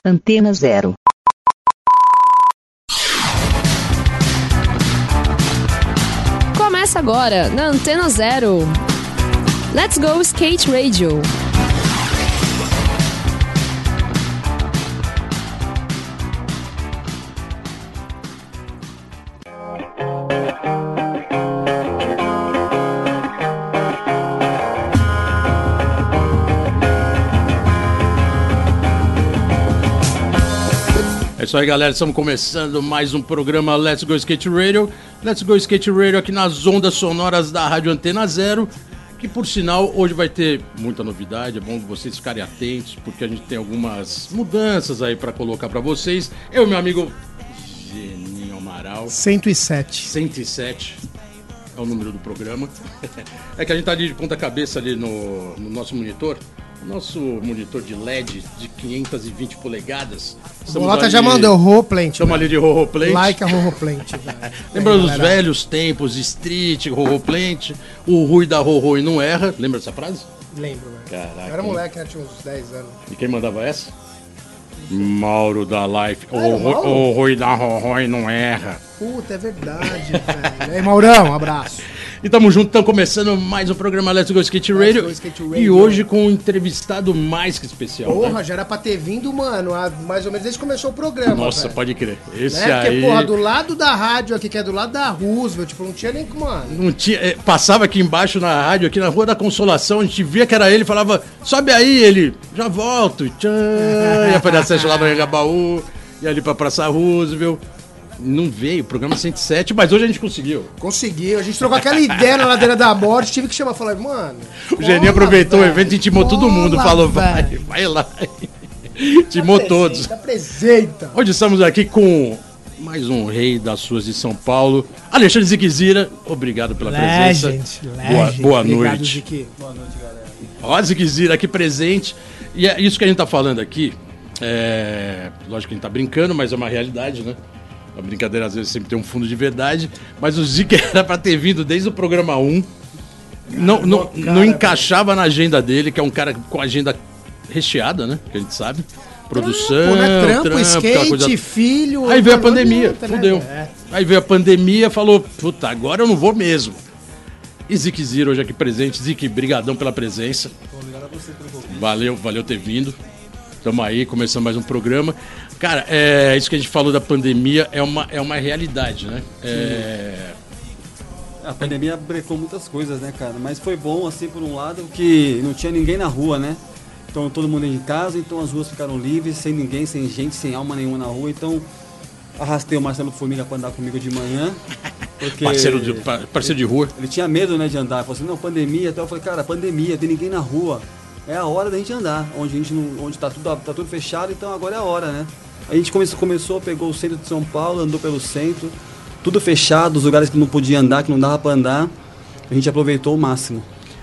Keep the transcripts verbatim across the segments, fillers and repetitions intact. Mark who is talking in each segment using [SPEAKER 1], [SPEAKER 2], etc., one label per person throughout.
[SPEAKER 1] Antena Zero.
[SPEAKER 2] Começa agora, na Antena Zero. Let's Go Skate Radio.
[SPEAKER 3] É isso aí, galera, estamos começando mais um programa Let's Go Skate Radio. Let's Go Skate Radio aqui nas ondas sonoras da Rádio Antena Zero, que por sinal hoje vai ter muita novidade, é bom vocês ficarem atentos, porque a gente tem algumas mudanças aí para colocar para vocês. Eu e meu amigo Geninho Amaral.
[SPEAKER 4] cento e sete.
[SPEAKER 3] cento e sete é o número do programa. É que a gente tá ali de ponta cabeça ali no, no nosso monitor. Nosso monitor de L E D de quinhentas e vinte polegadas.
[SPEAKER 4] O Bolota já mandou Rohoplant.
[SPEAKER 3] Estamos ali de Rohoplant.
[SPEAKER 4] Like a Rohoplant.
[SPEAKER 3] Lembra dos velhos tempos, Street, Rohoplant, o Rui da Rorô e não erra. Lembra dessa frase?
[SPEAKER 4] Lembro, velho.
[SPEAKER 3] Caraca.
[SPEAKER 4] Eu era moleque, né? Tinha uns dez anos.
[SPEAKER 3] E quem mandava essa? Mauro da Life.
[SPEAKER 4] Ah, o,
[SPEAKER 3] Ru- o Rui da Rorô e não erra.
[SPEAKER 4] Puta, é verdade, velho. E aí, Maurão, um abraço.
[SPEAKER 3] E tamo junto, estamos começando mais um programa Let's Go Skate Radio.
[SPEAKER 4] Go Skate Radio.
[SPEAKER 3] E hoje com um entrevistado mais que especial.
[SPEAKER 4] Porra,
[SPEAKER 3] né?
[SPEAKER 4] já era pra ter vindo, mano, há mais ou menos desde que começou o programa.
[SPEAKER 3] Nossa,
[SPEAKER 4] velho.
[SPEAKER 3] pode crer. Esse
[SPEAKER 4] Né?
[SPEAKER 3] aí.
[SPEAKER 4] Porque, porra, do lado da rádio aqui, que é do lado da Roosevelt, tipo, não tinha nem como, mano.
[SPEAKER 3] Não tinha, é, passava aqui embaixo na rádio, aqui na Rua da Consolação, a gente via que era ele, falava, sobe aí, ele, já volto, tchan, ia fazer a sete lá no Engabaú, ia ali pra Praça Roosevelt. Não veio, programa cento e sete, mas hoje a gente conseguiu.
[SPEAKER 4] Conseguiu, a gente trocou aquela ideia na ladeira da morte, tive que chamar, falar, mano.
[SPEAKER 3] O Geninho aproveitou
[SPEAKER 4] velho,
[SPEAKER 3] o evento, intimou todo mundo,
[SPEAKER 4] cola,
[SPEAKER 3] falou, vai,
[SPEAKER 4] velho.
[SPEAKER 3] vai lá. Intimou todos.
[SPEAKER 4] Apresenta.
[SPEAKER 3] Hoje estamos aqui com mais um rei das suas de São Paulo, Alexandre Ziquezira. Obrigado pela presença.
[SPEAKER 4] Legend,
[SPEAKER 3] Boa,
[SPEAKER 4] legend.
[SPEAKER 3] boa
[SPEAKER 4] Obrigado,
[SPEAKER 3] noite.
[SPEAKER 4] Ziqui.
[SPEAKER 3] Ó, Ziquezira aqui presente. E é isso que a gente tá falando aqui. É... Lógico que a gente tá brincando, mas é uma realidade, né? A brincadeira às vezes sempre tem um fundo de verdade. Mas o Zica era pra ter vindo desde o programa um. Não, não,
[SPEAKER 4] cara,
[SPEAKER 3] não encaixava na agenda dele, que é um cara com agenda recheada, né? Que a gente sabe. Produção,
[SPEAKER 4] Pô, né? Trampo,
[SPEAKER 3] trampo,
[SPEAKER 4] skate,
[SPEAKER 3] aquela coisa...
[SPEAKER 4] filho.
[SPEAKER 3] Aí veio a
[SPEAKER 4] mano,
[SPEAKER 3] pandemia,
[SPEAKER 4] não adianta, né,
[SPEAKER 3] fudeu.
[SPEAKER 4] velho?
[SPEAKER 3] Aí veio a pandemia, falou, puta, agora eu não vou mesmo. E Ziquezira hoje aqui presente. Zique, brigadão pela presença.
[SPEAKER 5] Obrigado a você pelo convite.
[SPEAKER 3] Valeu, valeu ter vindo. Tamo aí, começando mais um programa. Cara, é, isso que a gente falou da pandemia é uma, é uma realidade, né? É...
[SPEAKER 5] A pandemia brecou muitas coisas, né, cara? Mas foi bom, assim, por um lado, que não tinha ninguém na rua, né? Então todo mundo em casa, então as ruas ficaram livres, sem ninguém, sem gente, sem alma nenhuma na rua. Então arrastei o Marcelo Formiga pra andar comigo de manhã. Porque
[SPEAKER 3] Parceiro de, pa- parceiro de rua.
[SPEAKER 5] ele tinha medo, né, de andar. Ele falou assim, não, pandemia. Então eu falei, cara, pandemia, tem ninguém na rua. É a hora da gente andar, onde a gente não, onde tá tudo, tá tudo fechado, então agora é a hora, né? A gente começou, começou, pegou o centro de São Paulo, andou pelo centro, tudo fechado, os lugares que não podia andar, que não dava pra andar, a gente aproveitou o máximo.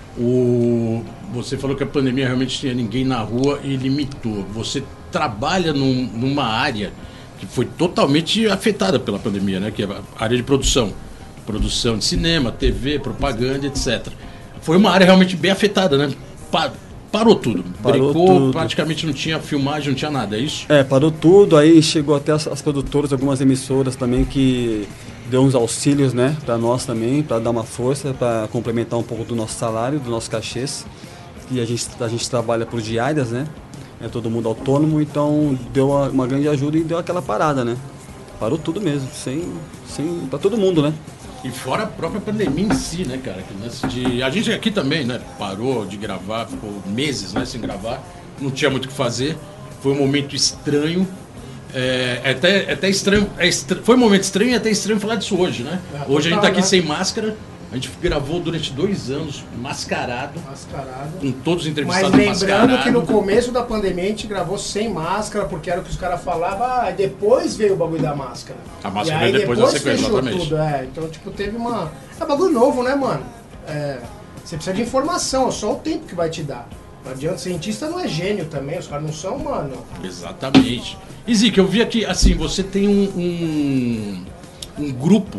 [SPEAKER 3] O... Você falou que a pandemia realmente tinha ninguém na rua e limitou. Você trabalha num- numa área que foi totalmente afetada pela pandemia, né? Que é a área de produção. Produção de cinema, T V, propaganda, etcétera. Foi uma área realmente bem afetada, né? Pa- Parou tudo.
[SPEAKER 5] Parou
[SPEAKER 3] Brecou,
[SPEAKER 5] tudo.
[SPEAKER 3] praticamente não tinha filmagem, não tinha nada, é isso?
[SPEAKER 5] É, parou tudo, aí chegou até as, as produtoras, algumas emissoras também que deu uns auxílios, né, pra nós também, pra dar uma força, pra complementar um pouco do nosso salário, do nosso cachês. E a gente, a gente trabalha por diárias, né, é todo mundo autônomo, então deu uma, uma grande ajuda e deu aquela parada, né. Parou tudo mesmo, sem, sem, pra todo mundo, né.
[SPEAKER 3] E fora a própria pandemia em si, né, cara? Que lance de... A gente aqui também, né? Parou de gravar, ficou meses, né, sem gravar. Não tinha muito o que fazer. Foi um momento estranho. É, é até, é até estranho. É estra... Foi um momento estranho e até estranho falar disso hoje, né?
[SPEAKER 4] É,
[SPEAKER 3] hoje a gente tá
[SPEAKER 4] total,
[SPEAKER 3] aqui
[SPEAKER 4] né?
[SPEAKER 3] sem máscara. A gente gravou durante dois anos, mascarado,
[SPEAKER 4] Mascarado.
[SPEAKER 3] com todos os
[SPEAKER 4] Mas
[SPEAKER 3] entrevistados
[SPEAKER 4] lembrando
[SPEAKER 3] mascarados.
[SPEAKER 4] que no começo da pandemia a gente gravou sem máscara, porque era o que os caras falavam, ah, e depois veio o bagulho da máscara.
[SPEAKER 3] A máscara
[SPEAKER 4] e aí
[SPEAKER 3] veio depois da sequência,
[SPEAKER 4] fechou
[SPEAKER 3] exatamente.
[SPEAKER 4] tudo, é. Então, tipo, teve uma... É bagulho novo, né, mano? É, você precisa de informação, é só o tempo que vai te dar. Não adianta, cientista não é gênio também, os caras não são, mano.
[SPEAKER 3] Exatamente. E Zica, eu vi aqui, assim, você tem um, um, um grupo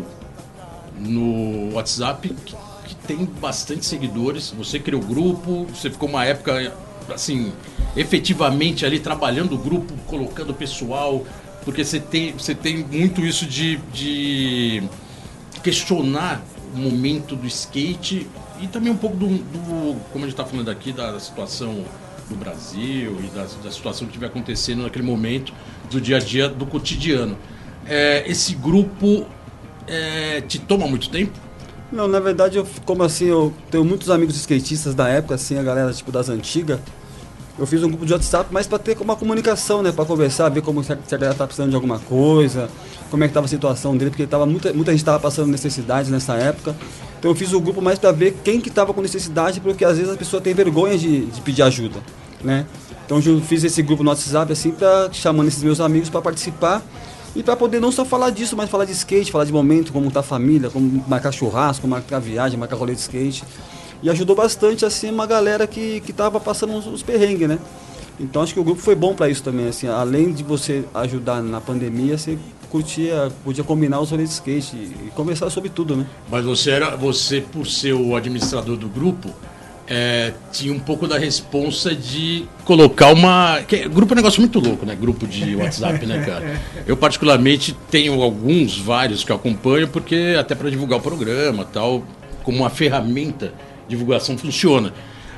[SPEAKER 3] no WhatsApp que, que tem bastante seguidores. Você criou o grupo, você ficou uma época, assim, efetivamente ali trabalhando o grupo, colocando o pessoal? Porque você tem, você tem muito isso de, de questionar o momento do skate e também um pouco do, do como a gente está falando aqui, da situação do Brasil e da, da situação que estiver acontecendo naquele momento, do dia a dia, do cotidiano. É, esse grupo é, te toma muito tempo?
[SPEAKER 5] Não, na verdade, eu, como assim, eu tenho muitos amigos skatistas da época, assim, a galera tipo das antigas. Eu fiz um grupo de WhatsApp, mas para ter uma comunicação, né? Para conversar, ver como se a, se a galera tá precisando de alguma coisa, como é que tava a situação dele, porque tava, muita, muita gente estava passando necessidades nessa época. Então eu fiz o grupo mais para ver quem que estava com necessidade, porque às vezes a pessoa tem vergonha de, de pedir ajuda, né? Então eu fiz esse grupo no WhatsApp, assim, pra, chamando esses meus amigos para participar e para poder não só falar disso, mas falar de skate, falar de momento, como tá a família, como marcar churrasco, como marcar viagem, marcar rolê de skate. E ajudou bastante, assim, uma galera que, que tava passando uns, uns perrengues, né? Então acho que o grupo foi bom para isso também, assim, além de você ajudar na pandemia, você curtia, podia combinar os rolês de skate e, e conversar sobre tudo, né?
[SPEAKER 3] Mas você, era, você por ser o administrador do grupo, é, tinha um pouco da responsa de colocar uma... Que, grupo é um negócio muito louco, né? Grupo de WhatsApp, né, cara? Eu particularmente tenho alguns, vários que eu acompanho, porque até para divulgar o programa, tal, como uma ferramenta, divulgação funciona.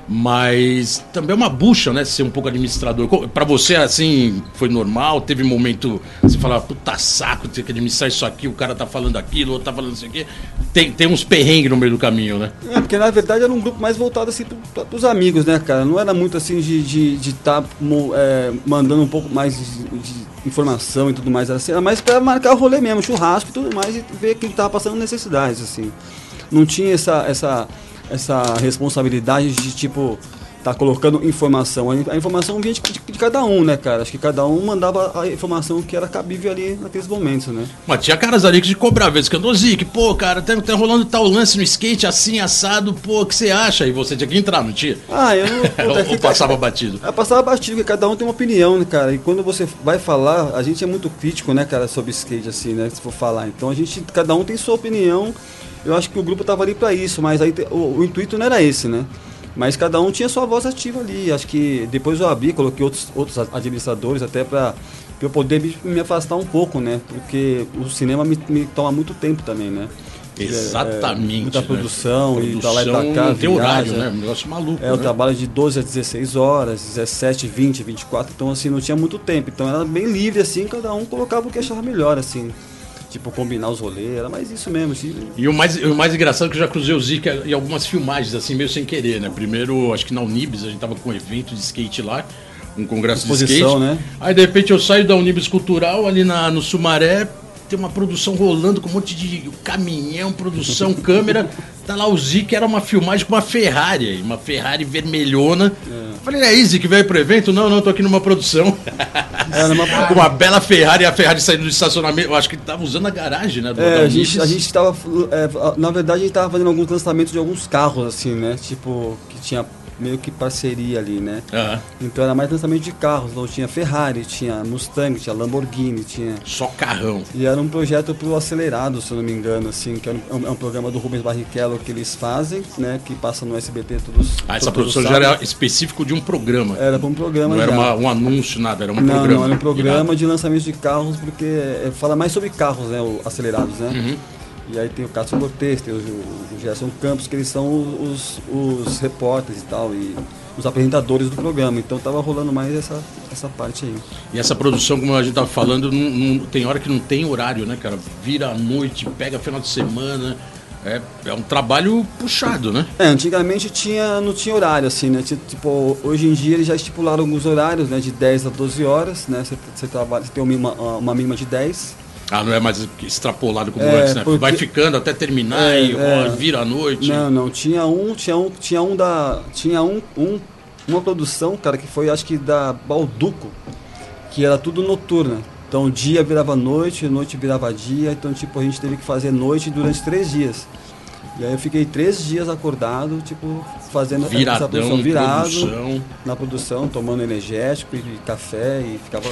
[SPEAKER 3] Mas também é uma bucha, né? Ser um pouco administrador. Pra você, assim, foi normal? Teve momento você falava, puta saco, ter que administrar isso aqui, o cara tá falando aquilo, o outro tá falando isso aqui. Tem, tem uns perrengues no meio do caminho, né?
[SPEAKER 5] É, porque na verdade era um grupo mais voltado assim pro, pros amigos, né, cara? Não era muito assim de estar de, de tá, é, mandando um pouco mais de, de informação e tudo mais. Assim, era mais pra marcar o rolê mesmo, churrasco e tudo mais, e ver quem tava passando necessidades, assim. Não tinha essa... essa essa responsabilidade de, tipo, tá colocando informação. A informação vinha de, de, de cada um, né, cara? Acho que cada um mandava a informação que era cabível ali naqueles momentos, né?
[SPEAKER 3] Mas tinha caras ali que te cobravam, vezes que andou, Zic, pô, cara, tá, tá rolando tal lance no skate, assim, assado, pô, o que você acha? E você tinha que entrar, não tinha?
[SPEAKER 5] Ah, eu não... Pô,
[SPEAKER 3] Ou
[SPEAKER 5] que,
[SPEAKER 3] passava batido?
[SPEAKER 5] É, passava batido, porque cada um tem uma opinião, né, cara? E quando você vai falar, a gente é muito crítico, né, cara, sobre skate, assim, né, se for falar. Então a gente, cada um tem sua opinião. Eu acho que o grupo estava ali para isso, mas aí o, o intuito não era esse, né? Mas cada um tinha sua voz ativa ali. Acho que depois eu abri, coloquei outros, outros administradores até para eu poder me, me afastar um pouco, né? Porque o cinema me, me toma muito tempo também, né?
[SPEAKER 3] Exatamente.
[SPEAKER 5] É, muita
[SPEAKER 3] né?
[SPEAKER 5] produção,
[SPEAKER 3] produção
[SPEAKER 5] e pra lá e pra cá.
[SPEAKER 3] Não tem
[SPEAKER 5] viaja,
[SPEAKER 3] horário, né? Um negócio maluco.
[SPEAKER 5] É,
[SPEAKER 3] né?
[SPEAKER 5] eu trabalho de doze a dezesseis horas, dezessete, vinte, vinte e quatro, então assim, não tinha muito tempo. Então era bem livre, assim, cada um colocava o que achava melhor, assim. Tipo, combinar os rolês, era mais isso mesmo. Assim.
[SPEAKER 3] E o mais, o mais engraçado é que eu já cruzei o Zica em algumas filmagens, assim, meio sem querer, né? Primeiro, acho que na Unibis, a gente tava com um evento de skate lá, um congresso
[SPEAKER 5] Exposição,
[SPEAKER 3] de skate.
[SPEAKER 5] Né?
[SPEAKER 3] Aí, de repente, eu saio da Unibis Cultural, ali na, no Sumaré, tem uma produção rolando com um monte de caminhão, produção, câmera. Tá lá o Zica, era uma filmagem com uma Ferrari, uma Ferrari vermelhona. É. Falei, é Zica que veio pro evento? Não, não, tô aqui numa produção.
[SPEAKER 5] Era uma...
[SPEAKER 3] com uma bela Ferrari, a Ferrari saindo do estacionamento. Eu acho que ele tava usando a garagem, né? Do,
[SPEAKER 5] é, a gente, a gente tava. É, na verdade, a gente tava fazendo alguns lançamentos de alguns carros, assim, né? Tipo, que tinha meio que parceria ali, né? Uhum. Então era mais lançamento de carros. Então tinha Ferrari, tinha Mustang, tinha Lamborghini, tinha...
[SPEAKER 3] Só carrão.
[SPEAKER 5] E era um projeto pro Acelerado, se eu não me engano, assim, que é um, é um programa do Rubens Barrichello que eles fazem, né? Que passa no S B T todos.
[SPEAKER 3] Ah, essa produção já era específico de um programa.
[SPEAKER 5] Era para um programa.
[SPEAKER 3] Não
[SPEAKER 5] já.
[SPEAKER 3] era uma, um anúncio, nada, era um
[SPEAKER 5] não,
[SPEAKER 3] programa.
[SPEAKER 5] Não, era um programa de lançamento de carros, porque é, fala mais sobre carros, né? O Acelerados, né?
[SPEAKER 3] Uhum.
[SPEAKER 5] E aí tem o Cássio Cortez, tem o, o Gerson Campos, que eles são os, os repórteres e tal, e os apresentadores do programa. Então tava rolando mais essa, essa parte aí.
[SPEAKER 3] E essa produção, como a gente tava falando, não, não, tem hora que não tem horário, né, cara? Vira à noite, pega final de semana. É, é um trabalho puxado, né?
[SPEAKER 5] É, antigamente tinha, não tinha horário, assim, né? Tipo, hoje em dia eles já estipularam alguns horários, né? De dez a doze horas, né? Você, você, trabalha, você tem uma, uma mínima de dez.
[SPEAKER 3] Ah, não é mais extrapolado como
[SPEAKER 5] é,
[SPEAKER 3] antes, né?
[SPEAKER 5] Porque...
[SPEAKER 3] Vai ficando até terminar é, e ó, é... vira à noite.
[SPEAKER 5] Não, não, tinha um, tinha um, tinha um da. Tinha um, um, uma produção, cara, que foi acho que da Balduco, que era tudo noturna. Então dia virava noite, noite virava dia, então tipo, a gente teve que fazer noite durante três dias. E aí eu fiquei três dias acordado, tipo, fazendo
[SPEAKER 3] Viradão,
[SPEAKER 5] essa produção, virado
[SPEAKER 3] produção.
[SPEAKER 5] na produção, tomando energético e café e ficava...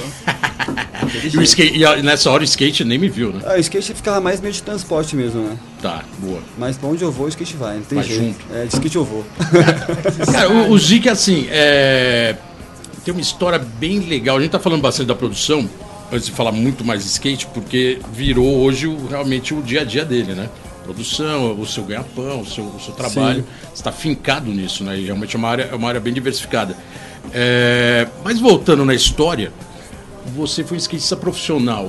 [SPEAKER 3] e, o skate, e nessa hora o skate nem me viu, né?
[SPEAKER 5] Ah, o skate ficava mais meio de transporte mesmo, né?
[SPEAKER 3] Tá, boa.
[SPEAKER 5] Mas pra onde eu vou, o skate vai, não tem
[SPEAKER 3] vai
[SPEAKER 5] jeito.
[SPEAKER 3] Junto.
[SPEAKER 5] É, de skate eu vou.
[SPEAKER 3] Cara, o, o Zica, assim, é... tem uma história bem legal. A gente tá falando bastante da produção, antes de falar muito mais de skate, porque virou hoje o, realmente o dia a dia dele, né? Produção, o seu ganha-pão, o seu, o seu trabalho. Sim. Você está fincado nisso, né? E realmente é uma área, é uma área bem diversificada. É, mas voltando na história, você foi um skatista profissional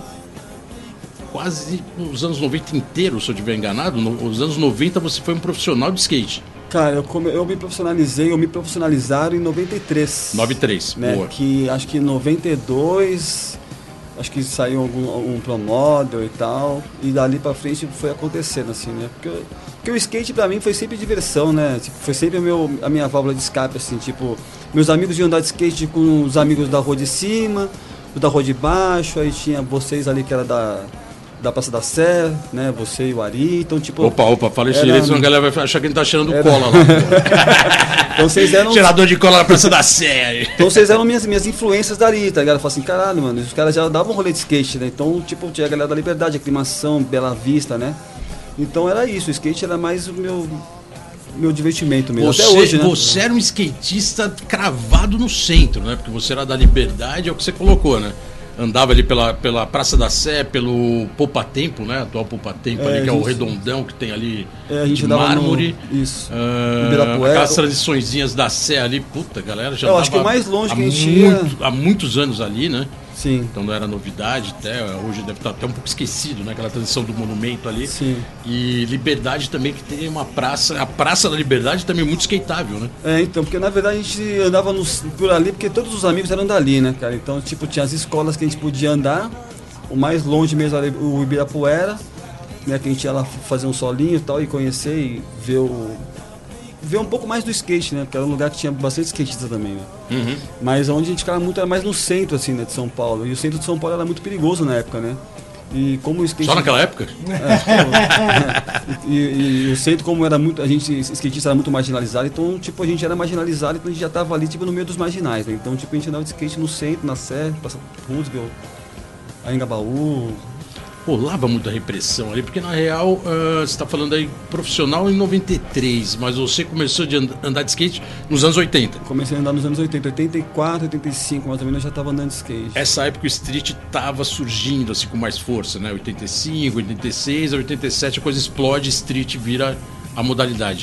[SPEAKER 3] quase nos anos noventa inteiro, se eu estiver enganado. Nos anos noventa você foi um profissional de skate.
[SPEAKER 5] Cara, eu, come, eu me profissionalizei, eu me profissionalizaram em noventa e três.
[SPEAKER 3] noventa e três,
[SPEAKER 5] né?
[SPEAKER 3] Boa.
[SPEAKER 5] Que acho que em noventa e dois, acho que saiu algum, algum Pro Model e tal, e dali pra frente foi acontecendo, assim, né? Porque, porque o skate pra mim foi sempre diversão, né? Tipo, foi sempre o meu, a minha válvula de escape, assim, tipo, meus amigos iam andar de skate com os amigos da rua de cima, da rua de baixo, aí tinha vocês ali que era da... da Praça da Sé, né, você e o Ari, então tipo...
[SPEAKER 3] Opa, opa, fala isso direito, senão a galera vai achar que a gente tá cheirando era... cola lá.
[SPEAKER 5] Então vocês eram...
[SPEAKER 3] Cheirador de cola na Praça da Sé.
[SPEAKER 5] Então vocês eram minhas, minhas influências dali, tá ligado? Eu falo assim, caralho, mano, os caras já davam um rolê de skate, né, então tipo, tinha a galera da Liberdade, Aclimação, Bela Vista, né, então era isso, o skate era mais o meu... meu divertimento mesmo,
[SPEAKER 3] você,
[SPEAKER 5] até hoje, né?
[SPEAKER 3] Você era um skatista cravado no centro, né, porque você era da Liberdade, é o que você colocou, né? Andava ali pela, pela Praça da Sé, pelo Poupa Tempo, né? Atual Poupa Tempo, é, ali, que gente, é o redondão que tem ali
[SPEAKER 5] é, a gente
[SPEAKER 3] de mármore.
[SPEAKER 5] No, isso.
[SPEAKER 3] Uh, aquelas transiçõezinhas da Sé ali, puta, galera já
[SPEAKER 5] Eu acho que o mais longe que a gente
[SPEAKER 3] muito, há muitos anos ali, né?
[SPEAKER 5] Sim.
[SPEAKER 3] Então não era novidade, até hoje deve estar até um pouco esquecido, né? Aquela transição do monumento ali.
[SPEAKER 5] Sim.
[SPEAKER 3] E Liberdade também, que tem uma praça, a Praça da Liberdade também é muito skateável, né?
[SPEAKER 5] É, então, porque na verdade a gente andava nos, por ali, porque todos os amigos eram dali, né, cara? Então, tipo, tinha as escolas que a gente podia andar, o mais longe mesmo era o Ibirapuera, né? Que a gente ia lá fazer um solinho e tal, e conhecer e ver o... ver um pouco mais do skate, né? Porque era um lugar que tinha bastante skatista também, né?
[SPEAKER 3] Uhum.
[SPEAKER 5] Mas onde a gente ficava muito era mais no centro, assim, né, de São Paulo. E o centro de São Paulo era muito perigoso na época, né? E como o skate...
[SPEAKER 3] Só naquela época?
[SPEAKER 5] É, e, e, e o centro, como era muito... A gente, skatista era muito marginalizado, então, tipo, a gente era marginalizado, então a gente já tava ali, tipo, no meio dos marginais, né? Então, tipo, a gente andava de skate no centro, na Sé, Praça Roosevelt, Anhangabaú...
[SPEAKER 3] Rolava muita repressão ali, porque na real, uh, você está falando aí profissional em noventa e três, mas você começou a and- andar de skate nos anos oitenta.
[SPEAKER 5] Comecei a andar nos anos oitenta, oitenta e quatro, oitenta e cinco, mais ou menos, eu já estava andando de skate.
[SPEAKER 3] Essa época o street estava surgindo assim com mais força, né? oitenta e cinco, oitenta e seis, oitenta e sete a coisa explode, street vira a modalidade.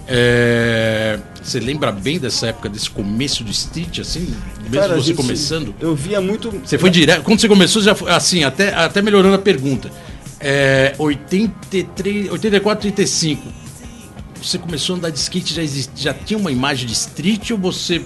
[SPEAKER 3] É... Você lembra bem dessa época, desse começo de street, assim? Mesmo
[SPEAKER 5] Cara,
[SPEAKER 3] você
[SPEAKER 5] gente,
[SPEAKER 3] começando?
[SPEAKER 5] Eu via muito...
[SPEAKER 3] Você foi direto... Quando você começou, já foi, assim, até, até melhorando a pergunta. É, oitenta e três, oitenta e quatro, oitenta e cinco. Você começou a andar de skate, já, exist, já tinha uma imagem de street ou você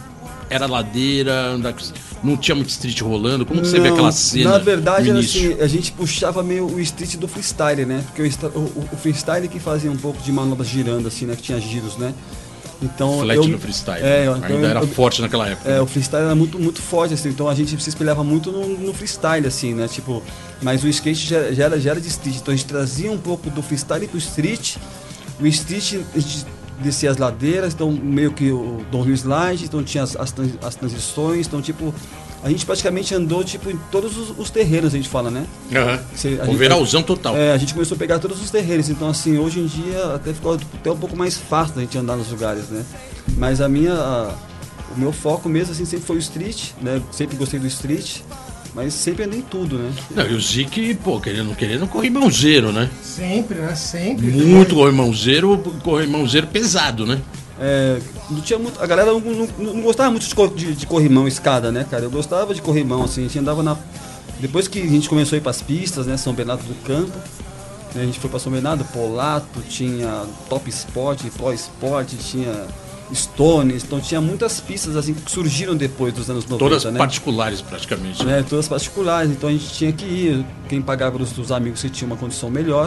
[SPEAKER 3] era ladeira, andar, não tinha muito street rolando? Como que você
[SPEAKER 5] não,
[SPEAKER 3] vê aquela cena?
[SPEAKER 5] Na verdade,
[SPEAKER 3] no
[SPEAKER 5] era
[SPEAKER 3] início?
[SPEAKER 5] assim, a gente puxava meio o street do freestyle, né? Porque o, o, o freestyle que fazia um pouco de manobras girando, assim, né? Que tinha giros, né? Então,
[SPEAKER 3] Flat
[SPEAKER 5] eu,
[SPEAKER 3] no freestyle.
[SPEAKER 5] É,
[SPEAKER 3] né?
[SPEAKER 5] então
[SPEAKER 3] Ainda
[SPEAKER 5] eu,
[SPEAKER 3] era
[SPEAKER 5] eu,
[SPEAKER 3] forte naquela época.
[SPEAKER 5] É,
[SPEAKER 3] né?
[SPEAKER 5] o freestyle era muito, muito forte, assim, então a gente se espelhava muito no, no freestyle, assim, né? Tipo, mas o skate já, já, era, já era de street, então a gente trazia um pouco do freestyle pro street. O street, a gente descia as ladeiras, então meio que o downhill slide, então tinha as, as, as transições, então tipo, a gente praticamente andou tipo em todos os, os terrenos, a gente fala, né?
[SPEAKER 3] Uhum. O verãozão total.
[SPEAKER 5] É, a gente começou a pegar todos os terrenos, então assim, hoje em dia até ficou até um pouco mais fácil da gente andar nos lugares, né? Mas a minha, a, o meu foco mesmo assim sempre foi o street, né? Sempre gostei do street. Mas sempre andei em tudo, né?
[SPEAKER 3] Não, e o Zic, pô, querendo, querendo, corrimãozeiro, né?
[SPEAKER 4] Sempre, né? Sempre.
[SPEAKER 3] Muito corrimãozeiro, corrimãozeiro pesado, né?
[SPEAKER 5] É, não tinha muito, a galera não, não, não gostava muito de, de, de corrimão, escada, né, cara? Eu gostava de corrimão, assim, a gente andava na... Depois que a gente começou a ir pras pistas, né, São Bernardo do Campo, né, a gente foi pra São Bernardo, Polato, tinha Top Sport, Pro Sport, tinha... Stones, então tinha muitas pistas assim que surgiram depois dos anos noventa,
[SPEAKER 3] todas
[SPEAKER 5] né?
[SPEAKER 3] particulares praticamente, né?
[SPEAKER 5] É, todas particulares, então a gente tinha que ir, quem pagava os, os amigos que tinha uma condição melhor,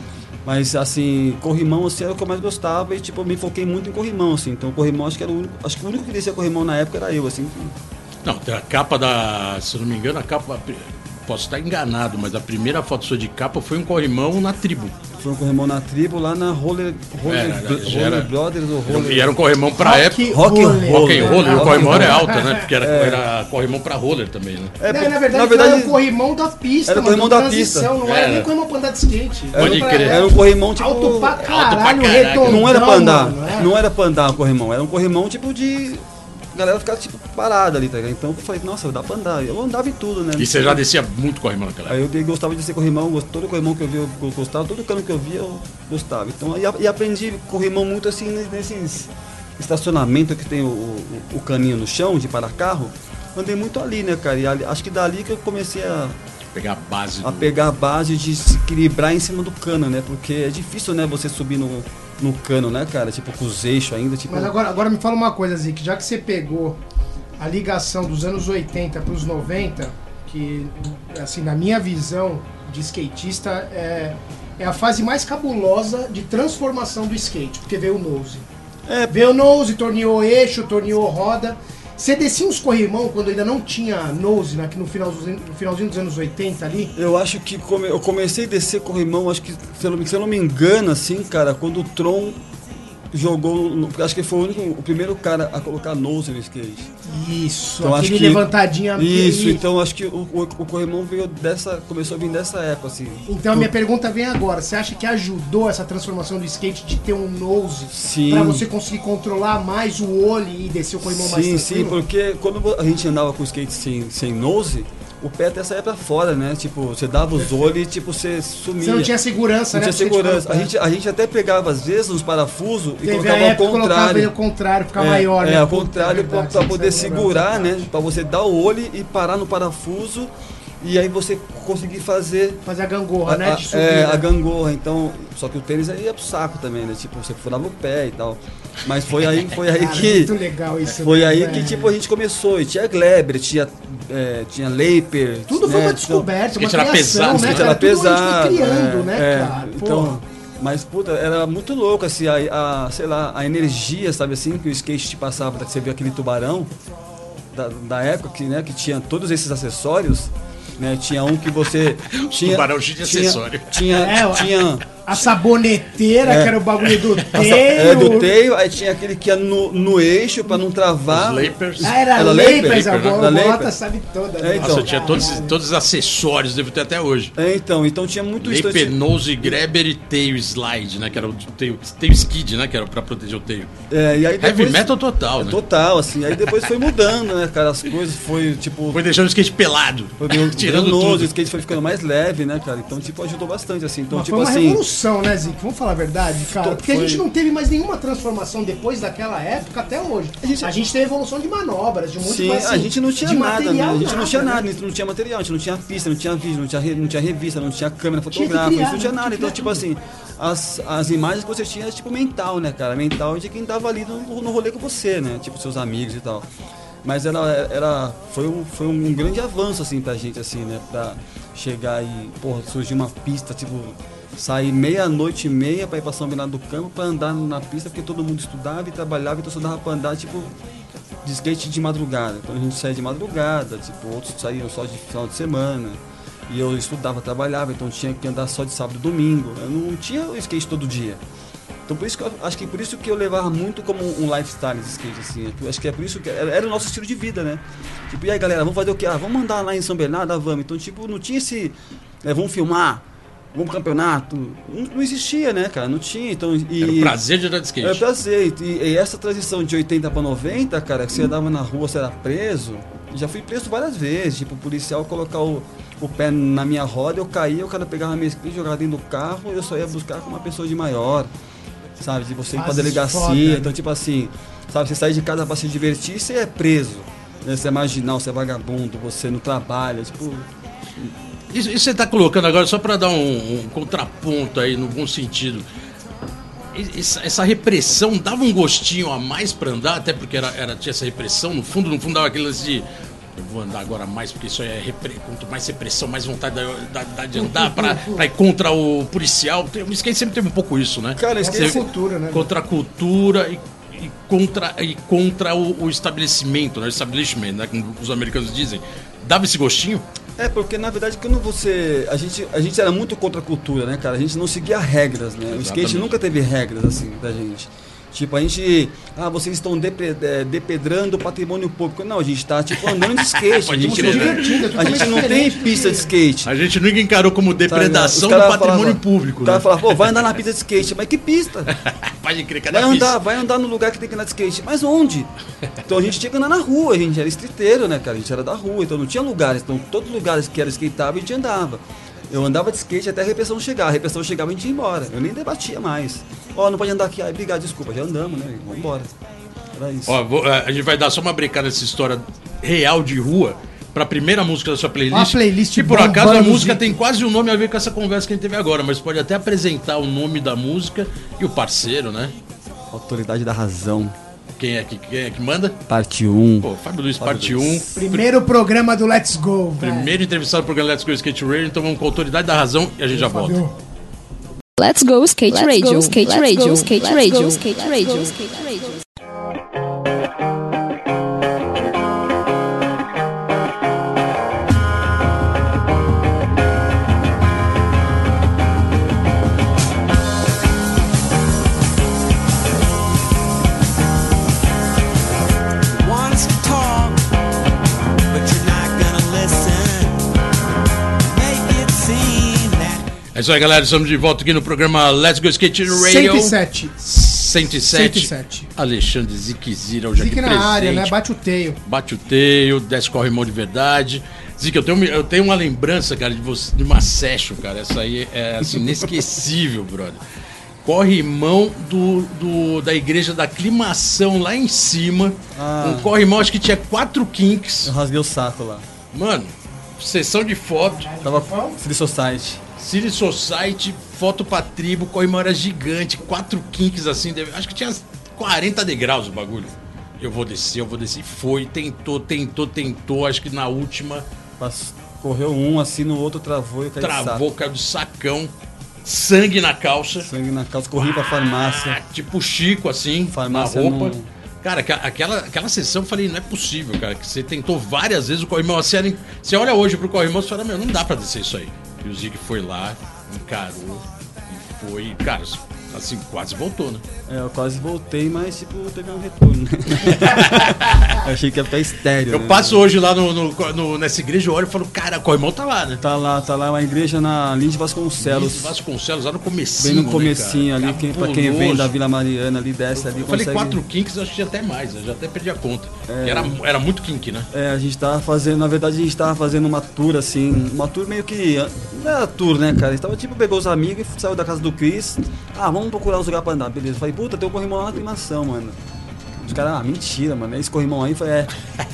[SPEAKER 5] mas assim, corrimão assim era o que eu mais gostava e tipo, eu me foquei muito em corrimão, assim, então corrimão acho que era o único, acho que o único que descia corrimão na época era eu, assim.
[SPEAKER 3] Não, a capa da, se eu não me engano, a capa, posso estar enganado, mas a primeira foto sua de capa foi um corrimão na tribo.
[SPEAKER 5] Foi um corrimão na tribo, lá na Roller, roller,
[SPEAKER 3] era,
[SPEAKER 5] roller
[SPEAKER 3] era,
[SPEAKER 5] Brothers ou Roller...
[SPEAKER 3] E era um corrimão pra
[SPEAKER 4] Rock
[SPEAKER 3] época.
[SPEAKER 5] Rock and
[SPEAKER 3] Rock
[SPEAKER 5] Roller.
[SPEAKER 3] and Roller. E o
[SPEAKER 5] Rock
[SPEAKER 3] corrimão
[SPEAKER 5] and
[SPEAKER 3] era
[SPEAKER 5] roller.
[SPEAKER 3] alta, né? Porque era,
[SPEAKER 5] É.
[SPEAKER 3] era corrimão pra roller também, né?
[SPEAKER 5] É,
[SPEAKER 4] Não,
[SPEAKER 5] porque,
[SPEAKER 4] na verdade,
[SPEAKER 5] na verdade
[SPEAKER 4] era o corrimão da pista,
[SPEAKER 5] era o
[SPEAKER 4] mano,
[SPEAKER 5] corrimão
[SPEAKER 4] da
[SPEAKER 5] da
[SPEAKER 4] transição,
[SPEAKER 5] pista.
[SPEAKER 4] não era
[SPEAKER 3] Era.
[SPEAKER 4] nem corrimão pra andar de skate.
[SPEAKER 3] Pode
[SPEAKER 4] Era
[SPEAKER 3] crer.
[SPEAKER 4] pra-
[SPEAKER 5] era um corrimão tipo...
[SPEAKER 4] Alto pra
[SPEAKER 3] pra
[SPEAKER 4] caralho,
[SPEAKER 3] caraca.
[SPEAKER 4] redondão,
[SPEAKER 5] Não era pra andar,
[SPEAKER 4] mano, é.
[SPEAKER 5] não era pra andar o corrimão, era um corrimão tipo de... a galera ficava tipo parada ali, tá ligado? Então eu falei, nossa, dá pra andar. Eu andava em tudo, né?
[SPEAKER 3] E você já descia muito corrimão naquela época?
[SPEAKER 5] Aí eu gostava de descer corrimão, gost- todo corrimão que eu via eu gostava, todo cano que eu via eu gostava. Então, e, a- e aprendi corrimão muito assim nesses estacionamentos que tem o, o, o caninho no chão de para-carro. Andei muito ali, né, cara? E ali, acho que dali que eu comecei a,
[SPEAKER 3] Pegar a base.
[SPEAKER 5] a
[SPEAKER 3] do-
[SPEAKER 5] pegar a base de se equilibrar em cima do cano, né? Porque é difícil, né, você subir no, no cano, né, cara? Tipo, com os eixos ainda, tipo...
[SPEAKER 4] Mas agora, agora me fala uma coisa, Zic, já que você pegou a ligação dos anos oitenta para os noventa, que, assim, na minha visão de skatista, é, é a fase mais cabulosa de transformação do skate, porque veio o nose.
[SPEAKER 5] É,
[SPEAKER 4] Veio o nose, torneou eixo, torneou roda. Você descia uns corrimão quando ainda não tinha nose, né, que no, final dos, no finalzinho dos anos oitenta ali.
[SPEAKER 5] eu acho que come- eu comecei a descer corrimão, acho que, se eu, não, se eu não me engano, assim, cara, quando o Tron jogou, no- acho que foi o, único, o primeiro cara a colocar nose no skate.
[SPEAKER 4] Isso,
[SPEAKER 5] Então,
[SPEAKER 4] aquele
[SPEAKER 5] acho que-
[SPEAKER 4] levantadinha.
[SPEAKER 5] Isso,
[SPEAKER 4] e-
[SPEAKER 5] então acho que o, o, o corrimão veio dessa, começou a vir dessa época, assim.
[SPEAKER 4] Então a minha pergunta vem agora, você acha que ajudou essa transformação do skate de ter um nose
[SPEAKER 5] Sim.
[SPEAKER 4] pra você conseguir controlar mais o olho e descer o corrimão mais
[SPEAKER 5] Sim,
[SPEAKER 4] tranquilo?
[SPEAKER 5] sim, porque quando a gente andava com o skate sem, sem nose, o pé até saía pra fora, né? Tipo, você dava os olhos e tipo, você sumia.
[SPEAKER 4] Você não tinha segurança,
[SPEAKER 5] Não
[SPEAKER 4] né?
[SPEAKER 5] tinha
[SPEAKER 4] pra você
[SPEAKER 5] segurança.
[SPEAKER 4] tirar
[SPEAKER 5] A
[SPEAKER 4] o pé.
[SPEAKER 5] gente, a gente até pegava, às vezes, uns parafusos e
[SPEAKER 4] Teve a
[SPEAKER 5] colocava ao
[SPEAKER 4] época que colocava ele
[SPEAKER 5] contrário.
[SPEAKER 4] ao contrário, ficar
[SPEAKER 5] É,
[SPEAKER 4] maior,
[SPEAKER 5] é,
[SPEAKER 4] né?
[SPEAKER 5] ao
[SPEAKER 4] Puta,
[SPEAKER 5] contrário,
[SPEAKER 4] é
[SPEAKER 5] pra,
[SPEAKER 4] verdade,
[SPEAKER 5] pra
[SPEAKER 4] você
[SPEAKER 5] poder
[SPEAKER 4] tá
[SPEAKER 5] segurar,
[SPEAKER 4] lembrando.
[SPEAKER 5] né? Pra você dar o olho e parar no parafuso e aí você conseguir fazer
[SPEAKER 4] Fazer a gangorra,
[SPEAKER 5] a,
[SPEAKER 4] né?
[SPEAKER 5] a-
[SPEAKER 4] De subir,
[SPEAKER 5] é,
[SPEAKER 4] né?
[SPEAKER 5] a gangorra. Então, só que o tênis aí ia pro saco também, né? Tipo, você furava o pé e tal. Mas foi aí, foi aí
[SPEAKER 4] Cara,
[SPEAKER 5] que...
[SPEAKER 4] muito legal isso.
[SPEAKER 5] Foi
[SPEAKER 4] né,
[SPEAKER 5] aí
[SPEAKER 4] velho?
[SPEAKER 5] que tipo, a gente começou. E tinha Gleber, tinha, é, tinha Leiper.
[SPEAKER 4] Tudo foi
[SPEAKER 5] né?
[SPEAKER 4] uma descoberta, uma
[SPEAKER 3] Skate era
[SPEAKER 4] criação,
[SPEAKER 3] pesado,
[SPEAKER 4] né,
[SPEAKER 3] skate
[SPEAKER 4] cara?
[SPEAKER 5] Era
[SPEAKER 4] Tudo a
[SPEAKER 5] pesado.
[SPEAKER 4] gente foi criando,
[SPEAKER 5] é,
[SPEAKER 4] né,
[SPEAKER 5] é.
[SPEAKER 4] cara?
[SPEAKER 5] Então,
[SPEAKER 4] Porra.
[SPEAKER 5] mas puta, era muito louco, assim, a, a, sei lá, a energia, sabe assim, que o skate te passava, que você viu aquele tubarão da, da época que, né, que tinha todos esses acessórios. Né, tinha um que você tinha
[SPEAKER 3] tubarão cheio de
[SPEAKER 5] tinha,
[SPEAKER 3] acessório.
[SPEAKER 5] tinha,
[SPEAKER 4] É,
[SPEAKER 5] tinha
[SPEAKER 4] A saboneteira,
[SPEAKER 5] É.
[SPEAKER 4] que era o bagulho do
[SPEAKER 5] essa-
[SPEAKER 4] teio.
[SPEAKER 5] é, do teio, aí tinha aquele que ia no, no eixo pra não travar.
[SPEAKER 3] Os Lapers.
[SPEAKER 4] Ah, era
[SPEAKER 5] Era
[SPEAKER 4] Lapers,
[SPEAKER 5] Laper,
[SPEAKER 4] a
[SPEAKER 3] né?
[SPEAKER 4] bola,
[SPEAKER 5] Era
[SPEAKER 4] a Bota
[SPEAKER 5] Laper.
[SPEAKER 4] sabe toda.
[SPEAKER 5] É,
[SPEAKER 4] né?
[SPEAKER 5] então.
[SPEAKER 3] Nossa, tinha todos,
[SPEAKER 4] Caralho.
[SPEAKER 3] todos os acessórios, devo ter até hoje.
[SPEAKER 5] É, então, então tinha muito isso.
[SPEAKER 3] Laper,
[SPEAKER 5] Então,
[SPEAKER 3] nose grabber e tail slide, né? Que era o tail, tail skid, né? Que era pra proteger o tail.
[SPEAKER 5] é, e aí
[SPEAKER 3] Heavy
[SPEAKER 5] depois,
[SPEAKER 3] metal total, né?
[SPEAKER 5] total, assim. Aí depois foi mudando, né, cara? As coisas foi tipo.
[SPEAKER 3] Foi deixando o skate pelado.
[SPEAKER 5] Foi deu-
[SPEAKER 3] tirando
[SPEAKER 5] deu nojo,
[SPEAKER 3] tudo.
[SPEAKER 5] o skate foi ficando mais leve, né, cara? Então, tipo, ajudou bastante, assim. Então,
[SPEAKER 4] Mas
[SPEAKER 5] tipo
[SPEAKER 4] foi uma
[SPEAKER 5] assim.
[SPEAKER 4] revolução, né, Zico? Vamos falar a verdade, cara.
[SPEAKER 5] Foi-
[SPEAKER 4] Porque a gente não teve mais nenhuma transformação depois daquela época até hoje. A
[SPEAKER 5] gente-
[SPEAKER 4] gente, teve evolução de manobras, de muito
[SPEAKER 5] Sim,
[SPEAKER 4] mais,
[SPEAKER 5] a
[SPEAKER 4] assim,
[SPEAKER 5] gente não tinha
[SPEAKER 4] de
[SPEAKER 5] nada, né?
[SPEAKER 4] material,
[SPEAKER 5] A gente não tinha nada,
[SPEAKER 4] né?
[SPEAKER 5] a gente não tinha material, a gente não tinha pista, não tinha vídeo, não tinha, re- não tinha revista, não tinha câmera
[SPEAKER 4] Tinha que
[SPEAKER 5] fotográfica,
[SPEAKER 4] criar,
[SPEAKER 5] isso não tinha
[SPEAKER 4] né?
[SPEAKER 5] nada.
[SPEAKER 4] Tinha que
[SPEAKER 5] Então, tipo
[SPEAKER 4] criar
[SPEAKER 5] assim, as, as imagens que você tinha era tipo mental, né, cara? Mental de quem tava ali no, no rolê com você, né? Tipo, seus amigos e tal. Mas era, era, foi, um, foi um grande avanço, assim, pra gente, assim, né? Pra chegar e, porra, surgir uma pista, tipo, sair meia-noite e meia pra ir pra São Bernardo do Campo pra andar na pista, porque todo mundo estudava e trabalhava, então só dava pra andar, tipo, de skate de madrugada. Então a gente saía de madrugada, tipo, outros saíam só de final de semana. E eu estudava, trabalhava, então tinha que andar só de sábado e domingo. Eu não tinha o skate todo dia. Então por isso que eu acho que por isso que eu levava muito como um lifestyle de skate, assim. Eu acho que é por isso que era, era o nosso estilo de vida, né? Tipo, e aí galera, vamos fazer o quê? Ah, vamos andar lá em São Bernardo, ah, vamos. Então, tipo, não tinha esse. É, vamos filmar, vamos pro campeonato. Não, não existia, né, cara? Não tinha. Então, e,
[SPEAKER 3] Era o prazer de andar de skate.
[SPEAKER 5] Era prazer. E, e essa transição de oitenta para noventa, cara, que você andava na rua, você era preso. Já fui preso várias vezes. Tipo, o policial colocar o, o pé na minha roda, eu caía, o cara pegava a minha skate, jogava dentro do carro, eu só ia buscar com uma pessoa de maior. Sabe, de você ir pra
[SPEAKER 4] Fases
[SPEAKER 5] delegacia.
[SPEAKER 4] foda, né?
[SPEAKER 5] Então, tipo assim, sabe, você sai de casa pra se divertir, você é preso. Né? Você é marginal, você é vagabundo, você não trabalha. Tipo,
[SPEAKER 3] Isso, isso você está colocando agora só para dar um, um contraponto aí no bom sentido. Essa, essa repressão dava um gostinho a mais para andar, até porque era, era, tinha essa repressão, no fundo, no fundo dava aquele lance de eu vou andar agora mais, porque isso aí é repre... quanto mais repressão, mais vontade da, da, de andar para ir contra o policial. O skate sempre teve um pouco isso, né?
[SPEAKER 5] cara,
[SPEAKER 4] Essa
[SPEAKER 5] skate
[SPEAKER 4] é a cultura, né?
[SPEAKER 3] Contra a cultura e, e contra, e contra o, o estabelecimento, né? O establishment, né? Como os americanos dizem. Dava esse gostinho?
[SPEAKER 5] É, porque na verdade quando você. A gente, a gente era muito contra a cultura, né, cara? A gente não seguia regras, né? O skate
[SPEAKER 3] Exatamente.
[SPEAKER 5] nunca teve regras assim da gente. Tipo, a gente... Ah, vocês estão depre, é, depedrando o patrimônio público. Não, a gente tá, tipo, andando de skate. a gente,
[SPEAKER 3] crer,
[SPEAKER 5] não,
[SPEAKER 4] né?
[SPEAKER 5] a gente não tem pista de skate.
[SPEAKER 3] A gente nunca encarou como depredação
[SPEAKER 5] Sabe,
[SPEAKER 3] do patrimônio
[SPEAKER 5] falava,
[SPEAKER 3] público,
[SPEAKER 5] O cara
[SPEAKER 3] né?
[SPEAKER 5] falava, pô, vai andar na pista de skate. Mas que pista?
[SPEAKER 3] Pode crer, cada
[SPEAKER 5] Vai
[SPEAKER 3] pista.
[SPEAKER 5] andar, vai andar no lugar que tem que andar de skate. Mas onde? Então a gente tinha que andar na rua, a gente era streeteiro, né, cara? A gente era da rua, então não tinha lugares. Então todos os lugares que era skateável a gente andava. Eu andava de skate até a repressão chegar. A repressão chegava e a gente ia embora. Eu nem debatia mais. Ó, oh, não pode andar aqui. Ai, obrigado, desculpa. Já andamos, né? Vamos embora. Era isso.
[SPEAKER 3] Ó, vou, a gente vai dar só uma brincada nessa história real de rua pra primeira música da sua playlist.
[SPEAKER 4] Uma playlist
[SPEAKER 3] que por acaso a
[SPEAKER 4] bombando,
[SPEAKER 3] música
[SPEAKER 4] Zico.
[SPEAKER 3] tem quase um nome a ver com essa conversa que a gente teve agora, mas pode até apresentar o nome da música e o parceiro, né?
[SPEAKER 5] Autoridade da Razão.
[SPEAKER 3] Quem é que, quem é que manda?
[SPEAKER 5] Parte um.
[SPEAKER 3] Pô, Fábio Luiz,
[SPEAKER 5] Fábio
[SPEAKER 3] parte
[SPEAKER 5] Luiz.
[SPEAKER 3] um.
[SPEAKER 4] Primeiro programa do Let's Go. velho.
[SPEAKER 3] Primeiro entrevistado do programa Let's Go Skate Radio, então vamos com a Autoridade da Razão e a gente já volta.
[SPEAKER 4] Fábio.
[SPEAKER 2] Let's go skate
[SPEAKER 1] Let's
[SPEAKER 2] radio,
[SPEAKER 1] go,
[SPEAKER 2] skate
[SPEAKER 1] let's
[SPEAKER 2] radio,
[SPEAKER 1] go,
[SPEAKER 2] skate
[SPEAKER 1] let's
[SPEAKER 2] radio,
[SPEAKER 1] go,
[SPEAKER 2] skate
[SPEAKER 1] let's
[SPEAKER 2] radio,
[SPEAKER 1] go.
[SPEAKER 2] skate radio.
[SPEAKER 6] Wants to talk, but you're not gonna listen. Make it seem that
[SPEAKER 3] É isso aí, galera. Estamos de volta aqui no programa Let's Go Skate Radio.
[SPEAKER 4] cento e sete.
[SPEAKER 3] cento e sete.
[SPEAKER 4] cento e sete.
[SPEAKER 3] Alexandre Ziquezira hoje
[SPEAKER 4] Zique
[SPEAKER 3] aqui
[SPEAKER 4] na
[SPEAKER 3] presente.
[SPEAKER 4] área, né? Bate o teio.
[SPEAKER 3] Bate o teio, desce corrimão de verdade. Zique, eu tenho, eu tenho uma lembrança, cara, de, você, de uma session, cara. Essa aí é assim, inesquecível, brother. Corrimão do, do, da igreja da Aclimação lá em cima.
[SPEAKER 5] Ah.
[SPEAKER 3] Um corrimão, acho que tinha quatro kinks.
[SPEAKER 5] Eu rasguei o saco lá.
[SPEAKER 3] Mano, sessão de foto.
[SPEAKER 5] Tava Free Society.
[SPEAKER 3] City Society, foto pra tribo, corrimão era gigante, quatro kinks assim, deve- acho que tinha quarenta degraus o bagulho. Eu vou descer, eu vou descer. Foi, tentou, tentou, tentou, acho que na última
[SPEAKER 5] Pass- Correu um assim, no outro travou e eu caí de
[SPEAKER 3] travou,
[SPEAKER 5] saco.
[SPEAKER 3] caiu do sacão, sangue na calça,
[SPEAKER 5] Sangue na calça, corri pra farmácia.
[SPEAKER 3] ah, tipo Chico assim,
[SPEAKER 5] Farmácia
[SPEAKER 3] na roupa.
[SPEAKER 5] não-
[SPEAKER 3] Cara, aqua- aquela, aquela sessão eu falei, não é possível, cara, que você tentou várias vezes o corrimão. Você, era- você olha hoje pro corrimão e fala, meu, não dá pra descer isso aí. E o Zig foi lá, encarou e foi, cara, assim, quase voltou, né?
[SPEAKER 5] É, eu quase voltei, mas tipo, teve um retorno. Eu achei que ia ficar estéreo.
[SPEAKER 3] Eu
[SPEAKER 5] né?
[SPEAKER 3] passo hoje lá no, no- no- nessa igreja, eu olho e falo, cara, o corrimão tá lá, né?
[SPEAKER 5] Tá lá, tá lá uma igreja na linha de Vasconcelos.
[SPEAKER 3] Vasconcelos, lá no comecinho,
[SPEAKER 5] Bem no
[SPEAKER 3] né,
[SPEAKER 5] comecinho
[SPEAKER 3] cara?
[SPEAKER 5] ali, quem, pra quem
[SPEAKER 3] Cabuloso.
[SPEAKER 5] vem da Vila Mariana ali, desce ali,
[SPEAKER 3] Eu falei
[SPEAKER 5] consegue...
[SPEAKER 3] quatro kinks, acho que tinha até mais, eu já até perdi a conta. Que Era, era muito kink, né?
[SPEAKER 5] É, a gente tava fazendo, na verdade a gente tava fazendo uma tour assim, uma tour meio que, não era tour, né, cara? A gente tava tipo, pegou os amigos e saiu da casa do Chris. Ah, vamos procurar os lugares pra andar, beleza. Falei, puta, tem um corrimão lá na Aclimação, mano. Os caras, ah, mentira, mano, esse corrimão aí foi, é.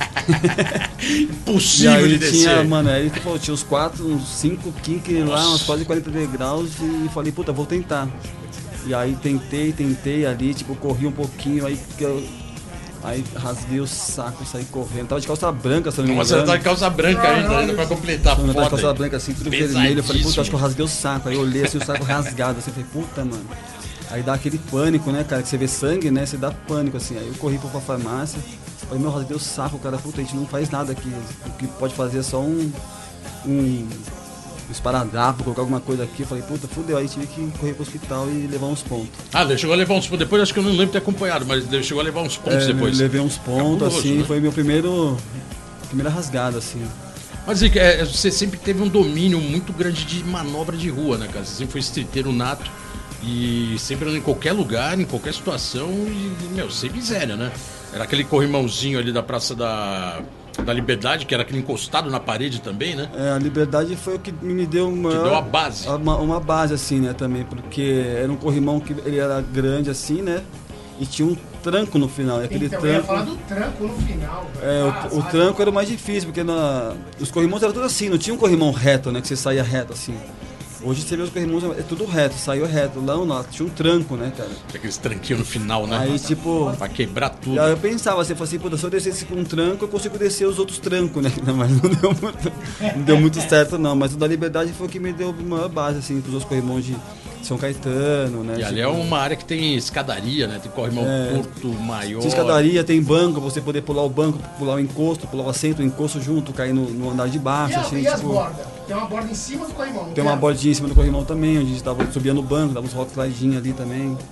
[SPEAKER 5] E
[SPEAKER 3] Impossível
[SPEAKER 5] aí
[SPEAKER 3] de descer.
[SPEAKER 5] tinha, mano, aí ele falou, tinha uns quatro, uns cinco kicks lá, uns quase quarenta degraus e falei, puta, vou tentar. E aí tentei, tentei ali, tipo, corri um pouquinho, aí que eu. Aí rasguei o saco, saí correndo. Tava de calça branca, se eu não me
[SPEAKER 3] Mas você
[SPEAKER 5] engano.
[SPEAKER 3] tá de calça branca ainda, ainda pra completar a
[SPEAKER 5] Eu tava de
[SPEAKER 3] foto.
[SPEAKER 5] calça
[SPEAKER 3] aí.
[SPEAKER 5] branca assim, tudo
[SPEAKER 3] Pesadíssimo.
[SPEAKER 5] vermelho. Eu falei, puta, acho que eu rasguei o saco. Aí eu olhei assim, o saco rasgado, assim, falei, puta, mano. Aí dá aquele pânico, né, cara? Que você vê sangue, né? Você dá pânico, assim. Aí eu corri pra farmácia. Falei, meu, rasguei o saco, cara. Puta, a gente não faz nada aqui. O que pode fazer é só um. Um. esparadrapo, colocar alguma coisa aqui. Eu falei, puta, fudeu. Aí tive que correr pro hospital e levar uns pontos.
[SPEAKER 3] Ah, ele chegou a levar uns pontos. Depois acho que eu não lembro de ter acompanhado, mas ele chegou a levar uns pontos
[SPEAKER 5] É,
[SPEAKER 3] depois.
[SPEAKER 5] levei uns pontos,
[SPEAKER 3] Cabuloso,
[SPEAKER 5] assim.
[SPEAKER 3] né?
[SPEAKER 5] Foi meu primeiro. Primeira rasgada, assim.
[SPEAKER 3] Mas Zico, é, você sempre teve um domínio muito grande de manobra de rua, né, cara? Você sempre foi streeteiro nato e sempre andou em qualquer lugar, em qualquer situação e, meu, sem miséria, né? Era aquele corrimãozinho ali da Praça da, da Liberdade, que era aquele encostado na parede também, né?
[SPEAKER 5] É, a liberdade foi o que me deu uma,
[SPEAKER 3] deu a base.
[SPEAKER 5] Uma, uma base, assim, né, também, porque era um corrimão que ele era grande, assim, né, e tinha um tranco no final. E aquele
[SPEAKER 4] Então, eu ia
[SPEAKER 5] tranco.
[SPEAKER 4] falar do tranco no final.
[SPEAKER 5] É,
[SPEAKER 4] Ah,
[SPEAKER 5] o, o
[SPEAKER 4] sabe?
[SPEAKER 5] tranco era o mais difícil, porque na, os corrimãos eram tudo assim, não tinha um corrimão reto, né, que você saía reto, assim. Hoje você vê os corrimãos, é tudo reto, saiu reto. Lá não, tinha um tranco, né, cara.
[SPEAKER 3] Aqueles tranquinhos no final, né?
[SPEAKER 5] Aí, tipo.
[SPEAKER 3] Pra quebrar tudo.
[SPEAKER 5] E aí eu pensava assim, eu falei assim, puta, se eu descesse com um tranco, eu consigo descer os outros trancos, né? Mas não deu muito, não deu muito certo, não. Mas o da Liberdade foi o que me deu a maior base, assim, pros outros corrimãos de São Caetano, né?
[SPEAKER 3] E ali é
[SPEAKER 5] Tipo,
[SPEAKER 3] uma área que tem escadaria, né? Tem corrimão
[SPEAKER 5] É.
[SPEAKER 3] curto, maior.
[SPEAKER 5] tem escadaria, tem banco, você poder pular o banco, pular o encosto, pular o assento, o encosto junto, cair no, no andar de
[SPEAKER 4] E,
[SPEAKER 5] baixo,
[SPEAKER 4] a-
[SPEAKER 5] assim,
[SPEAKER 4] e as
[SPEAKER 5] tipo.
[SPEAKER 4] bordas? Tem uma borda em cima do corrimão. não
[SPEAKER 5] Tem uma bordinha em cima do corrimão também, onde a gente tava, subia no banco, dava uns rock slidinho ali também.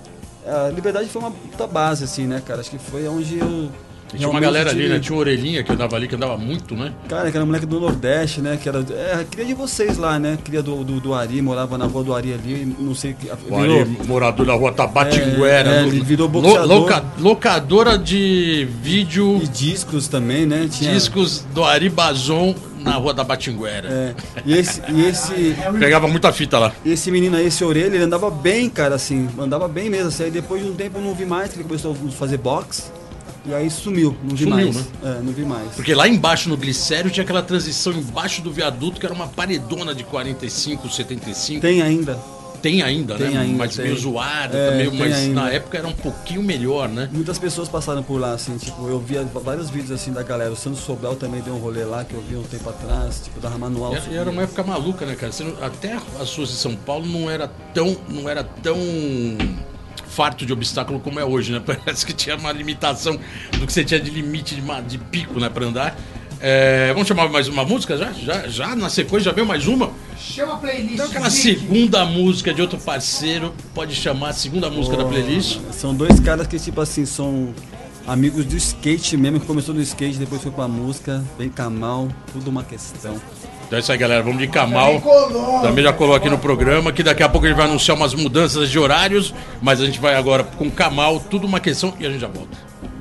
[SPEAKER 5] a Liberdade foi uma puta base, assim, né, cara? Acho que foi onde eu...
[SPEAKER 3] E tinha uma galera ali, né? Tinha uma orelhinha que andava ali, que andava muito, né?
[SPEAKER 5] Cara, que era um moleque do Nordeste, né? Que era. É, cria de vocês lá, né? Cria do, do, do Ari, morava na rua do Ari ali, não sei.
[SPEAKER 3] O Ari, morador da rua Tabatinguera.
[SPEAKER 5] É, é, ele virou boxeador.
[SPEAKER 3] Loca, locadora de vídeo.
[SPEAKER 5] E discos também, né? Tinha...
[SPEAKER 3] Discos do Ari Bazon na rua da Batinguera.
[SPEAKER 5] É. E esse. E esse...
[SPEAKER 3] Pegava muita fita lá.
[SPEAKER 5] E esse menino aí, esse orelha, ele andava bem, cara, assim. Andava bem mesmo. Assim, aí depois de um tempo eu não vi mais, que ele começou a fazer boxe. E aí sumiu, não vi
[SPEAKER 3] Sumiu,
[SPEAKER 5] mais.
[SPEAKER 3] Né?
[SPEAKER 5] É, não vi mais.
[SPEAKER 3] Porque lá embaixo no Glicério tinha aquela transição embaixo do viaduto que era uma paredona de quarenta e cinco, setenta e cinco.
[SPEAKER 5] Tem ainda.
[SPEAKER 3] Tem ainda,
[SPEAKER 5] tem
[SPEAKER 3] né?
[SPEAKER 5] Ainda,
[SPEAKER 3] mas
[SPEAKER 5] tem.
[SPEAKER 3] meio zoada
[SPEAKER 5] é,
[SPEAKER 3] também, mas
[SPEAKER 5] ainda.
[SPEAKER 3] na época era um pouquinho melhor, né?
[SPEAKER 5] Muitas pessoas passaram por lá, assim, tipo, eu via vários vídeos assim da galera. O Sandro Sobral também deu um rolê lá que eu vi um tempo atrás, tipo, dava manual.
[SPEAKER 3] E era, e era uma época maluca, né, cara? Você não, até as ruas de São Paulo não era tão. não era tão. farto de obstáculo como é hoje, né? Parece que tinha uma limitação do que você tinha de limite de, de pico, né, pra andar. É, vamos chamar mais uma música já? Já, já na sequência já veio mais uma?
[SPEAKER 4] Chama a playlist.
[SPEAKER 3] Então aquela
[SPEAKER 4] Zic.
[SPEAKER 3] segunda música de outro parceiro, pode chamar a segunda música
[SPEAKER 5] oh,
[SPEAKER 3] da playlist.
[SPEAKER 5] São dois caras que, tipo assim, são amigos do skate mesmo, que começou no skate, depois foi pra música, bem Kamal, tudo uma questão.
[SPEAKER 3] Então é isso aí, galera. Vamos de Kamal.
[SPEAKER 4] Também colou,
[SPEAKER 3] Também já colou aqui no programa, que daqui a pouco a gente vai anunciar umas mudanças de horários, mas a gente vai agora com Kamal, tudo uma questão, e a gente já volta.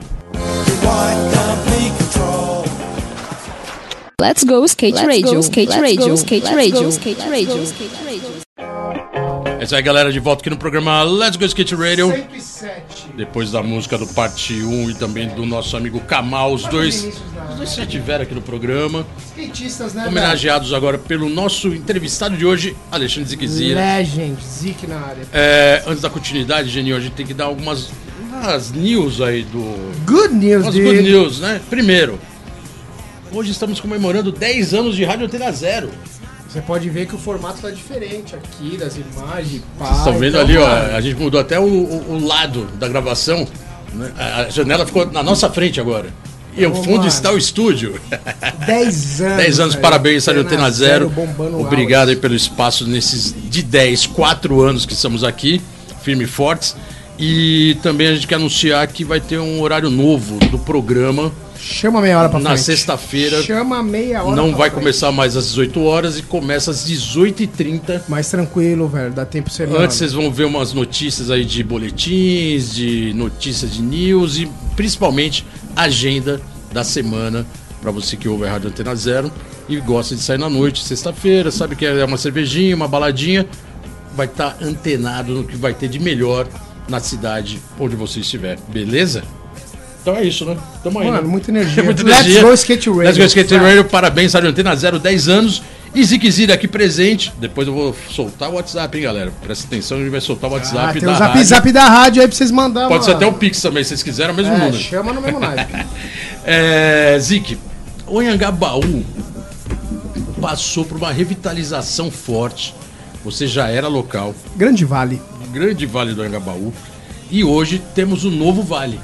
[SPEAKER 2] Let's go skate radio, skate radio, skate radio, skate radio, skate radio.
[SPEAKER 3] É isso aí, galera, de volta aqui no programa Let's Go Skate Radio.
[SPEAKER 4] cento e sete.
[SPEAKER 3] Depois da música do parte um e também do nosso amigo Kamal, os dois, os dois já estiveram aqui no programa.
[SPEAKER 4] Skatistas, né?
[SPEAKER 3] Homenageados agora pelo nosso entrevistado de hoje, Alexandre Ziquezira.
[SPEAKER 4] Legend, Zic na área.
[SPEAKER 3] É, antes da continuidade, Geninho, a gente tem que dar algumas umas news aí do...
[SPEAKER 4] Good news,
[SPEAKER 3] Umas
[SPEAKER 4] dude.
[SPEAKER 3] good news, né? Primeiro, hoje estamos comemorando dez anos de Rádio Antena Zero.
[SPEAKER 4] Você pode ver que o formato tá diferente aqui, das imagens. Pá,
[SPEAKER 3] Vocês estão vendo
[SPEAKER 4] então,
[SPEAKER 3] ali, ó,
[SPEAKER 4] cara,
[SPEAKER 3] a gente mudou até o, o- o lado da gravação, né? A a janela ficou na nossa frente agora. E ao
[SPEAKER 4] Ô,
[SPEAKER 3] fundo
[SPEAKER 4] mano.
[SPEAKER 3] está o estúdio.
[SPEAKER 4] dez anos.
[SPEAKER 3] dez anos,
[SPEAKER 4] velho.
[SPEAKER 3] parabéns, Rádio Antena Zero.
[SPEAKER 4] bombando
[SPEAKER 3] Obrigado aí
[SPEAKER 4] aulas.
[SPEAKER 3] pelo espaço nesses de dez, quatro anos que estamos aqui, firme e fortes. E também a gente quer anunciar que vai ter um horário novo do programa.
[SPEAKER 4] Chama meia hora pra
[SPEAKER 3] Na
[SPEAKER 4] frente.
[SPEAKER 3] sexta-feira.
[SPEAKER 4] Chama meia hora
[SPEAKER 3] Não
[SPEAKER 4] pra
[SPEAKER 3] vai
[SPEAKER 4] frente.
[SPEAKER 3] começar mais às dezoito horas e começa às dezoito e trinta.
[SPEAKER 4] Mais tranquilo, velho. Dá tempo você
[SPEAKER 3] Antes vocês vão ver umas notícias aí de boletins, de notícias de news e principalmente agenda da semana para você que ouve a Rádio Antena Zero e gosta de sair na noite, sexta-feira, sabe que é uma cervejinha, uma baladinha, vai estar antenado no que vai ter de melhor na cidade onde você estiver, beleza? Então é isso, né? Tamo aí,
[SPEAKER 4] Mano,
[SPEAKER 3] né?
[SPEAKER 4] muita energia.
[SPEAKER 3] Muita
[SPEAKER 4] Let's
[SPEAKER 3] energia.
[SPEAKER 4] go Skate Radio.
[SPEAKER 3] Let's Go Skate Radio, parabéns, Rádio Antena Zero, dez anos. E Ziquezira aqui presente. Depois eu vou soltar o WhatsApp, hein, galera? Presta atenção, a gente vai soltar o
[SPEAKER 4] Ah,
[SPEAKER 3] WhatsApp
[SPEAKER 4] tem
[SPEAKER 3] da
[SPEAKER 4] o zap
[SPEAKER 3] rádio.
[SPEAKER 4] zap da rádio aí pra vocês mandarem.
[SPEAKER 3] Pode ser
[SPEAKER 4] mano.
[SPEAKER 3] até o Pix também, se vocês quiserem, é o mesmo
[SPEAKER 4] É,
[SPEAKER 3] número.
[SPEAKER 4] chama no mesmo naipe.
[SPEAKER 3] É, Zique, o Anhangabaú passou por uma revitalização forte. Você já era local,
[SPEAKER 4] Grande Vale.
[SPEAKER 3] grande vale do Anhangabaú, e hoje temos um novo vale.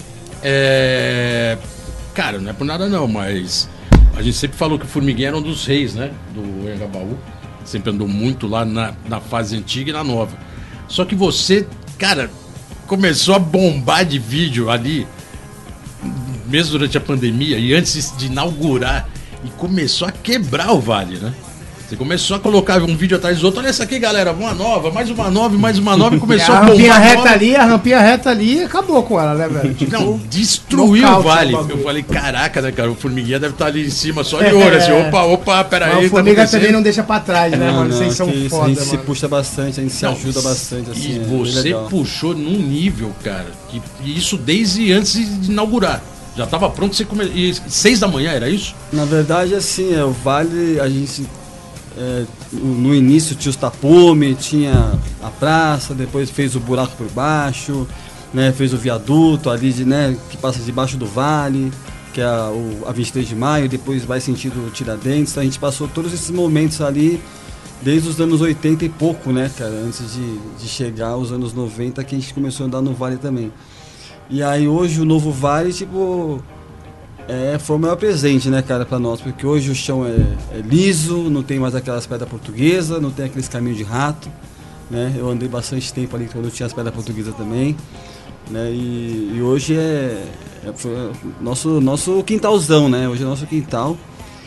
[SPEAKER 3] É, cara, não é por nada não, mas a gente sempre falou que o Formiguinha era um dos reis, né, do Anhangabaú. Sempre andou muito lá na, na fase antiga e na nova. Só que você, cara, começou a bombar de vídeo ali, mesmo durante a pandemia e antes de inaugurar, e começou a quebrar o vale, né? Você começou a colocar um vídeo atrás do outro. Olha essa aqui, galera, uma nova, mais uma nova, e mais uma nova, e começou
[SPEAKER 4] a
[SPEAKER 3] a bombar.
[SPEAKER 4] rampinha reta
[SPEAKER 3] nova.
[SPEAKER 4] ali, a rampinha reta ali acabou com ela, né, velho? Tipo,
[SPEAKER 3] Não, destruiu o
[SPEAKER 4] nocaute
[SPEAKER 3] vale.
[SPEAKER 4] o bagulho.
[SPEAKER 3] Eu falei, caraca, né, cara? O Formiguinha deve estar ali em cima só de olho, assim. Opa, opa,
[SPEAKER 4] mas
[SPEAKER 3] peraí.
[SPEAKER 4] o Formiga também não deixa pra trás, né,
[SPEAKER 5] Não,
[SPEAKER 4] mano?
[SPEAKER 5] não,
[SPEAKER 4] Vocês são
[SPEAKER 5] que isso,
[SPEAKER 4] foda,
[SPEAKER 5] a gente se
[SPEAKER 4] mano.
[SPEAKER 5] puxa bastante, a gente se
[SPEAKER 3] Não,
[SPEAKER 5] ajuda bastante, assim.
[SPEAKER 3] E
[SPEAKER 5] é bem
[SPEAKER 3] você
[SPEAKER 5] legal.
[SPEAKER 3] puxou num nível, cara, que e isso desde antes de inaugurar. Já tava pronto, você come... e seis da manhã, era isso?
[SPEAKER 5] Na verdade, assim, é, o Vale, a gente, é, no início tinha os tapumes, tinha a praça, depois fez o buraco por baixo, né, fez o viaduto ali, de, né, que passa debaixo do Vale, que é a, o, a vinte e três de maio, depois vai sentido Tiradentes. Então a gente passou todos esses momentos ali, desde os anos oitenta e pouco, né, cara, antes de, de chegar aos anos noventa, que a gente começou a andar no Vale também. E aí hoje o novo Vale, tipo, é, foi o maior presente, né, cara, pra nós, porque hoje o chão é, é liso, não tem mais aquelas pedras portuguesas, não tem aqueles caminhos de rato, né? Eu andei bastante tempo ali quando eu tinha as pedras portuguesas também, né? E, e hoje é, é foi nosso, nosso quintalzão, né? Hoje é nosso quintal.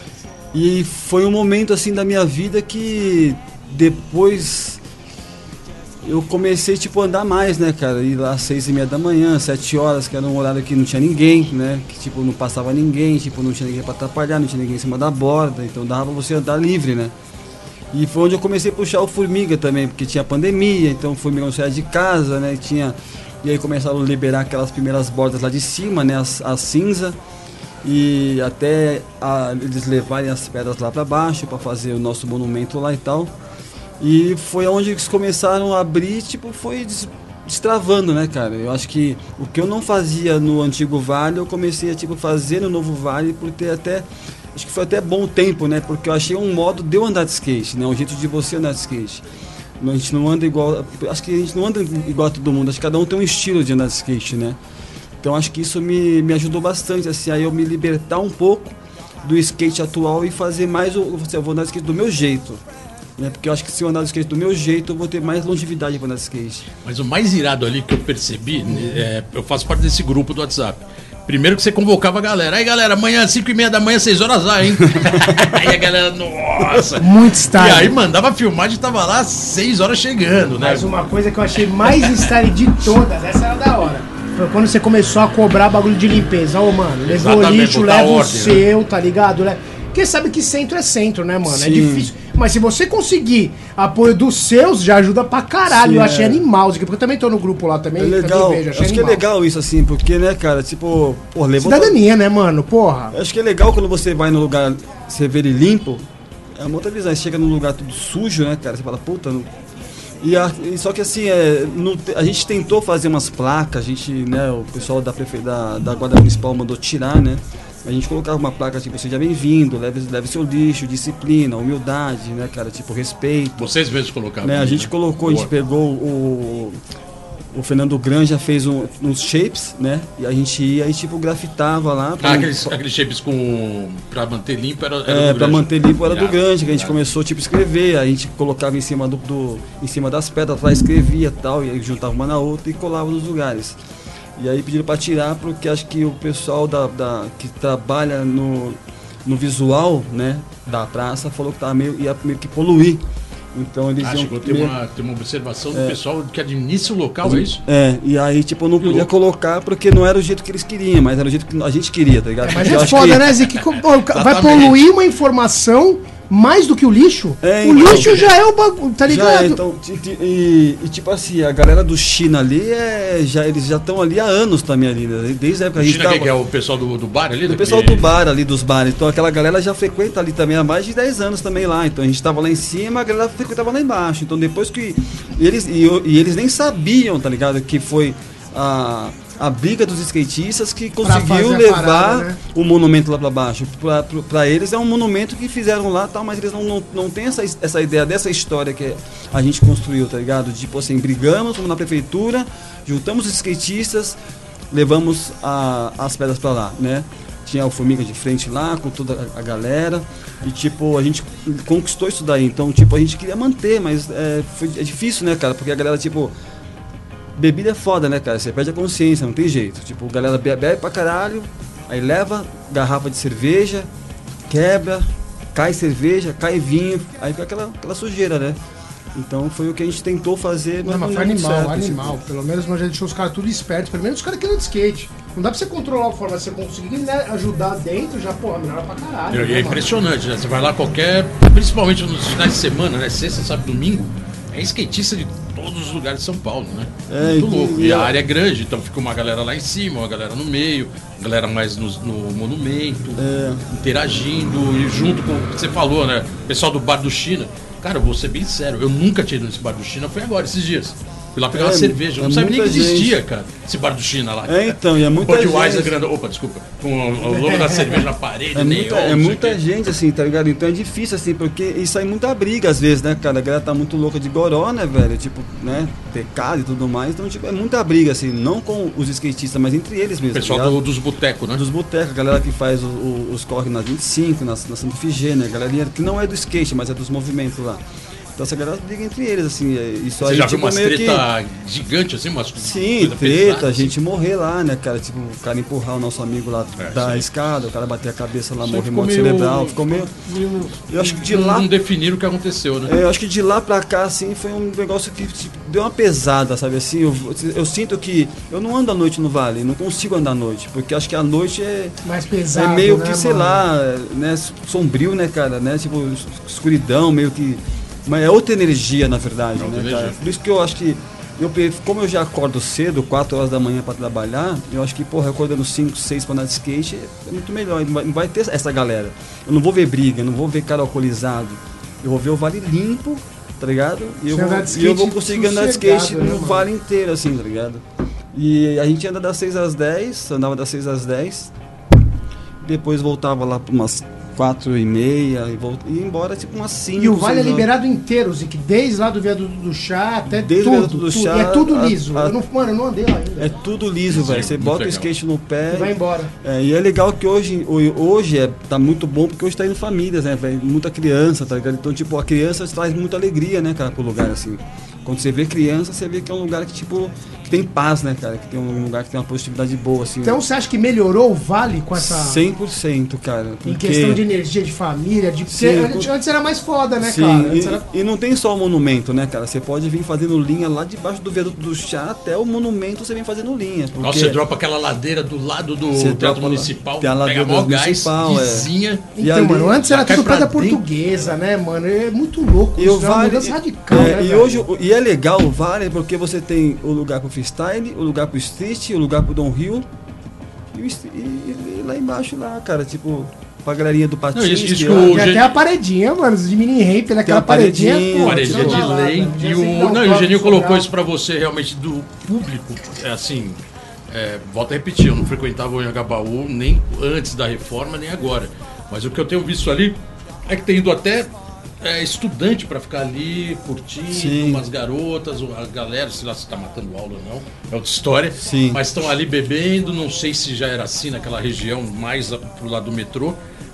[SPEAKER 5] E foi um momento assim da minha vida que depois eu comecei tipo a andar mais, né, cara? Ir lá às seis e meia da manhã, sete horas, que era um horário que não tinha ninguém, né? Que tipo não passava ninguém, tipo não tinha ninguém para atrapalhar, não tinha ninguém em cima da borda, então dava pra você andar livre, né? E foi onde eu comecei a puxar o Formiga também, porque tinha pandemia, então o Formiga não saía de casa, né? E, tinha, e aí começaram a liberar aquelas primeiras bordas lá de cima, né? As, as cinza. E até a, eles levarem as pedras lá para baixo para fazer o nosso monumento lá e tal. E foi onde eles começaram a abrir, tipo, foi des, destravando, né, cara? Eu acho que o que eu não fazia no antigo vale, eu comecei a tipo, fazer no novo vale, por ter até, acho que foi até bom tempo, né? Porque eu achei um modo de eu andar de skate, né? Um jeito de você andar de skate. A gente não anda igual, acho que a gente não anda igual a todo mundo, acho que cada um tem um estilo de andar de skate, né? Então acho que isso me, me ajudou bastante, assim, a eu me libertar um pouco do skate atual e fazer mais, o, eu vou andar de skate do meu jeito, né? Porque eu acho que se eu andar de skate do meu jeito, eu vou ter mais longevidade para andar de skate.
[SPEAKER 3] Mas o mais irado ali que eu percebi, é, eu faço parte desse grupo do WhatsApp. Primeiro que você convocava a galera. Aí galera, amanhã às cinco e meia da manhã, seis horas lá, hein? Aí a galera, nossa!
[SPEAKER 4] Muito style.
[SPEAKER 3] E aí mandava filmar e tava lá às seis horas chegando, né?
[SPEAKER 4] Mas uma coisa que eu achei mais style de todas, essa era da hora. Foi quando você começou a cobrar bagulho de limpeza. Ô, mano, levou
[SPEAKER 3] Exatamente,
[SPEAKER 4] lixo,
[SPEAKER 3] botar
[SPEAKER 4] leva o
[SPEAKER 3] ordem,
[SPEAKER 4] seu, tá ligado? Le- Porque sabe que centro é centro, né, mano? É
[SPEAKER 5] Sim.
[SPEAKER 4] difícil. Mas se você conseguir apoio dos seus, já ajuda pra caralho.
[SPEAKER 5] Sim,
[SPEAKER 4] eu achei
[SPEAKER 5] é.
[SPEAKER 4] animal isso aqui, porque eu também tô no grupo lá também.
[SPEAKER 5] É legal,
[SPEAKER 4] também vejo, achei
[SPEAKER 5] acho que é
[SPEAKER 4] animal.
[SPEAKER 5] legal isso assim, porque, né, cara, tipo, pô, levanta...
[SPEAKER 4] Cidadania, né, mano? Porra.
[SPEAKER 5] Acho que é legal quando você vai no lugar, você vê ele limpo, é uma outra visão. Você chega num lugar tudo sujo, né, cara? Você fala, puta. Não... E, a, e só que assim, é, não, a gente tentou fazer umas placas, a gente, né, o pessoal da, prefe, da, da Guarda Municipal mandou tirar, né? A gente colocava uma placa tipo, seja bem-vindo, leve, leve seu lixo, disciplina, humildade, né, cara? Tipo, respeito.
[SPEAKER 3] Vocês mesmos colocavam.
[SPEAKER 5] Né? A gente
[SPEAKER 3] né?
[SPEAKER 5] colocou, a gente pegou o. O Fernando Granja fez um, uns shapes, né? E a gente ia e tipo grafitava lá.
[SPEAKER 3] Ah, aqueles, aqueles shapes com. Pra manter limpo era, era
[SPEAKER 5] É,
[SPEAKER 3] do
[SPEAKER 5] pra
[SPEAKER 3] Granja.
[SPEAKER 5] manter limpo era do
[SPEAKER 3] Irado,
[SPEAKER 5] Granja, que a gente
[SPEAKER 3] irado.
[SPEAKER 5] começou tipo a escrever, a gente colocava em cima do, do em cima das pedras lá, escrevia e tal, e aí juntava uma na outra e colava nos lugares. E aí pediram para tirar porque acho que o pessoal da, da que trabalha no, no visual, né, da praça falou que tava meio ia meio que poluir. Então eles
[SPEAKER 3] Ah,
[SPEAKER 5] iam
[SPEAKER 3] chegou a ter
[SPEAKER 5] meio-
[SPEAKER 3] uma, ter uma observação do pessoal que administra o local, é isso?
[SPEAKER 5] É, e aí, tipo, eu não podia
[SPEAKER 3] louco.
[SPEAKER 5] colocar porque não era o jeito que eles queriam, mas era o jeito que a gente queria, tá ligado?
[SPEAKER 4] Mas
[SPEAKER 5] Porque eu
[SPEAKER 4] é
[SPEAKER 5] acho
[SPEAKER 4] foda,
[SPEAKER 5] que-
[SPEAKER 4] né, Zico? Pô, Vai
[SPEAKER 3] Exatamente.
[SPEAKER 4] poluir uma informação mais do que o lixo?
[SPEAKER 5] É,
[SPEAKER 4] o
[SPEAKER 5] então.
[SPEAKER 4] lixo já é o bagulho, tá
[SPEAKER 5] Já
[SPEAKER 4] ligado?
[SPEAKER 5] é, então, ti- ti- e, e tipo assim, a galera do China ali, é, já, eles já estão ali há anos também ali, né? Desde a época que a gente
[SPEAKER 3] China,
[SPEAKER 5] tava...
[SPEAKER 3] que que é o pessoal do, do bar ali?
[SPEAKER 5] O
[SPEAKER 3] daquele-
[SPEAKER 5] pessoal do bar ali, dos bares, então aquela galera já frequenta ali também há mais de dez anos também lá, então a gente tava lá em cima, a galera frequentava lá embaixo, então depois que... E eles, e, eu- e eles nem sabiam, tá ligado, que foi a, a briga dos skatistas que
[SPEAKER 4] fazer
[SPEAKER 5] conseguiu
[SPEAKER 4] a
[SPEAKER 5] levar
[SPEAKER 4] parada, né?
[SPEAKER 5] o monumento lá pra baixo. Pra, pra, pra eles é um monumento que fizeram lá, tal, mas eles não, não, não têm essa, essa ideia dessa história que a gente construiu, tá ligado? Tipo assim, brigamos, fomos na prefeitura, juntamos os skatistas, levamos a, as pedras pra lá, né? Tinha o Formiga de frente lá, com toda a, a galera, e tipo, a gente conquistou isso daí, então tipo, a gente queria manter, mas é, foi, é difícil, né, cara? Porque a galera, tipo, bebida é foda, né, cara? Você perde a consciência, não tem jeito. Tipo, a galera bebe, bebe pra caralho, aí leva garrafa de cerveja, quebra, cai cerveja, cai vinho, aí fica aquela, aquela sujeira, né? Então foi o que a gente tentou fazer,
[SPEAKER 4] Não, mas
[SPEAKER 5] não
[SPEAKER 4] foi
[SPEAKER 5] deu muito
[SPEAKER 4] animal,
[SPEAKER 5] certo,
[SPEAKER 4] animal.
[SPEAKER 5] assim.
[SPEAKER 4] Pelo menos nós já deixou os caras tudo espertos. Pelo menos os caras que andam de skate. Não dá pra você controlar a forma, você conseguir, né, ajudar dentro, já, porra, melhor pra caralho.
[SPEAKER 3] E
[SPEAKER 4] né,
[SPEAKER 3] é
[SPEAKER 4] mano?
[SPEAKER 3] impressionante, né? Você vai lá qualquer, principalmente nos finais de semana, né? Sexta, sábado, domingo, é skatista de todos os lugares de São Paulo, né?
[SPEAKER 5] É,
[SPEAKER 3] Muito
[SPEAKER 5] e-
[SPEAKER 3] louco.
[SPEAKER 5] e
[SPEAKER 3] E a
[SPEAKER 5] eu-
[SPEAKER 3] área é grande, então fica uma galera lá em cima, uma galera no meio, uma galera mais no, no monumento,
[SPEAKER 5] É.
[SPEAKER 3] interagindo e junto com o que você falou, né? Pessoal do bar do China. Cara, eu vou ser bem sério, eu nunca tinha ido nesse bar do China, foi agora, esses dias. Fui lá pegar
[SPEAKER 5] É,
[SPEAKER 3] uma cerveja, eu não
[SPEAKER 5] é
[SPEAKER 3] sabia nem que
[SPEAKER 5] muita
[SPEAKER 3] existia,
[SPEAKER 5] gente.
[SPEAKER 3] cara, esse bar do China lá.
[SPEAKER 5] É, então, e é muita
[SPEAKER 3] Budweiser
[SPEAKER 5] gente.
[SPEAKER 3] grande, opa, desculpa, com o, o logo da cerveja na parede,
[SPEAKER 5] É
[SPEAKER 3] neon,
[SPEAKER 5] muita,
[SPEAKER 3] não
[SPEAKER 5] é
[SPEAKER 3] sei o
[SPEAKER 5] muita
[SPEAKER 3] quê.
[SPEAKER 5] gente, assim, tá ligado? Então é difícil, assim, porque isso aí é muita briga às vezes, né, cara? A galera tá muito louca de goró, né, velho? Tipo, né, pecado e tudo mais. Então, tipo, é muita briga, assim, não com os skatistas, mas entre eles mesmo.
[SPEAKER 3] O pessoal
[SPEAKER 5] tá ligado?
[SPEAKER 3] do- dos botecos, né?
[SPEAKER 5] Dos botecos, a galera que faz o- o- os corre na vinte e cinco, na, na Santa Figênia, a galerinha que não é do skate, mas é dos movimentos lá. Então essa galera briga entre eles, assim. Isso
[SPEAKER 3] Você
[SPEAKER 5] aí,
[SPEAKER 3] já
[SPEAKER 5] tipo,
[SPEAKER 3] viu umas
[SPEAKER 5] meio
[SPEAKER 3] treta gigante, assim? Umas
[SPEAKER 5] Sim,
[SPEAKER 3] coisa
[SPEAKER 5] treta,
[SPEAKER 3] pesada,
[SPEAKER 5] a
[SPEAKER 3] assim?
[SPEAKER 5] gente morrer lá, né, cara? Tipo, o cara empurrar o nosso amigo lá
[SPEAKER 3] É,
[SPEAKER 5] da
[SPEAKER 3] sim.
[SPEAKER 5] escada, o cara bater a cabeça lá,
[SPEAKER 3] Isso
[SPEAKER 5] morrer
[SPEAKER 3] ficou
[SPEAKER 5] morte
[SPEAKER 3] meio-
[SPEAKER 5] cerebral, ficou meio... Eu acho que de lá...
[SPEAKER 3] Não definiram o que aconteceu, né?
[SPEAKER 5] É, eu acho que de lá pra cá, assim, foi um negócio que tipo, deu uma pesada, sabe? Assim, eu, eu sinto que eu não ando à noite no Vale, não consigo andar à noite, porque acho que a noite é,
[SPEAKER 4] Mais pesado,
[SPEAKER 5] é meio
[SPEAKER 4] né,
[SPEAKER 5] que, sei
[SPEAKER 4] mano?
[SPEAKER 5] lá, né, sombrio, né, cara, né? Tipo, escuridão, meio que... Mas é outra energia, na verdade,
[SPEAKER 3] É outra
[SPEAKER 5] né, cara?
[SPEAKER 3] energia.
[SPEAKER 5] Por isso que eu acho que, eu, como eu já acordo cedo, quatro horas da manhã pra trabalhar, eu acho que, porra, acordando cinco, seis pra andar de skate é muito melhor, não vai, não vai ter essa galera. Eu não vou ver briga, eu não vou ver cara alcoolizado, eu vou ver o Vale limpo, tá ligado? E eu,
[SPEAKER 4] Você
[SPEAKER 5] vou,
[SPEAKER 4] andar de
[SPEAKER 5] e eu vou
[SPEAKER 4] skate
[SPEAKER 5] conseguir andar de skate
[SPEAKER 4] sossegado, né,
[SPEAKER 5] no
[SPEAKER 4] mano?
[SPEAKER 5] Vale inteiro, assim, tá ligado? E a gente anda das seis às dez, andava das seis às dez, depois voltava lá pra umas quatro e meia e volta, ia embora tipo umas cinco.
[SPEAKER 4] E o Vale é
[SPEAKER 5] seis horas.
[SPEAKER 4] liberado inteiro, Zic, desde lá do viaduto do chá até
[SPEAKER 5] Desde o
[SPEAKER 4] tudo,
[SPEAKER 5] viaduto do
[SPEAKER 4] tudo.
[SPEAKER 5] chá
[SPEAKER 4] E é tudo
[SPEAKER 5] a-
[SPEAKER 4] liso.
[SPEAKER 5] a-
[SPEAKER 4] Eu não, mano, eu não andei lá ainda.
[SPEAKER 5] É tudo liso, velho. Você
[SPEAKER 3] muito
[SPEAKER 5] bota o
[SPEAKER 3] legal.
[SPEAKER 5] skate no pé.
[SPEAKER 4] E vai embora.
[SPEAKER 5] É, e é legal que hoje, ho- hoje é, tá muito bom porque hoje tá indo famílias, né, velho? Muita criança, tá ligado? Então, tipo, a criança traz muita alegria, né, cara, pro lugar, assim. Quando você vê criança, você vê que é um lugar que, tipo, que tem paz, né, cara? Que tem um lugar que tem uma positividade boa, assim.
[SPEAKER 4] Então você acha que melhorou o Vale com essa.
[SPEAKER 5] cem por cento, cara.
[SPEAKER 4] Em
[SPEAKER 5] porque-
[SPEAKER 4] questão de energia, de família, de.
[SPEAKER 5] Sim,
[SPEAKER 4] Porque antes,
[SPEAKER 5] por-
[SPEAKER 4] antes era mais foda, né,
[SPEAKER 5] Sim,
[SPEAKER 4] cara?
[SPEAKER 5] e,
[SPEAKER 4] Antes era.
[SPEAKER 5] e não tem só o monumento, né, cara? Você pode vir fazendo linha lá debaixo do viaduto do chá até o monumento você vem fazendo linha. Porque
[SPEAKER 3] Nossa, você dropa aquela ladeira do lado do
[SPEAKER 5] Você dropa
[SPEAKER 3] Teatro
[SPEAKER 5] lá.
[SPEAKER 3] Municipal,
[SPEAKER 5] Tem a
[SPEAKER 3] pega
[SPEAKER 5] ladeira
[SPEAKER 3] mó gás,
[SPEAKER 5] municipal, é.
[SPEAKER 3] vizinha.
[SPEAKER 5] E
[SPEAKER 4] Então,
[SPEAKER 5] ali-
[SPEAKER 4] mano, antes era
[SPEAKER 3] já cai
[SPEAKER 4] tudo pedra
[SPEAKER 3] pra dentro.
[SPEAKER 4] portuguesa, né, mano? É muito louco.
[SPEAKER 5] E
[SPEAKER 4] Isso
[SPEAKER 5] o
[SPEAKER 4] é uma
[SPEAKER 5] Vale,
[SPEAKER 4] mudança radical,
[SPEAKER 5] é,
[SPEAKER 4] né,
[SPEAKER 5] e
[SPEAKER 4] velho?
[SPEAKER 5] hoje o- e é legal o Vale porque você tem o lugar pro freestyle, o lugar pro street, o lugar pro downhill e, o est- e- e- e lá embaixo lá, cara, tipo pra galerinha do patins.
[SPEAKER 3] Não, isso- isso
[SPEAKER 5] que
[SPEAKER 3] que
[SPEAKER 5] ó,
[SPEAKER 3] o-
[SPEAKER 4] Tem
[SPEAKER 3] gente-
[SPEAKER 4] até a paredinha, mano, de mini ramp, né? Aquela
[SPEAKER 5] a
[SPEAKER 4] paredinha,
[SPEAKER 5] paredinha,
[SPEAKER 4] pô,
[SPEAKER 3] Paredia
[SPEAKER 4] deixa
[SPEAKER 3] de
[SPEAKER 4] eu falar,
[SPEAKER 3] lei.
[SPEAKER 4] velho. Já
[SPEAKER 3] E
[SPEAKER 4] sei que dá
[SPEAKER 3] o,
[SPEAKER 4] um
[SPEAKER 3] não, e o
[SPEAKER 4] toque
[SPEAKER 3] Geninho colocou
[SPEAKER 4] sobral.
[SPEAKER 3] isso pra você realmente do público. É assim, é, volto a repetir, eu não frequentava o Anhangabaú nem antes da reforma, nem agora. Mas o que eu tenho visto ali é que tem ido até é, estudante pra ficar ali curtindo,
[SPEAKER 5] Sim.
[SPEAKER 3] umas garotas, a galera, sei lá se tá matando aula ou não, é outra história.
[SPEAKER 5] Sim.
[SPEAKER 3] Mas estão ali bebendo, não sei se já era assim naquela região, mais a- pro lado do metrô,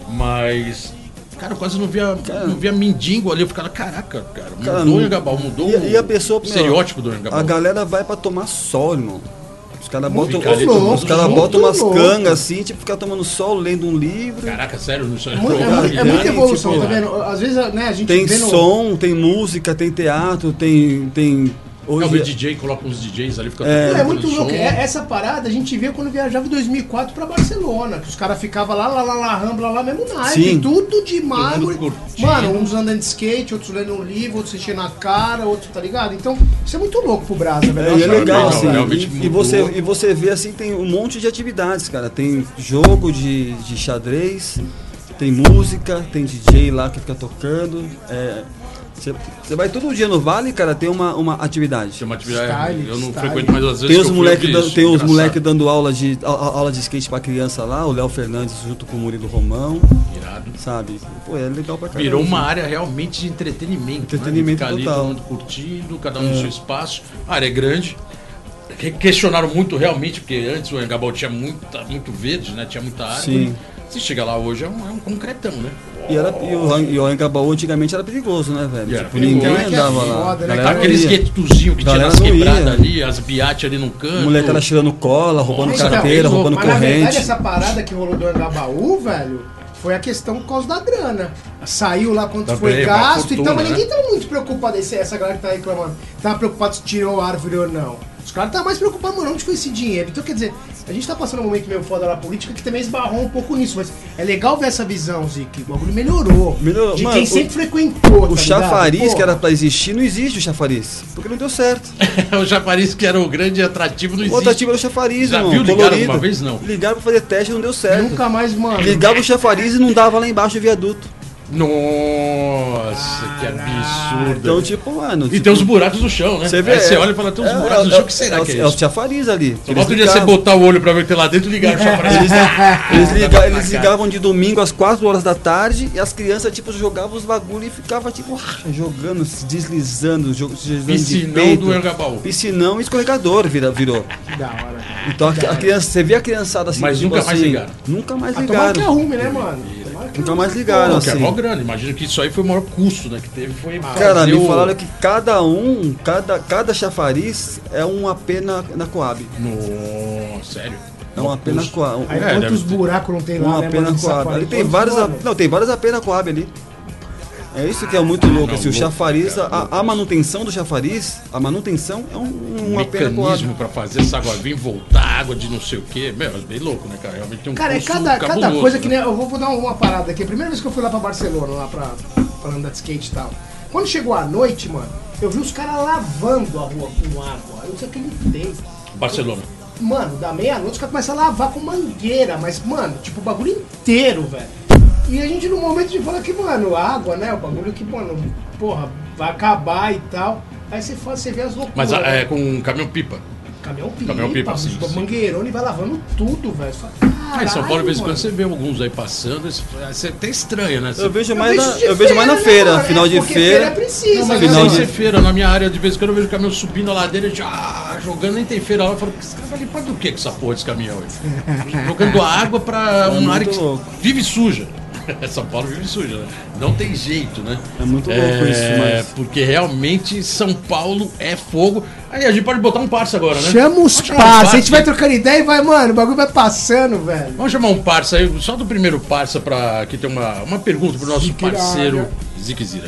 [SPEAKER 3] mas. Cara, eu quase não via,
[SPEAKER 5] Cara,
[SPEAKER 3] não via mendigo ali. Eu ficava, caraca, cara, mudou
[SPEAKER 5] Cara,
[SPEAKER 3] o
[SPEAKER 5] não-
[SPEAKER 3] Anhangabaú, mudou
[SPEAKER 5] e, e a pessoa,
[SPEAKER 3] o estereótipo do
[SPEAKER 5] meu,
[SPEAKER 3] Anhangabaú.
[SPEAKER 5] a galera vai pra tomar sol, irmão. Os caras botam,
[SPEAKER 3] Fica ali
[SPEAKER 5] os,
[SPEAKER 3] tomando
[SPEAKER 5] os caras
[SPEAKER 3] sol.
[SPEAKER 5] botam umas
[SPEAKER 4] Muito
[SPEAKER 5] cangas assim, tipo, ficar tomando sol, lendo um livro.
[SPEAKER 3] Caraca, sério, não sei.
[SPEAKER 4] É muito- é
[SPEAKER 5] Cara,
[SPEAKER 4] muito- é muita
[SPEAKER 5] tem,
[SPEAKER 4] evolução,
[SPEAKER 5] tipo,
[SPEAKER 4] tá vendo? Às vezes, né, a gente
[SPEAKER 5] Tem
[SPEAKER 4] vê no...
[SPEAKER 5] som, tem música, tem teatro, tem. tem
[SPEAKER 3] É, o
[SPEAKER 5] hoje,
[SPEAKER 3] D J coloca uns D Js ali, fica
[SPEAKER 5] É.
[SPEAKER 4] Pô,
[SPEAKER 3] tocando
[SPEAKER 4] é muito
[SPEAKER 3] som.
[SPEAKER 4] louco. É- essa parada a gente via quando viajava em dois mil e quatro pra Barcelona. Que os caras ficavam lá, lá, lá, lá, Rambla, lá, mesmo naipe.
[SPEAKER 5] Sim.
[SPEAKER 4] Tudo de mármore.
[SPEAKER 3] curtindo.
[SPEAKER 4] Mano, uns andando de skate, outros lendo um livro, outros enchendo a cara, outros, tá ligado? Então, isso é muito louco pro Brasa, velho.
[SPEAKER 5] É,
[SPEAKER 4] Eu
[SPEAKER 5] e é
[SPEAKER 4] acho
[SPEAKER 5] legal,
[SPEAKER 3] legal,
[SPEAKER 5] assim.
[SPEAKER 3] realmente
[SPEAKER 5] E, e
[SPEAKER 3] mudou.
[SPEAKER 5] você, e você vê assim, tem um monte de atividades, cara. Tem jogo de, de xadrez, tem música, tem D J lá que fica tocando. é, Você você vai todo dia no Vale, cara, tem uma, uma atividade.
[SPEAKER 3] Tem uma atividade,
[SPEAKER 4] Style,
[SPEAKER 3] eu não
[SPEAKER 4] style.
[SPEAKER 3] frequento mais às vezes.
[SPEAKER 5] Tem
[SPEAKER 3] que
[SPEAKER 5] os
[SPEAKER 3] eu fui,
[SPEAKER 5] moleques
[SPEAKER 3] eu vi
[SPEAKER 5] dan-
[SPEAKER 3] isso,
[SPEAKER 5] tem os
[SPEAKER 3] engraçado.
[SPEAKER 5] moleque dando aula de, a- a- aula de skate pra criança lá, o Léo Fernandes junto com o Murilo Romão,
[SPEAKER 3] Irado.
[SPEAKER 5] sabe? Pô, é legal pra caramba.
[SPEAKER 3] Virou uma
[SPEAKER 5] assim.
[SPEAKER 3] área realmente de entretenimento.
[SPEAKER 5] Entretenimento
[SPEAKER 3] né? De ficar
[SPEAKER 5] total.
[SPEAKER 3] ali, todo mundo curtindo, cada um no seu espaço. A área é grande. Que- Questionaram muito realmente, porque antes o Anhangabaú tinha muita, muito verde, né? Tinha muita árvore.
[SPEAKER 5] Sim.
[SPEAKER 3] Se chega lá hoje é um, é um concretão, né?
[SPEAKER 5] E, era, e, o, e o Anhangabaú antigamente era perigoso, né, velho?
[SPEAKER 3] E era
[SPEAKER 5] Tipo,
[SPEAKER 3] perigoso.
[SPEAKER 5] ninguém
[SPEAKER 4] Então é que é
[SPEAKER 5] andava lá.
[SPEAKER 4] foda, né,
[SPEAKER 5] Galera
[SPEAKER 4] cara?
[SPEAKER 5] não
[SPEAKER 3] Aqueles
[SPEAKER 5] ia.
[SPEAKER 3] guetozinhos que tinha
[SPEAKER 5] Galera
[SPEAKER 3] nas
[SPEAKER 5] não ia.
[SPEAKER 3] quebradas ali, as biates ali no canto.
[SPEAKER 5] O moleque era tirando cola, roubando
[SPEAKER 3] Nossa,
[SPEAKER 5] carteira,
[SPEAKER 3] então,
[SPEAKER 5] roubando
[SPEAKER 4] Mas na verdade,
[SPEAKER 5] corrente.
[SPEAKER 4] essa parada que rolou do Anhangabaú, velho, foi a questão por causa da grana. Saiu lá quanto
[SPEAKER 3] Também,
[SPEAKER 4] foi
[SPEAKER 3] uma
[SPEAKER 4] gasto,
[SPEAKER 3] fortuna,
[SPEAKER 4] então, mas
[SPEAKER 3] né?
[SPEAKER 4] ninguém tá muito preocupado, esse, essa galera que tá reclamando, tá preocupado se tirou a árvore ou não. Os caras tá mais preocupados, mano, onde foi esse dinheiro? Então, quer dizer, a gente tá passando um momento meio foda na política que também esbarrou um pouco nisso, mas é legal ver essa visão, Zic, o bagulho melhorou.
[SPEAKER 5] Melhorou.
[SPEAKER 4] De
[SPEAKER 5] Mano,
[SPEAKER 4] quem
[SPEAKER 5] o-
[SPEAKER 4] sempre frequentou,
[SPEAKER 5] O
[SPEAKER 4] tá
[SPEAKER 5] chafariz
[SPEAKER 4] ligado?
[SPEAKER 5] que era pra existir, não existe o chafariz. Porque não deu certo.
[SPEAKER 3] o chafariz que era o grande atrativo, não
[SPEAKER 5] O
[SPEAKER 3] existe.
[SPEAKER 5] atrativo era o chafariz,
[SPEAKER 3] Já
[SPEAKER 5] irmão.
[SPEAKER 3] viu? Ligaram
[SPEAKER 5] colorido.
[SPEAKER 3] alguma vez? Não.
[SPEAKER 5] Ligaram pra fazer teste e não deu certo.
[SPEAKER 4] Nunca mais, mano.
[SPEAKER 5] Ligava o chafariz e não dava lá embaixo do viaduto.
[SPEAKER 3] Nossa, que absurdo.
[SPEAKER 5] Então, tipo, mano.
[SPEAKER 3] E
[SPEAKER 5] tipo,
[SPEAKER 3] tem os buracos no chão, né?
[SPEAKER 5] Você vê,
[SPEAKER 3] Aí você
[SPEAKER 5] é-
[SPEAKER 3] olha e fala, tem uns
[SPEAKER 5] é-
[SPEAKER 3] buracos no
[SPEAKER 5] é-
[SPEAKER 3] chão, o que será
[SPEAKER 5] é,
[SPEAKER 3] que é
[SPEAKER 5] é
[SPEAKER 3] isso?
[SPEAKER 5] o chafariz ali.
[SPEAKER 3] Só falta um dia você botar o olho pra ver o que tem lá dentro e ligar o chafariz.
[SPEAKER 5] Eles, eles, liga-
[SPEAKER 3] Tá
[SPEAKER 5] eles
[SPEAKER 3] na
[SPEAKER 5] ligavam de domingo às quatro horas da tarde e as crianças, tipo, jogavam os bagulho e ficavam, tipo, jogando, se deslizando, jo- se deslizando de
[SPEAKER 3] Piscinão
[SPEAKER 5] peito.
[SPEAKER 3] do Anhangabaú.
[SPEAKER 5] Piscinão e escorregador vira, virou.
[SPEAKER 4] Que da hora.
[SPEAKER 5] Então a, a criança, você vê a criançada assim,
[SPEAKER 3] Mas
[SPEAKER 5] tipo
[SPEAKER 3] nunca mais
[SPEAKER 5] assim,
[SPEAKER 3] ligaram.
[SPEAKER 5] Nunca mais
[SPEAKER 4] Ah, tomara que
[SPEAKER 5] ligaram.
[SPEAKER 4] arrume, né, mano? Tomara que que
[SPEAKER 5] Nunca
[SPEAKER 4] não
[SPEAKER 5] mais
[SPEAKER 4] sacou.
[SPEAKER 5] ligaram,
[SPEAKER 3] Não, que é
[SPEAKER 5] assim.
[SPEAKER 3] mó grana. Imagino que isso aí foi o maior custo, né? Que teve foi
[SPEAKER 5] Cara,
[SPEAKER 3] fazer
[SPEAKER 5] me
[SPEAKER 3] o-
[SPEAKER 5] falaram que cada um, cada, cada chafariz é um A P na, na Coab.
[SPEAKER 3] No... Sério?
[SPEAKER 5] É um A P na
[SPEAKER 3] custo.
[SPEAKER 5] Coab.
[SPEAKER 4] Aí
[SPEAKER 3] É,
[SPEAKER 4] quantos
[SPEAKER 3] deve ter.
[SPEAKER 4] buracos não tem lá,
[SPEAKER 5] Um
[SPEAKER 4] né,
[SPEAKER 5] A P
[SPEAKER 4] mano,
[SPEAKER 5] na
[SPEAKER 4] nessa
[SPEAKER 5] Coab.
[SPEAKER 4] parada?
[SPEAKER 5] Ali tem
[SPEAKER 4] Quantos,
[SPEAKER 5] vários, A-
[SPEAKER 4] mano?
[SPEAKER 5] não, tem vários A P na Coab ali. É isso que é muito louco,
[SPEAKER 3] não,
[SPEAKER 5] assim, o
[SPEAKER 3] louco,
[SPEAKER 5] chafariz,
[SPEAKER 3] cara,
[SPEAKER 5] a,
[SPEAKER 3] louco
[SPEAKER 5] a manutenção do chafariz, a manutenção é um, um A P na Coab.
[SPEAKER 3] Mecanismo pra fazer essa água vir, voltar água de não sei o quê. Meu, é bem louco, né, cara? Realmente tem um
[SPEAKER 4] Cara, é
[SPEAKER 3] custo
[SPEAKER 4] cada, cada
[SPEAKER 3] cabuloso,
[SPEAKER 4] coisa que
[SPEAKER 3] né?
[SPEAKER 4] nem. Eu vou, vou dar uma parada aqui. A primeira vez que eu fui lá pra Barcelona, lá pra, pra andar de skate e tal. Quando chegou a noite, mano, eu vi os caras lavando a rua com água. Eu não sei o que ele fez.
[SPEAKER 3] Barcelona.
[SPEAKER 4] Mano, da meia-noite os caras começam a lavar com mangueira, mas, mano, tipo, o bagulho inteiro, velho. E a gente no momento de falar que, mano, água, né? O bagulho que, mano, porra, vai acabar e tal. Aí você fala, você vê as loucuras.
[SPEAKER 3] Mas ah,
[SPEAKER 4] né?
[SPEAKER 3] é com um caminhão-pipa.
[SPEAKER 4] Caminhão pipa,
[SPEAKER 3] caminhão pipa, sim, sim.
[SPEAKER 4] mangueirona e vai lavando tudo, velho. Você fala,
[SPEAKER 3] Ah, em São Paulo, de vez em quando,
[SPEAKER 4] mano.
[SPEAKER 3] você vê alguns aí passando, isso- você até estranha, né? Você-
[SPEAKER 5] Eu vejo
[SPEAKER 4] Eu
[SPEAKER 5] mais,
[SPEAKER 4] vejo
[SPEAKER 5] na,
[SPEAKER 4] de
[SPEAKER 5] eu vejo mais na
[SPEAKER 4] né,
[SPEAKER 5] feira,
[SPEAKER 4] mano?
[SPEAKER 5] final
[SPEAKER 4] É,
[SPEAKER 5] de
[SPEAKER 4] porque
[SPEAKER 5] feira.
[SPEAKER 4] é precisa,
[SPEAKER 3] Não, mas
[SPEAKER 4] né?
[SPEAKER 3] não
[SPEAKER 5] Final
[SPEAKER 3] tem
[SPEAKER 5] de-
[SPEAKER 3] ser feira. Na minha área, de vez em quando, eu vejo o caminhão subindo a ladeira, já jogando, nem tem feira lá. Eu falo, esse cara vai limpar do que com essa porra desse caminhão aí? Jogando água pra uma
[SPEAKER 5] muito
[SPEAKER 3] área que
[SPEAKER 5] louco.
[SPEAKER 3] vive suja. São Paulo vive suja, né? Não tem jeito, né?
[SPEAKER 5] É muito louco isso, mas-
[SPEAKER 3] Porque realmente São Paulo é fogo. Aí a gente pode botar um parça agora, né?
[SPEAKER 4] Chama os
[SPEAKER 3] Vamos chamar um
[SPEAKER 4] parça, a
[SPEAKER 3] parça.
[SPEAKER 4] gente vai trocando ideia e vai, mano, o bagulho vai passando, velho.
[SPEAKER 3] Vamos chamar um parça aí, só do primeiro parça, pra que tem uma, uma pergunta pro nosso
[SPEAKER 4] Ziquiralha.
[SPEAKER 3] parceiro Ziquezira.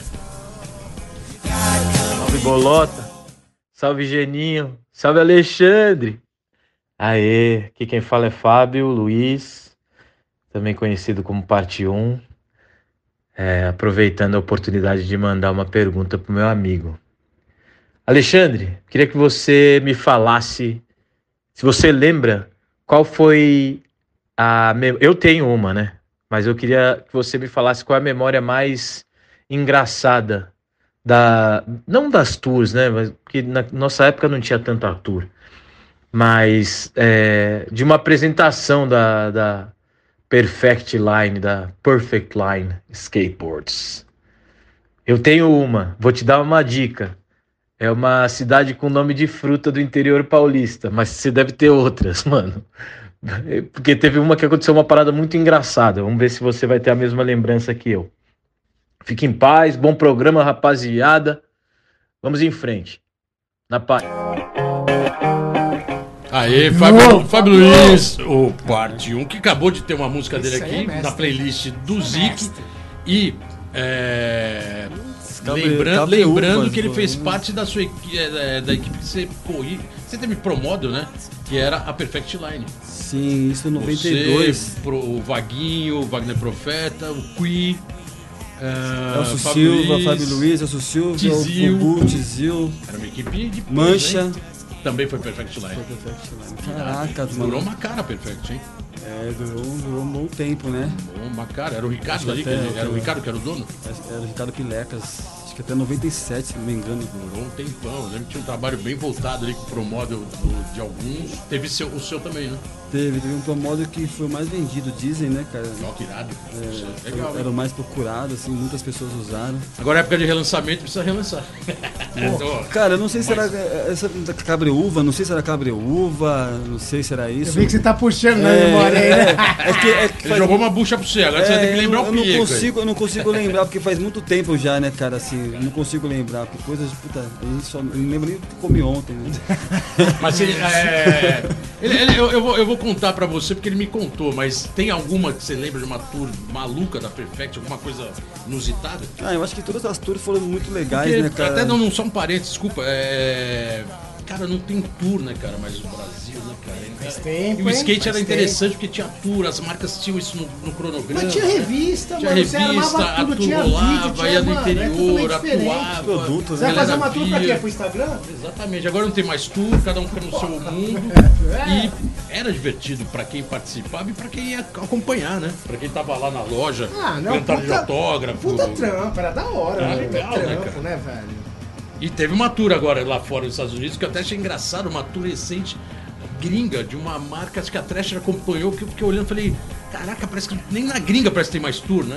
[SPEAKER 1] Salve Bolota, salve Geninho, salve Alexandre. Aê, aqui quem fala é Fábio Luiz, também conhecido como Parte um. É, aproveitando a oportunidade de mandar uma pergunta pro meu amigo. Alexandre, queria que você me falasse, se você lembra, qual foi a... me- Eu tenho uma, né? Mas eu queria que você me falasse qual é a memória mais engraçada da, não das tours, né? Mas porque na nossa época não tinha tanta tour, mas é, de uma apresentação da, da Perfect Line, da Perfect Line Skateboards. Eu tenho uma, vou te dar uma dica. É uma cidade com nome de fruta do interior paulista, mas você deve ter outras, mano. Porque teve uma que aconteceu uma parada muito engraçada. Vamos ver se você vai ter a mesma lembrança que eu. Fique em paz, bom programa, rapaziada. Vamos em frente. Na paz.
[SPEAKER 3] Aê, Fábio, Fábio Luiz, o Parte um, que acabou de ter uma música dele
[SPEAKER 4] Esse aí é
[SPEAKER 3] aqui
[SPEAKER 4] mestre.
[SPEAKER 3] na playlist do Zik. E é,
[SPEAKER 5] Cabe-
[SPEAKER 3] lembrando,
[SPEAKER 5] cabe
[SPEAKER 3] lembrando
[SPEAKER 5] uvas,
[SPEAKER 3] que ele
[SPEAKER 5] pô.
[SPEAKER 3] fez parte da sua equi- é, da equipe que você corria. Você teve promódio, né? Que era a Perfect Line.
[SPEAKER 5] Sim, isso em noventa e
[SPEAKER 3] Você,
[SPEAKER 5] dois.
[SPEAKER 3] pro, o Vaguinho, o Wagner Profeta, o Qui. é,
[SPEAKER 5] Elcio
[SPEAKER 3] Fábio
[SPEAKER 5] Silva,
[SPEAKER 3] Luiz,
[SPEAKER 5] Fábio Luiz, Elcio Silva,
[SPEAKER 3] Tizil.
[SPEAKER 5] o Gugu, Tizil,
[SPEAKER 3] Era uma equipe de peso,
[SPEAKER 5] Mancha.
[SPEAKER 3] hein? Também foi Perfect Line.
[SPEAKER 5] Caraca,
[SPEAKER 3] Durou
[SPEAKER 5] mano.
[SPEAKER 3] uma cara Perfect, hein?
[SPEAKER 5] É, durou, durou um bom tempo, né?
[SPEAKER 3] Durou uma cara. Era o Ricardo
[SPEAKER 5] Acho
[SPEAKER 3] ali,
[SPEAKER 5] que
[SPEAKER 3] que
[SPEAKER 5] até-
[SPEAKER 3] ele- era o Ricardo que era o dono?
[SPEAKER 5] Era o Ricardo Pilecas, acho que até noventa e sete, se não me engano.
[SPEAKER 3] Durou um tempão. Eu lembro que tinha um trabalho bem voltado ali com o promódio do- de alguns. Teve seu, o seu também, né?
[SPEAKER 5] Teve, teve um promódio que foi o mais vendido, dizem, né, cara?
[SPEAKER 3] Ó, que irado.
[SPEAKER 5] É,
[SPEAKER 3] Isso é
[SPEAKER 5] foi-
[SPEAKER 3] legal,
[SPEAKER 5] era
[SPEAKER 3] hein?
[SPEAKER 5] o mais procurado, assim, muitas pessoas usaram.
[SPEAKER 3] Agora é época de relançamento, precisa relançar. Então,
[SPEAKER 5] Cara, eu não sei se
[SPEAKER 3] Mas-
[SPEAKER 5] era é, essa cabreúva, não sei se era cabreúva, não sei se era
[SPEAKER 4] Eu
[SPEAKER 5] isso.
[SPEAKER 4] vi que você tá puxando na
[SPEAKER 5] É,
[SPEAKER 4] memória aí, né?
[SPEAKER 5] É que, é que
[SPEAKER 3] ele
[SPEAKER 5] faz-
[SPEAKER 3] jogou uma bucha pra você, agora você vai ter que
[SPEAKER 5] É,
[SPEAKER 3] lembrar
[SPEAKER 5] eu,
[SPEAKER 3] o
[SPEAKER 5] eu não
[SPEAKER 3] Pico. aí.
[SPEAKER 5] consigo, eu não consigo lembrar, porque faz muito tempo já, né, cara, assim, eu não consigo lembrar, porque coisas, puta, a gente só, eu não lembro nem o que comi ontem, né?
[SPEAKER 3] Mas ele, é, ele- ele- eu, eu vou, eu vou contar pra você porque ele me contou, mas tem alguma que você lembra de uma tour maluca da Perfect, alguma coisa inusitada?
[SPEAKER 5] Ah, eu acho que todas as tours foram muito legais,
[SPEAKER 3] Porque,
[SPEAKER 5] né, cara?
[SPEAKER 3] até não, não só um parênteses, desculpa, é. Cara, não tem tour, né, cara, mais no Brasil, né, cara?
[SPEAKER 4] Faz tempo,
[SPEAKER 3] E o
[SPEAKER 4] hein?
[SPEAKER 3] skate
[SPEAKER 4] Faz
[SPEAKER 3] era interessante porque tinha tour, as marcas tinham isso no, no cronograma.
[SPEAKER 4] Mas tinha
[SPEAKER 3] né?
[SPEAKER 4] revista,
[SPEAKER 3] Tinha
[SPEAKER 4] mano. Você
[SPEAKER 3] revista,
[SPEAKER 4] armava
[SPEAKER 3] a
[SPEAKER 4] tudo,
[SPEAKER 3] tour
[SPEAKER 4] tinha
[SPEAKER 3] rolava,
[SPEAKER 4] vídeo, tinha,
[SPEAKER 3] ia no
[SPEAKER 4] mano, é
[SPEAKER 3] interior,
[SPEAKER 4] totalmente diferente.
[SPEAKER 3] atuava.
[SPEAKER 5] Produto,
[SPEAKER 4] Você vai
[SPEAKER 3] galera
[SPEAKER 4] fazer uma tour pra
[SPEAKER 3] via.
[SPEAKER 4] quê? Pro Instagram?
[SPEAKER 3] Exatamente, agora não tem mais tour, cada um fica no seu mundo.
[SPEAKER 4] É.
[SPEAKER 3] E era divertido pra quem participava e pra quem ia acompanhar, né? Pra quem tava lá na loja,
[SPEAKER 4] Ah, não,
[SPEAKER 3] plantado de
[SPEAKER 4] puta-
[SPEAKER 3] autógrafo.
[SPEAKER 4] Puta trampo, era da hora,
[SPEAKER 3] Era
[SPEAKER 4] né?
[SPEAKER 3] legal,
[SPEAKER 4] Puta
[SPEAKER 3] né,
[SPEAKER 4] trampo,
[SPEAKER 3] cara?
[SPEAKER 4] né, velho?
[SPEAKER 3] E teve uma tour agora lá fora nos Estados Unidos que eu até achei engraçado, uma tour recente gringa de uma marca, acho que a Thrasher acompanhou, que eu fiquei olhando e falei, caraca, parece que nem na gringa parece que tem mais tour, né?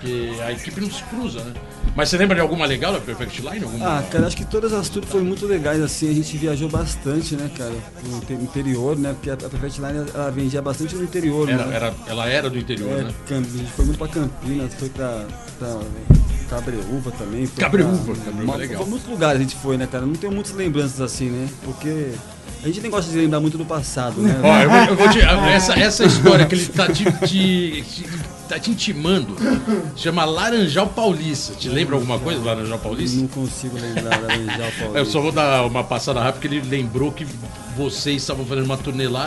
[SPEAKER 3] porque a equipe não se cruza, né? Mas você lembra de alguma legal da Perfect Line? Alguma...
[SPEAKER 5] Ah, cara, acho que todas as tours foram muito legais, assim, a gente viajou bastante, né, cara, no inte- interior, né, porque a a Perfect Line, ela vendia bastante no interior,
[SPEAKER 3] Era,
[SPEAKER 5] né.
[SPEAKER 3] era, ela era do interior,
[SPEAKER 5] É,
[SPEAKER 3] né?
[SPEAKER 5] Cam- a gente foi muito pra Campinas, foi pra, pra Cabreúva também. Foi
[SPEAKER 3] Cabreúva,
[SPEAKER 5] pra,
[SPEAKER 3] Cabreúva é
[SPEAKER 5] uma-
[SPEAKER 3] legal.
[SPEAKER 5] Foi muitos lugares a gente foi, né, cara, não tenho muitas lembranças assim, né, porque a gente nem gosta de lembrar muito do passado, né.
[SPEAKER 3] Ó, eu vou, eu vou te, essa, essa história que ele tá te, te- te- tá te intimando chama Laranjal Paulista. Te lembra alguma coisa do Laranjal Paulista?
[SPEAKER 5] Não consigo lembrar da Laranjal Paulista.
[SPEAKER 3] Eu só vou dar uma passada rápida, porque ele lembrou que vocês estavam fazendo uma turnê lá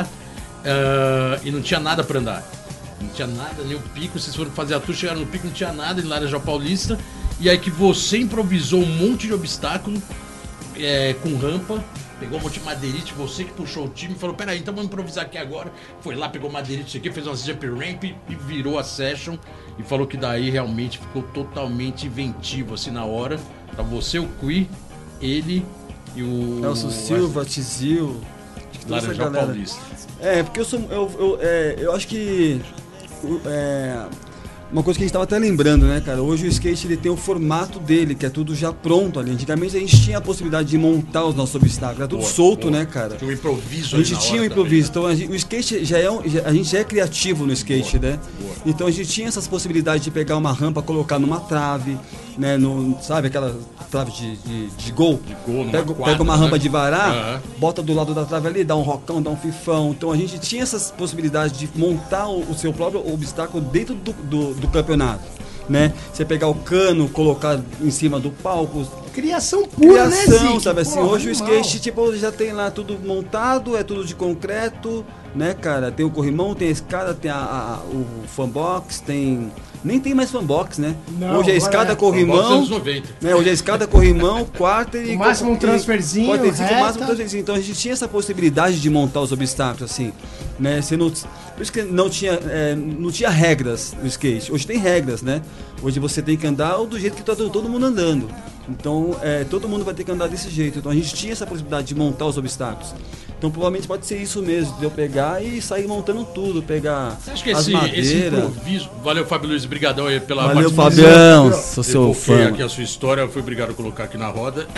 [SPEAKER 3] ah, e não tinha nada pra andar. Não tinha nada, nem o pico. Vocês foram fazer a tour, chegaram no pico, não tinha nada em Laranjal Paulista. E aí que você improvisou um monte de obstáculo é, com rampa. Pegou um monte de madeirite, você que puxou o time, falou, peraí, então vamos improvisar aqui agora. Foi lá, pegou madeirite, isso aqui, fez umas jump ramp e virou a session. E falou que daí realmente ficou totalmente inventivo, assim, na hora. Pra você, o Cui, ele e o...
[SPEAKER 5] Elcio Silva, Tizil, acho que toda essa
[SPEAKER 3] Laranjal
[SPEAKER 5] galera.
[SPEAKER 3] Paulista.
[SPEAKER 5] É, porque eu sou. Eu, eu, é, eu acho que. o- É, uma coisa que a gente tava até lembrando, né, cara? Hoje o skate ele tem o formato dele, que é tudo já pronto ali. Antigamente a gente tinha a possibilidade de montar os nossos obstáculos, era tudo
[SPEAKER 3] Boa,
[SPEAKER 5] solto,
[SPEAKER 3] boa.
[SPEAKER 5] né, cara?
[SPEAKER 3] Tinha um improviso
[SPEAKER 5] A
[SPEAKER 3] ali
[SPEAKER 5] gente
[SPEAKER 3] na
[SPEAKER 5] tinha um
[SPEAKER 3] hora
[SPEAKER 5] improviso,
[SPEAKER 3] também,
[SPEAKER 5] então a gente- o skate já é um, já- a gente já é criativo no skate,
[SPEAKER 3] Boa,
[SPEAKER 5] né?
[SPEAKER 3] boa.
[SPEAKER 5] Então a gente tinha essas possibilidades de pegar uma rampa, colocar numa trave, né? No, sabe aquela trave de, de, de gol?
[SPEAKER 3] gol, numa
[SPEAKER 5] pega,
[SPEAKER 3] quadra,
[SPEAKER 5] pega uma
[SPEAKER 3] né?
[SPEAKER 5] rampa de varar,
[SPEAKER 3] Aham.
[SPEAKER 5] bota do lado da trave ali, dá um rocão, dá um fifão. Então a gente tinha essas possibilidades de montar o, o seu próprio obstáculo dentro do, do, do campeonato. Né? Você pegar o cano, colocar em cima do palco,
[SPEAKER 4] Criação pura, né,
[SPEAKER 5] criação,
[SPEAKER 4] Zico?
[SPEAKER 5] sabe assim?
[SPEAKER 4] Porra,
[SPEAKER 5] Hoje o
[SPEAKER 4] animal.
[SPEAKER 5] skate, tipo, já tem lá tudo montado, é tudo de concreto, né, cara? Tem o corrimão, tem a escada, tem a, a- o fanbox, tem... Nem tem mais fanbox, né?
[SPEAKER 4] Não,
[SPEAKER 5] Hoje é
[SPEAKER 4] agora
[SPEAKER 5] escada,
[SPEAKER 4] é.
[SPEAKER 5] corrimão...
[SPEAKER 3] Fanbox anos noventa.
[SPEAKER 5] Né? Hoje é escada, corrimão, quarto e...
[SPEAKER 4] O máximo um
[SPEAKER 5] e-
[SPEAKER 4] transferzinho,
[SPEAKER 5] quarterzinho, o
[SPEAKER 4] reta.
[SPEAKER 5] máximo um transferzinho. Então a gente tinha essa possibilidade de montar os obstáculos, assim, né? Você não... Por isso que não tinha, é, não tinha regras no skate. Hoje tem regras, né? Hoje você tem que andar do jeito que tá todo mundo andando. Então, é, todo mundo vai ter que andar desse jeito. Então a gente tinha essa possibilidade de montar os obstáculos. Então provavelmente pode ser isso mesmo, de eu pegar e sair montando tudo, pegar
[SPEAKER 3] Você acha que
[SPEAKER 5] as
[SPEAKER 3] esse, esse
[SPEAKER 5] madeiras.
[SPEAKER 3] improviso... Valeu, Fábio Luiz, brigadão aí pela
[SPEAKER 5] Valeu,
[SPEAKER 3] participação.
[SPEAKER 5] Fabião, sou seu
[SPEAKER 3] Evoquei
[SPEAKER 5] fã.
[SPEAKER 3] aqui a sua história, eu fui obrigado a colocar aqui na roda.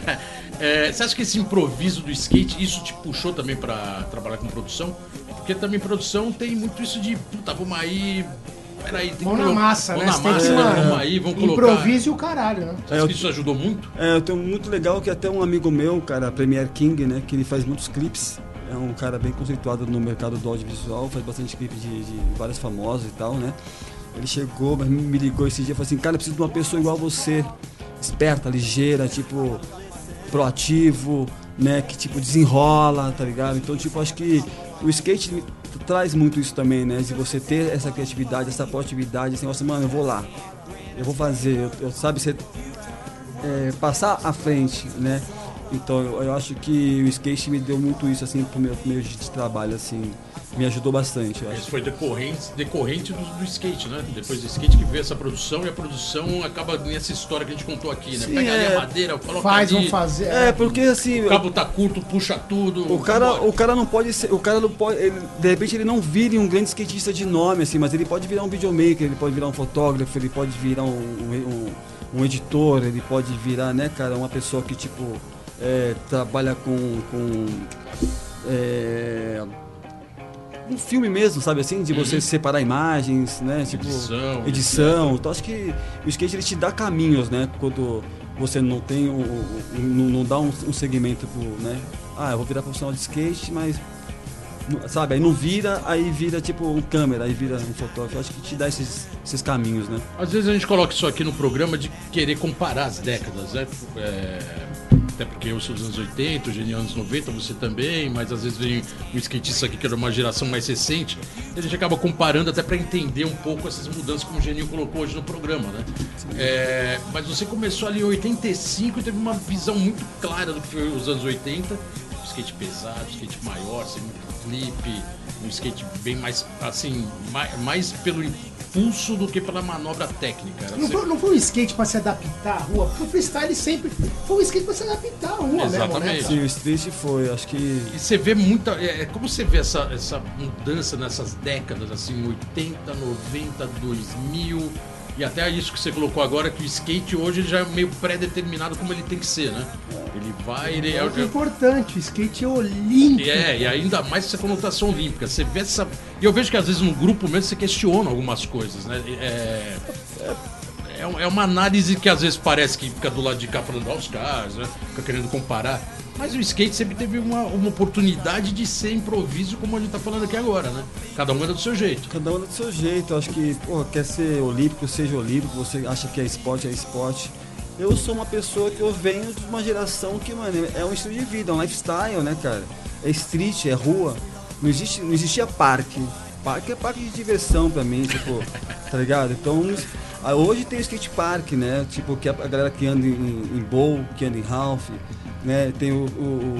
[SPEAKER 3] É, você acha que esse improviso do skate, isso te puxou também pra trabalhar com produção? Porque também produção tem muito isso de, puta, vamos aí, peraí, tem
[SPEAKER 4] Mão
[SPEAKER 3] que
[SPEAKER 4] na
[SPEAKER 3] colo-
[SPEAKER 4] massa,
[SPEAKER 3] mão
[SPEAKER 4] né?
[SPEAKER 3] na
[SPEAKER 4] Você tem
[SPEAKER 3] massa,
[SPEAKER 4] que,
[SPEAKER 3] né?
[SPEAKER 4] mano,
[SPEAKER 3] Vamos aí, vamos colocar.
[SPEAKER 4] Improviso e o caralho, né?
[SPEAKER 3] Você acha que isso ajudou muito?
[SPEAKER 5] É, eu tenho muito legal que até um amigo meu, cara, Premier King, né, que ele faz muitos clipes. É um cara bem conceituado no mercado do audiovisual, faz bastante clipe de, de vários famosos e tal, né? Ele chegou, mas me ligou esse dia e falou assim, cara, eu preciso de uma pessoa igual a você, esperta, ligeira, tipo, proativo, né, que tipo desenrola, tá ligado? Então, tipo, acho que o skate me traz muito isso também, né, de você ter essa criatividade, essa proatividade, assim, você, mano, eu vou lá, eu vou fazer, eu, eu sabe, você é, passar à frente, né? Então eu, eu acho que o skate me deu muito isso, assim, pro meu meio de trabalho, assim, me ajudou bastante, eu acho.
[SPEAKER 3] Isso foi decorrente, decorrente do, do skate, né? Depois do skate que veio essa produção e a produção acaba nessa história que a gente contou aqui, né?
[SPEAKER 5] Sim,
[SPEAKER 3] Pega ali
[SPEAKER 5] é.
[SPEAKER 3] a madeira, coloca
[SPEAKER 4] Faz,
[SPEAKER 3] ali,
[SPEAKER 4] vamos fazer.
[SPEAKER 5] É, porque assim,
[SPEAKER 3] o cabo tá curto, puxa tudo.
[SPEAKER 5] o cara,
[SPEAKER 3] vambora.
[SPEAKER 5] o cara não pode ser, o cara não pode, ele, de repente ele não vire um grande skatista de nome, assim, mas ele pode virar um videomaker, ele pode virar um fotógrafo, ele pode virar um, um, um, um editor, ele pode virar, né, cara, uma pessoa que, tipo, é, trabalha com, com é, um filme mesmo, sabe assim, de você separar imagens, né, tipo,
[SPEAKER 3] Edição,
[SPEAKER 5] edição. Então acho que o skate ele te dá caminhos, né, quando você não tem o, o- não, não dá um, um segmento pro, né, ah, eu vou virar profissional de skate, mas não- sabe, aí não vira, aí vira tipo um câmera, aí vira um fotógrafo. Eu acho que te dá esses, esses caminhos, né?
[SPEAKER 3] Às vezes a gente coloca isso aqui no programa de querer comparar as décadas, né? É, até porque eu sou dos anos oitenta, o Geninho anos noventa, você também, mas às vezes vem um skatista aqui que era uma geração mais recente, e a gente acaba comparando até para entender um pouco essas mudanças como o Geninho colocou hoje no programa, né? É, mas você começou ali em oitenta e cinco e teve uma visão muito clara do que foi os anos oitenta, um skate pesado, um skate maior, sem muito flip, um skate bem mais, assim, mais, mais pelo impulso do que pela manobra técnica. Era
[SPEAKER 4] Não
[SPEAKER 3] sempre-
[SPEAKER 4] foi, não foi um skate pra se adaptar à rua, porque o freestyle sempre foi um skate pra se adaptar à rua
[SPEAKER 3] Exatamente.
[SPEAKER 4] mesmo, né?
[SPEAKER 5] Sim, o street foi, acho que
[SPEAKER 3] E você vê muita. É, é como você vê essa, essa mudança nessas décadas, assim, oitenta, noventa, dois mil, E até isso que você colocou agora, que o skate hoje ele já é meio pré-determinado como ele tem que ser, né? Ele vai, ele é...
[SPEAKER 4] É importante, o skate é olímpico.
[SPEAKER 3] É, e ainda mais essa conotação olímpica. Você vê essa... E eu vejo que às vezes no grupo mesmo você questiona algumas coisas, né? É... É uma análise que às vezes parece que fica do lado de cá falando, ó, os caras, né? Fica querendo comparar. Mas o skate sempre teve uma, uma oportunidade de ser improviso, como a gente tá falando aqui agora, né? Cada um era do seu jeito.
[SPEAKER 5] Cada um é do seu jeito. Eu acho que, porra, quer ser olímpico, seja olímpico, você acha que é esporte, é esporte. Eu sou uma pessoa que eu venho de uma geração que, mano, é um estilo de vida, é um lifestyle, né, cara? É street, é rua. Não, existe, não existia parque. Parque é parque de diversão pra mim, tipo, tá ligado? Então, hoje tem o skate park, né? Tipo, que a galera que anda em, em bowl, que anda em half, né? Tem o,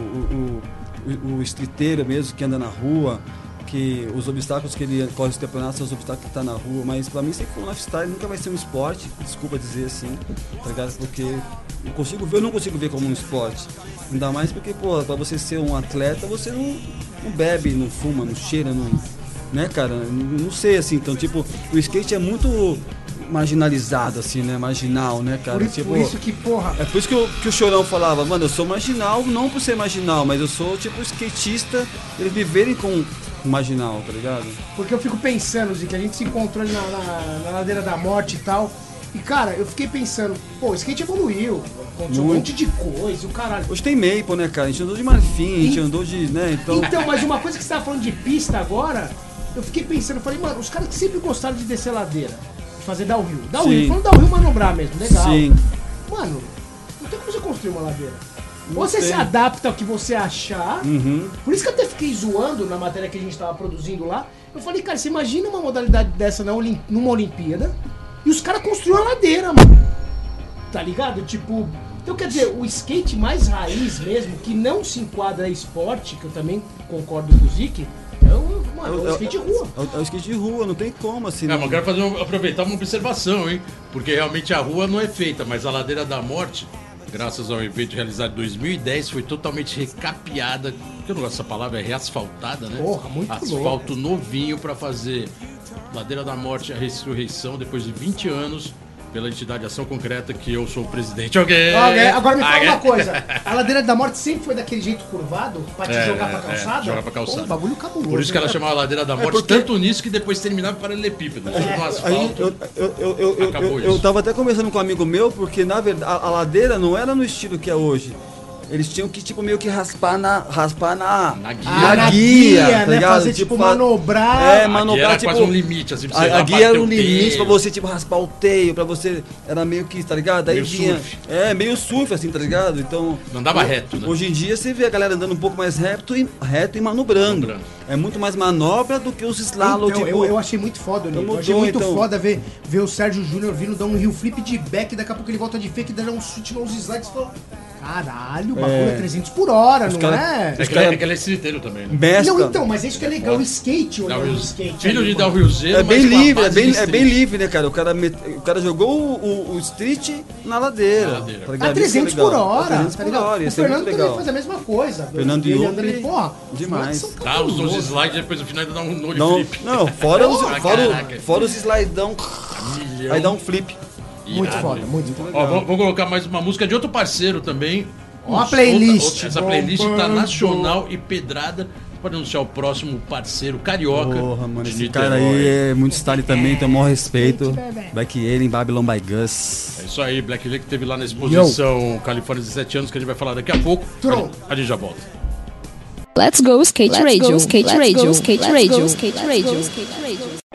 [SPEAKER 5] o, o, o, o streeteiro mesmo, que anda na rua, que os obstáculos que ele corre os campeonatos são os obstáculos que tá na rua, mas pra mim sempre foi um lifestyle, nunca vai ser um esporte, desculpa dizer assim, tá ligado? Porque eu, consigo ver, eu não consigo ver como um esporte. Ainda mais porque, pô, pra você ser um atleta, você não, não bebe, não fuma, não cheira, não... Né, cara? Não sei, assim, então, tipo, o skate é muito marginalizado, assim, né? Marginal, né, cara?
[SPEAKER 4] Por,
[SPEAKER 5] tipo,
[SPEAKER 4] por isso que, porra...
[SPEAKER 5] É por isso que o, que o Chorão falava, mano, eu sou marginal, não por ser marginal, mas eu sou, tipo, skatista, eles viverem com marginal, tá ligado?
[SPEAKER 4] Porque eu fico pensando, Zico, que a gente se encontrou ali na, na, na ladeira da morte e tal, e, cara, eu fiquei pensando, pô, o skate evoluiu, aconteceu um monte de coisa, o caralho...
[SPEAKER 5] Hoje tem Maple, né, cara? A gente andou de marfim, a gente andou de, né, então...
[SPEAKER 4] Então, mas uma coisa que você tava falando de pista agora... Eu fiquei pensando, eu falei, mano, os caras que sempre gostaram de descer ladeira, de fazer downhill. Downhill, falando downhill manobrar mesmo, legal.
[SPEAKER 5] Sim.
[SPEAKER 4] Mano, não tem como você construir uma ladeira.
[SPEAKER 5] Não
[SPEAKER 4] Ou você
[SPEAKER 5] tem.
[SPEAKER 4] se adapta ao que você achar.
[SPEAKER 5] Uhum.
[SPEAKER 4] Por isso que eu até fiquei zoando na matéria que a gente tava produzindo lá. Eu falei, cara, você imagina uma modalidade dessa na Olim- numa Olimpíada e os caras construíram a ladeira, mano. Tá ligado? Tipo... Então, quer dizer, o skate mais raiz mesmo, que não se enquadra a esporte, que eu também concordo com o Zik, é o, mano, é o skate de rua.
[SPEAKER 5] É o, é o skate de rua, não tem como, assim.
[SPEAKER 3] É,
[SPEAKER 5] não...
[SPEAKER 3] mas eu quero fazer um, aproveitar uma observação, hein? Porque realmente a rua não é feita, mas a Ladeira da Morte, graças ao evento realizado em dois mil e dez, foi totalmente recapeada. Eu não gosto dessa palavra, é reasfaltada, né?
[SPEAKER 4] Porra, muito
[SPEAKER 3] Asfalto novinho pra fazer Ladeira da Morte, a ressurreição, depois de vinte anos, pela entidade Ação Concreta, que eu sou o presidente. Ok.
[SPEAKER 4] Ok, agora me fala
[SPEAKER 3] Ok.
[SPEAKER 4] uma coisa. A ladeira da morte sempre foi daquele jeito curvado pra te
[SPEAKER 3] É,
[SPEAKER 4] jogar pra
[SPEAKER 3] é,
[SPEAKER 4] calçada?
[SPEAKER 3] jogar pra calçada.
[SPEAKER 4] Pô, bagulho cabuloso.
[SPEAKER 3] Por isso que ela
[SPEAKER 4] né?
[SPEAKER 3] chamava Ladeira da Morte,
[SPEAKER 5] porque-
[SPEAKER 3] tanto nisso que depois terminava para paralelepípedo. No
[SPEAKER 5] Aí,
[SPEAKER 3] asfalto.
[SPEAKER 5] eu, eu, eu, eu, eu,
[SPEAKER 3] Acabou
[SPEAKER 5] eu,
[SPEAKER 3] isso.
[SPEAKER 5] eu tava até conversando com um amigo meu, porque na verdade a, a ladeira não era no estilo que é hoje. Eles tinham que, tipo, meio que raspar na. Raspar na.
[SPEAKER 3] Na guia.
[SPEAKER 4] Ah, na
[SPEAKER 5] guia,
[SPEAKER 4] guia,
[SPEAKER 5] tá
[SPEAKER 4] né?
[SPEAKER 5] ligado?
[SPEAKER 4] Fazer, tipo,
[SPEAKER 5] fa-
[SPEAKER 4] manobrar.
[SPEAKER 5] É,
[SPEAKER 3] A
[SPEAKER 5] manobrar,
[SPEAKER 3] guia era
[SPEAKER 5] tipo.
[SPEAKER 3] quase um limite, assim, pra você
[SPEAKER 5] A, a
[SPEAKER 3] raspar
[SPEAKER 5] guia era
[SPEAKER 3] teu
[SPEAKER 5] um limite
[SPEAKER 3] teio.
[SPEAKER 5] pra você, tipo, raspar o teio, pra você. Era meio que, tá ligado? Aí
[SPEAKER 3] Meio
[SPEAKER 5] vinha.
[SPEAKER 3] surf.
[SPEAKER 5] É, meio surf, assim, tá ligado? Então.
[SPEAKER 3] Não andava
[SPEAKER 5] ho-
[SPEAKER 3] reto, né?
[SPEAKER 5] Hoje em dia você vê a galera andando um pouco mais reto e, reto e manobrando.
[SPEAKER 3] Manobrando.
[SPEAKER 5] É muito mais manobra do que os slalom,
[SPEAKER 4] Então,
[SPEAKER 5] tipo.
[SPEAKER 4] eu, eu achei muito foda, Nico.
[SPEAKER 5] Então
[SPEAKER 4] Eu achei
[SPEAKER 5] mudou,
[SPEAKER 4] muito
[SPEAKER 5] então.
[SPEAKER 4] foda ver, ver o Sérgio Júnior vindo dar um heel flip de back, daqui a pouco ele volta de fake, dando um chute nos slides e falou: caralho, o bagulho é,
[SPEAKER 5] É.
[SPEAKER 4] trezentos por hora, não
[SPEAKER 5] cara-
[SPEAKER 4] é?
[SPEAKER 3] É que, ele, é que ele é streeteiro também, né?
[SPEAKER 5] Mescla.
[SPEAKER 4] Não, então, mas é isso que é legal, o skate, olhando o
[SPEAKER 3] Downhill-
[SPEAKER 4] skate.
[SPEAKER 3] Filho
[SPEAKER 4] ali,
[SPEAKER 3] de
[SPEAKER 4] mano.
[SPEAKER 3] Downhillzeiro,
[SPEAKER 5] É bem
[SPEAKER 3] mas com a
[SPEAKER 5] livre, é
[SPEAKER 3] base
[SPEAKER 5] bem,
[SPEAKER 3] de
[SPEAKER 5] é bem
[SPEAKER 3] street.
[SPEAKER 5] livre, né, cara? O cara, met- o cara jogou o, o- o street na ladeira.
[SPEAKER 3] Na ladeira.
[SPEAKER 5] Tá ligado?
[SPEAKER 4] A
[SPEAKER 5] Isso é
[SPEAKER 4] trezentos
[SPEAKER 5] legal.
[SPEAKER 4] por hora,
[SPEAKER 5] A trezentos
[SPEAKER 4] tá
[SPEAKER 5] por
[SPEAKER 4] ligado?
[SPEAKER 5] hora,
[SPEAKER 4] O
[SPEAKER 5] isso é
[SPEAKER 4] Fernando
[SPEAKER 5] muito
[SPEAKER 4] também
[SPEAKER 5] legal.
[SPEAKER 4] faz a mesma coisa.
[SPEAKER 5] Fernando
[SPEAKER 4] Ele
[SPEAKER 5] Iupi,
[SPEAKER 4] anda ali, porra,
[SPEAKER 5] demais.
[SPEAKER 4] os moleques são
[SPEAKER 3] Dá os
[SPEAKER 4] cabulosos.
[SPEAKER 3] dois slides e depois no final ainda dá um nole
[SPEAKER 5] Não,
[SPEAKER 3] flip.
[SPEAKER 5] não, fora os,
[SPEAKER 3] Ah,
[SPEAKER 5] fora,
[SPEAKER 3] caraca.
[SPEAKER 5] o- fora os slidão,
[SPEAKER 3] Milhão.
[SPEAKER 5] aí dá um flip.
[SPEAKER 4] Muito
[SPEAKER 3] Irado,
[SPEAKER 4] foda,
[SPEAKER 3] hein?
[SPEAKER 4] muito foda.
[SPEAKER 3] Ó, vamos, vamos colocar mais uma música de outro parceiro também.
[SPEAKER 4] Ó a
[SPEAKER 3] Outra-
[SPEAKER 4] playlist.
[SPEAKER 3] outra- essa
[SPEAKER 4] Bom,
[SPEAKER 3] playlist tá
[SPEAKER 4] bom,
[SPEAKER 3] nacional e pedrada. Pode anunciar o próximo parceiro carioca.
[SPEAKER 5] Porra, mano,
[SPEAKER 3] de
[SPEAKER 5] esse
[SPEAKER 3] Niterói.
[SPEAKER 5] cara aí é muito style também, tem o maior respeito. Back ele em Babylon by Gus.
[SPEAKER 3] É isso aí, Black Lake teve lá na exposição Califórnia dezessete anos, que a gente vai falar daqui a pouco.
[SPEAKER 4] Tron.
[SPEAKER 3] A gente já volta.
[SPEAKER 2] Let's go skate
[SPEAKER 7] Let's
[SPEAKER 2] radio,
[SPEAKER 7] go,
[SPEAKER 2] skate
[SPEAKER 7] let's
[SPEAKER 2] radio,
[SPEAKER 7] go,
[SPEAKER 2] skate
[SPEAKER 7] let's
[SPEAKER 2] radio,
[SPEAKER 7] go,
[SPEAKER 2] skate
[SPEAKER 7] let's
[SPEAKER 2] radio,
[SPEAKER 7] go,
[SPEAKER 2] skate radio.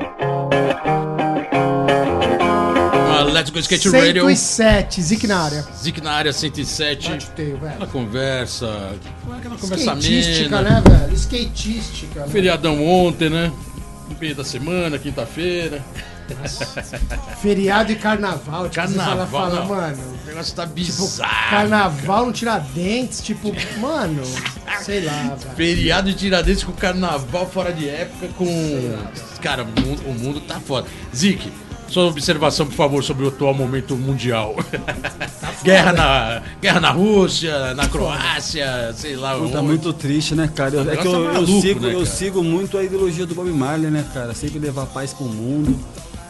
[SPEAKER 3] Uma Let's Go Skate
[SPEAKER 4] cento
[SPEAKER 3] Radio.
[SPEAKER 4] e sete, Zic na área.
[SPEAKER 3] Zic na área cento e sete.
[SPEAKER 4] Bate o teio, velho.
[SPEAKER 3] Aquela conversa. Aquela conversa
[SPEAKER 4] Skatística,
[SPEAKER 3] amena.
[SPEAKER 4] né, velho? Skatística, né?
[SPEAKER 3] Feriadão ontem, né? No meio da semana, quinta-feira.
[SPEAKER 4] Feriado e carnaval. Tipo,
[SPEAKER 3] Carnaval,
[SPEAKER 4] você fala, fala
[SPEAKER 3] não.
[SPEAKER 4] mano.
[SPEAKER 3] O negócio tá
[SPEAKER 4] Tipo,
[SPEAKER 3] bizarro.
[SPEAKER 4] carnaval no Tiradentes, tipo, mano, sei lá, velho.
[SPEAKER 3] Feriado de Tiradentes com carnaval fora de época, com. Cara, o mundo, o mundo tá foda. Zic, sua observação, por favor, sobre o atual momento mundial. guerra, na, guerra na Rússia, na Croácia, sei lá.
[SPEAKER 5] Pô, tá
[SPEAKER 3] onde.
[SPEAKER 5] muito triste, né, cara? Eu-
[SPEAKER 3] O
[SPEAKER 5] é que eu,
[SPEAKER 3] negócio é
[SPEAKER 5] eu
[SPEAKER 3] maluco,
[SPEAKER 5] sigo,
[SPEAKER 3] né,
[SPEAKER 5] eu
[SPEAKER 3] cara?
[SPEAKER 5] sigo muito a ideologia do Bob Marley, né, cara? Sempre levar paz pro mundo.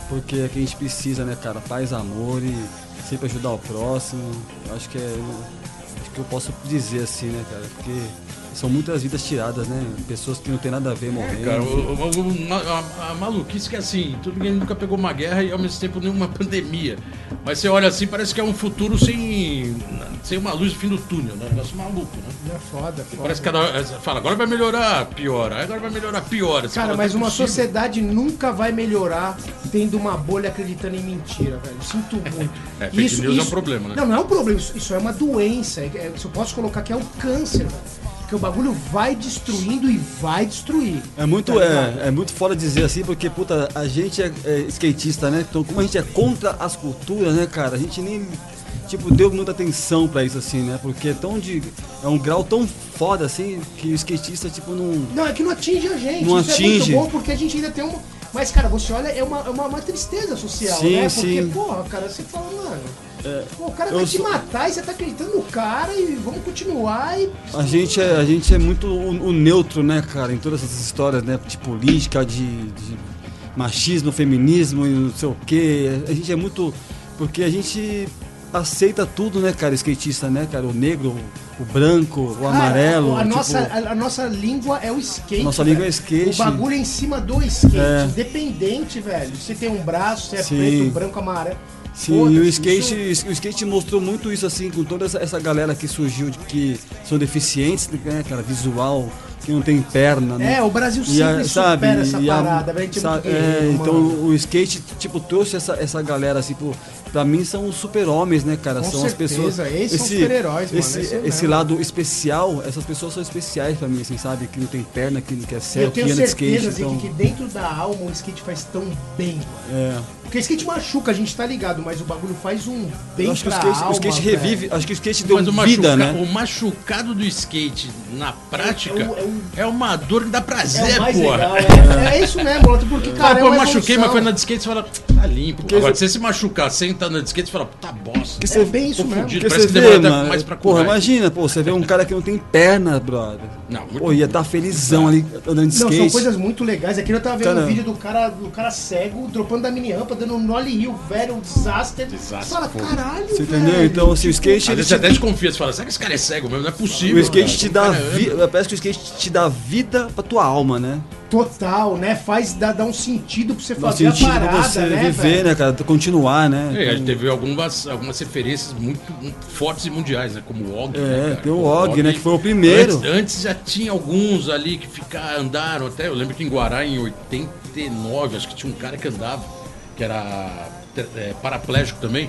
[SPEAKER 5] porque é que a gente precisa, né, cara? Paz, amor e sempre ajudar o próximo. Acho que é. Acho que eu posso dizer assim, né, cara? Porque são muitas vidas tiradas, né? Pessoas que não tem nada a ver morrendo.
[SPEAKER 3] Cara, o- o- o- a, a maluquice que é assim, tudo bem, nunca pegou uma guerra e ao mesmo tempo nenhuma pandemia. Mas você olha assim, parece que é um futuro sem, sem uma luz no fim do túnel, né? Um negócio maluco, né?
[SPEAKER 4] É foda, foda.
[SPEAKER 3] Parece que cada hora, você fala, agora vai melhorar, piora, agora vai melhorar, piora. Você
[SPEAKER 4] Cara,
[SPEAKER 3] fala,
[SPEAKER 4] mas
[SPEAKER 3] não é
[SPEAKER 4] uma
[SPEAKER 3] possível.
[SPEAKER 4] sociedade nunca vai melhorar tendo uma bolha acreditando em mentira, velho. Sinto muito.
[SPEAKER 3] É, fake news é um problema, né?
[SPEAKER 4] Não, não é um problema. Isso, isso é uma doença. É, é, se eu posso colocar que é um câncer, velho. Porque o bagulho vai destruindo e vai destruir.
[SPEAKER 5] É muito,
[SPEAKER 4] Tá ligado?
[SPEAKER 5] é, é muito foda dizer assim, porque, puta, a gente é, é skatista, né? Então, como a gente é contra as culturas, né, cara? A gente nem, tipo, deu muita atenção pra isso, assim, né? Porque é tão de... É um grau tão foda, assim, que o skatista, tipo, não...
[SPEAKER 4] Não, é que não atinge a gente.
[SPEAKER 5] Não
[SPEAKER 4] Isso
[SPEAKER 5] atinge.
[SPEAKER 4] é muito bom porque a gente ainda tem um... Mas, cara, você olha, é uma, é uma, uma tristeza social,
[SPEAKER 5] Sim,
[SPEAKER 4] né? Porque,
[SPEAKER 5] sim.
[SPEAKER 4] porra, cara, você fala, mano... Pô, o cara
[SPEAKER 5] eu
[SPEAKER 4] vai te
[SPEAKER 5] sou-
[SPEAKER 4] matar e você tá acreditando no cara e vamos continuar e...
[SPEAKER 5] A gente é, a gente é muito o, o neutro, né, cara, em todas essas histórias, né, de política, de, de machismo, feminismo e não sei o quê. A gente é muito... Porque a gente aceita tudo, né, cara, skatista, né, cara, o negro, o branco, o
[SPEAKER 4] Cara,
[SPEAKER 5] amarelo.
[SPEAKER 4] A,
[SPEAKER 5] tipo,
[SPEAKER 4] nossa, a, a nossa língua é o skate.
[SPEAKER 5] A nossa
[SPEAKER 4] velho.
[SPEAKER 5] língua é skate.
[SPEAKER 4] O bagulho é em cima do skate.
[SPEAKER 5] É.
[SPEAKER 4] Independente, velho. Você tem um braço, você é
[SPEAKER 5] Sim.
[SPEAKER 4] preto, branco, amarelo.
[SPEAKER 5] Sim,
[SPEAKER 4] Foda-se,
[SPEAKER 5] e o
[SPEAKER 4] isso-
[SPEAKER 5] skate, o skate mostrou muito isso, assim, com toda essa, essa galera que surgiu, de que são deficientes, né, cara, visual, que não tem perna, né?
[SPEAKER 4] É, o Brasil
[SPEAKER 5] E a-
[SPEAKER 4] sempre supera essa
[SPEAKER 5] e a-
[SPEAKER 4] parada, velho. A gente é
[SPEAKER 5] sabe,
[SPEAKER 4] muito
[SPEAKER 5] é,
[SPEAKER 4] guerreiro,
[SPEAKER 5] então
[SPEAKER 4] mano.
[SPEAKER 5] o skate, tipo, trouxe essa, essa galera, assim, pro, pra mim são os super-homens, né, cara?
[SPEAKER 4] Com
[SPEAKER 5] são
[SPEAKER 4] certeza,
[SPEAKER 5] as pessoas.
[SPEAKER 4] esses são super-heróis, mano,
[SPEAKER 5] Esse,
[SPEAKER 4] é isso
[SPEAKER 5] esse
[SPEAKER 4] mesmo.
[SPEAKER 5] lado especial, essas pessoas são especiais pra mim, assim, sabe? Que não tem perna, que, que é
[SPEAKER 4] E
[SPEAKER 5] cego,
[SPEAKER 4] eu
[SPEAKER 5] que
[SPEAKER 4] tenho
[SPEAKER 5] anda de
[SPEAKER 4] certeza,
[SPEAKER 5] skate.
[SPEAKER 4] Zico,
[SPEAKER 5] Então,
[SPEAKER 4] que dentro da alma o skate faz tão bem, mano.
[SPEAKER 5] é.
[SPEAKER 4] Porque o skate machuca, a gente tá ligado, mas o bagulho faz um bem
[SPEAKER 5] Eu acho que o
[SPEAKER 4] pra
[SPEAKER 5] skate,
[SPEAKER 4] alma,
[SPEAKER 5] o skate
[SPEAKER 4] velho.
[SPEAKER 5] revive, acho que o skate deu
[SPEAKER 3] Mas o,
[SPEAKER 5] vida,
[SPEAKER 3] machuca-
[SPEAKER 5] né?
[SPEAKER 3] o machucado do skate na prática
[SPEAKER 4] É o- é o-
[SPEAKER 3] é uma dor que dá
[SPEAKER 4] É
[SPEAKER 3] prazer,
[SPEAKER 4] o mais
[SPEAKER 3] porra.
[SPEAKER 4] legal, é, é isso mesmo, Loto, porque, cara,
[SPEAKER 3] Cara,
[SPEAKER 4] é
[SPEAKER 3] pô, eu
[SPEAKER 4] uma
[SPEAKER 3] machuquei, mas
[SPEAKER 4] evolução.
[SPEAKER 3] foi na de skate, você fala, tá limpo. Agora,
[SPEAKER 5] isso-
[SPEAKER 3] se você se machucar sem estar na de skate, você fala, tá bosta.
[SPEAKER 5] Que
[SPEAKER 4] É bem isso
[SPEAKER 3] Tô
[SPEAKER 4] mesmo.
[SPEAKER 3] fudido.
[SPEAKER 5] Porque
[SPEAKER 3] Parece
[SPEAKER 5] você
[SPEAKER 3] que
[SPEAKER 5] vê,
[SPEAKER 3] demora até
[SPEAKER 5] mano,
[SPEAKER 3] mais pra
[SPEAKER 5] porra,
[SPEAKER 3] curar.
[SPEAKER 5] imagina, pô, você vê um cara que não tem perna, brother.
[SPEAKER 3] Não, muito
[SPEAKER 5] Pô, ia estar felizão ali andando de
[SPEAKER 4] Não,
[SPEAKER 5] skate.
[SPEAKER 4] são coisas muito legais. Aqui eu tava vendo
[SPEAKER 5] Cara-
[SPEAKER 4] um vídeo do cara, do cara cego, dropando da mini rampa, dando um nollie hill, velho, um desastre.
[SPEAKER 3] Desastre,
[SPEAKER 4] Você fala,
[SPEAKER 3] fogo.
[SPEAKER 4] caralho,
[SPEAKER 5] Você
[SPEAKER 4] velho.
[SPEAKER 5] entendeu? Então, assim, o skate,
[SPEAKER 3] Às
[SPEAKER 5] ele
[SPEAKER 3] vezes
[SPEAKER 5] te,
[SPEAKER 3] você até desconfia, você fala, será que esse cara é cego mesmo? Não é possível.
[SPEAKER 5] o skate
[SPEAKER 3] cara.
[SPEAKER 5] te
[SPEAKER 3] O
[SPEAKER 5] dá
[SPEAKER 3] cara anda.
[SPEAKER 5] vida, parece que o skate te dá vida pra tua alma, né?
[SPEAKER 4] Total, né? Faz, dá, dá um sentido pra você
[SPEAKER 5] Dá um
[SPEAKER 4] fazer
[SPEAKER 5] sentido
[SPEAKER 4] a parada,
[SPEAKER 5] pra você
[SPEAKER 4] né,
[SPEAKER 5] viver,
[SPEAKER 4] velho?
[SPEAKER 5] né, cara? Continuar, né?
[SPEAKER 3] É, a gente
[SPEAKER 5] Então,
[SPEAKER 3] teve algumas, algumas referências muito, muito fortes e mundiais, né? Como o Og.
[SPEAKER 5] É,
[SPEAKER 3] né, cara?
[SPEAKER 5] tem o
[SPEAKER 3] Pô,
[SPEAKER 5] Og, né, que foi o primeiro.
[SPEAKER 3] Antes, antes já tinha alguns ali que ficar, andaram até. Eu lembro que em Guará, em oitenta e nove, acho que tinha um cara que andava, que era é, paraplégico também.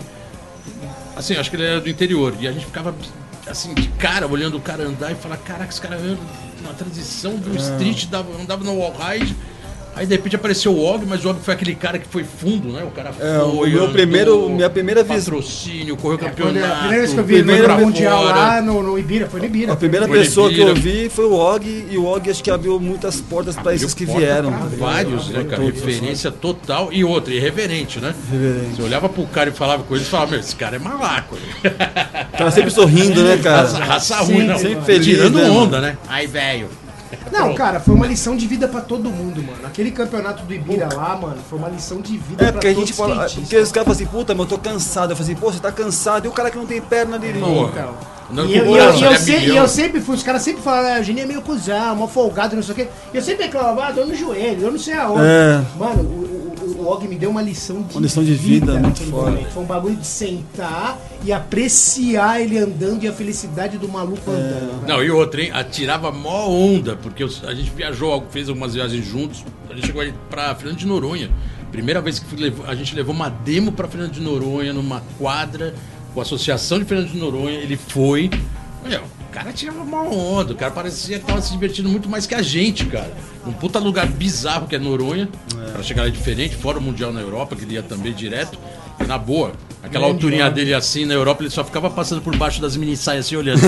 [SPEAKER 3] Assim, acho que ele era do interior. E a gente ficava assim, de cara, olhando o cara andar e falar, caraca, esse cara anda na transição do street, dava, andava no wall ride. Aí de repente apareceu o Og, mas o Og foi aquele cara que foi fundo, né? O cara
[SPEAKER 5] É, o
[SPEAKER 3] foi.
[SPEAKER 5] meu
[SPEAKER 3] andou,
[SPEAKER 5] primeiro- minha primeira vez-
[SPEAKER 3] Patrocínio, correu
[SPEAKER 4] Quando
[SPEAKER 3] campeonato.
[SPEAKER 4] a primeira vez que eu vi
[SPEAKER 5] primeiro
[SPEAKER 4] no
[SPEAKER 3] pra
[SPEAKER 4] Mundial
[SPEAKER 3] fora.
[SPEAKER 4] lá no, no Ibira, foi no Ibira.
[SPEAKER 5] A primeira
[SPEAKER 3] Foi
[SPEAKER 5] pessoa que
[SPEAKER 3] Ibira.
[SPEAKER 5] eu vi foi o Og, e o Og acho que abriu muitas portas pra esses que
[SPEAKER 3] Porta
[SPEAKER 5] vieram.
[SPEAKER 3] pra
[SPEAKER 5] tá ligado?
[SPEAKER 3] vários, né, cara?
[SPEAKER 5] Todos.
[SPEAKER 3] Referência total e outra, irreverente, né?
[SPEAKER 5] Reverente.
[SPEAKER 3] Você olhava pro cara e falava com ele e falava, meu, esse cara é malaco.
[SPEAKER 5] O cara sempre sorrindo, né, cara?
[SPEAKER 3] Raça, raça
[SPEAKER 4] Sempre,
[SPEAKER 3] ruim, não.
[SPEAKER 5] sempre feliz,
[SPEAKER 3] Tirando
[SPEAKER 5] né,
[SPEAKER 3] onda, né? Aí, velho.
[SPEAKER 4] Não, cara, foi uma lição de vida pra todo mundo, mano. Aquele campeonato do Ibira lá, mano, foi uma lição de vida
[SPEAKER 5] É,
[SPEAKER 4] pra
[SPEAKER 5] porque a
[SPEAKER 4] todo
[SPEAKER 5] gente fala.
[SPEAKER 4] skatista.
[SPEAKER 5] Porque os caras falam assim, puta, mas eu tô cansado. Eu falo assim, pô, você tá cansado. E o cara que não tem perna dele.
[SPEAKER 3] Porra.
[SPEAKER 4] Então.
[SPEAKER 3] Andando
[SPEAKER 4] E
[SPEAKER 3] com
[SPEAKER 4] eu,
[SPEAKER 3] o
[SPEAKER 4] e eu-
[SPEAKER 3] braço,
[SPEAKER 4] e eu
[SPEAKER 3] ele é
[SPEAKER 4] se- e
[SPEAKER 3] milhão.
[SPEAKER 4] eu sempre fui, os caras sempre falam, ah, o Geni é meio cuzão, mó folgado, não sei o quê. E eu sempre reclamava, ah, dor no joelho, eu não sei aonde.
[SPEAKER 5] É.
[SPEAKER 4] Mano, o, o, o Og me deu uma lição de
[SPEAKER 5] Uma lição de vida muito
[SPEAKER 4] naquele
[SPEAKER 5] foda.
[SPEAKER 4] momento. Foi um bagulho de sentar e apreciar ele andando e a felicidade do maluco andando. velho.
[SPEAKER 3] Não, e outra, hein? Atirava mó onda, porque eu- a gente viajou, fez algumas viagens juntos. A gente chegou aí pra Fernando de Noronha. Primeira vez que fui levo- a gente levou uma demo pra Fernando de Noronha, numa quadra com a Associação de Fernando de Noronha. Ele foi. Meu, o cara tirava uma onda, o cara parecia que tava se divertindo muito mais que a gente, cara. Um puta lugar bizarro que é Noronha, pra chegar lá é diferente, fora o Mundial na Europa, que ele ia também direto. E na boa, aquela
[SPEAKER 4] Grande
[SPEAKER 3] alturinha
[SPEAKER 4] Og.
[SPEAKER 3] dele assim na Europa, ele só ficava passando por baixo das mini saias assim olhando.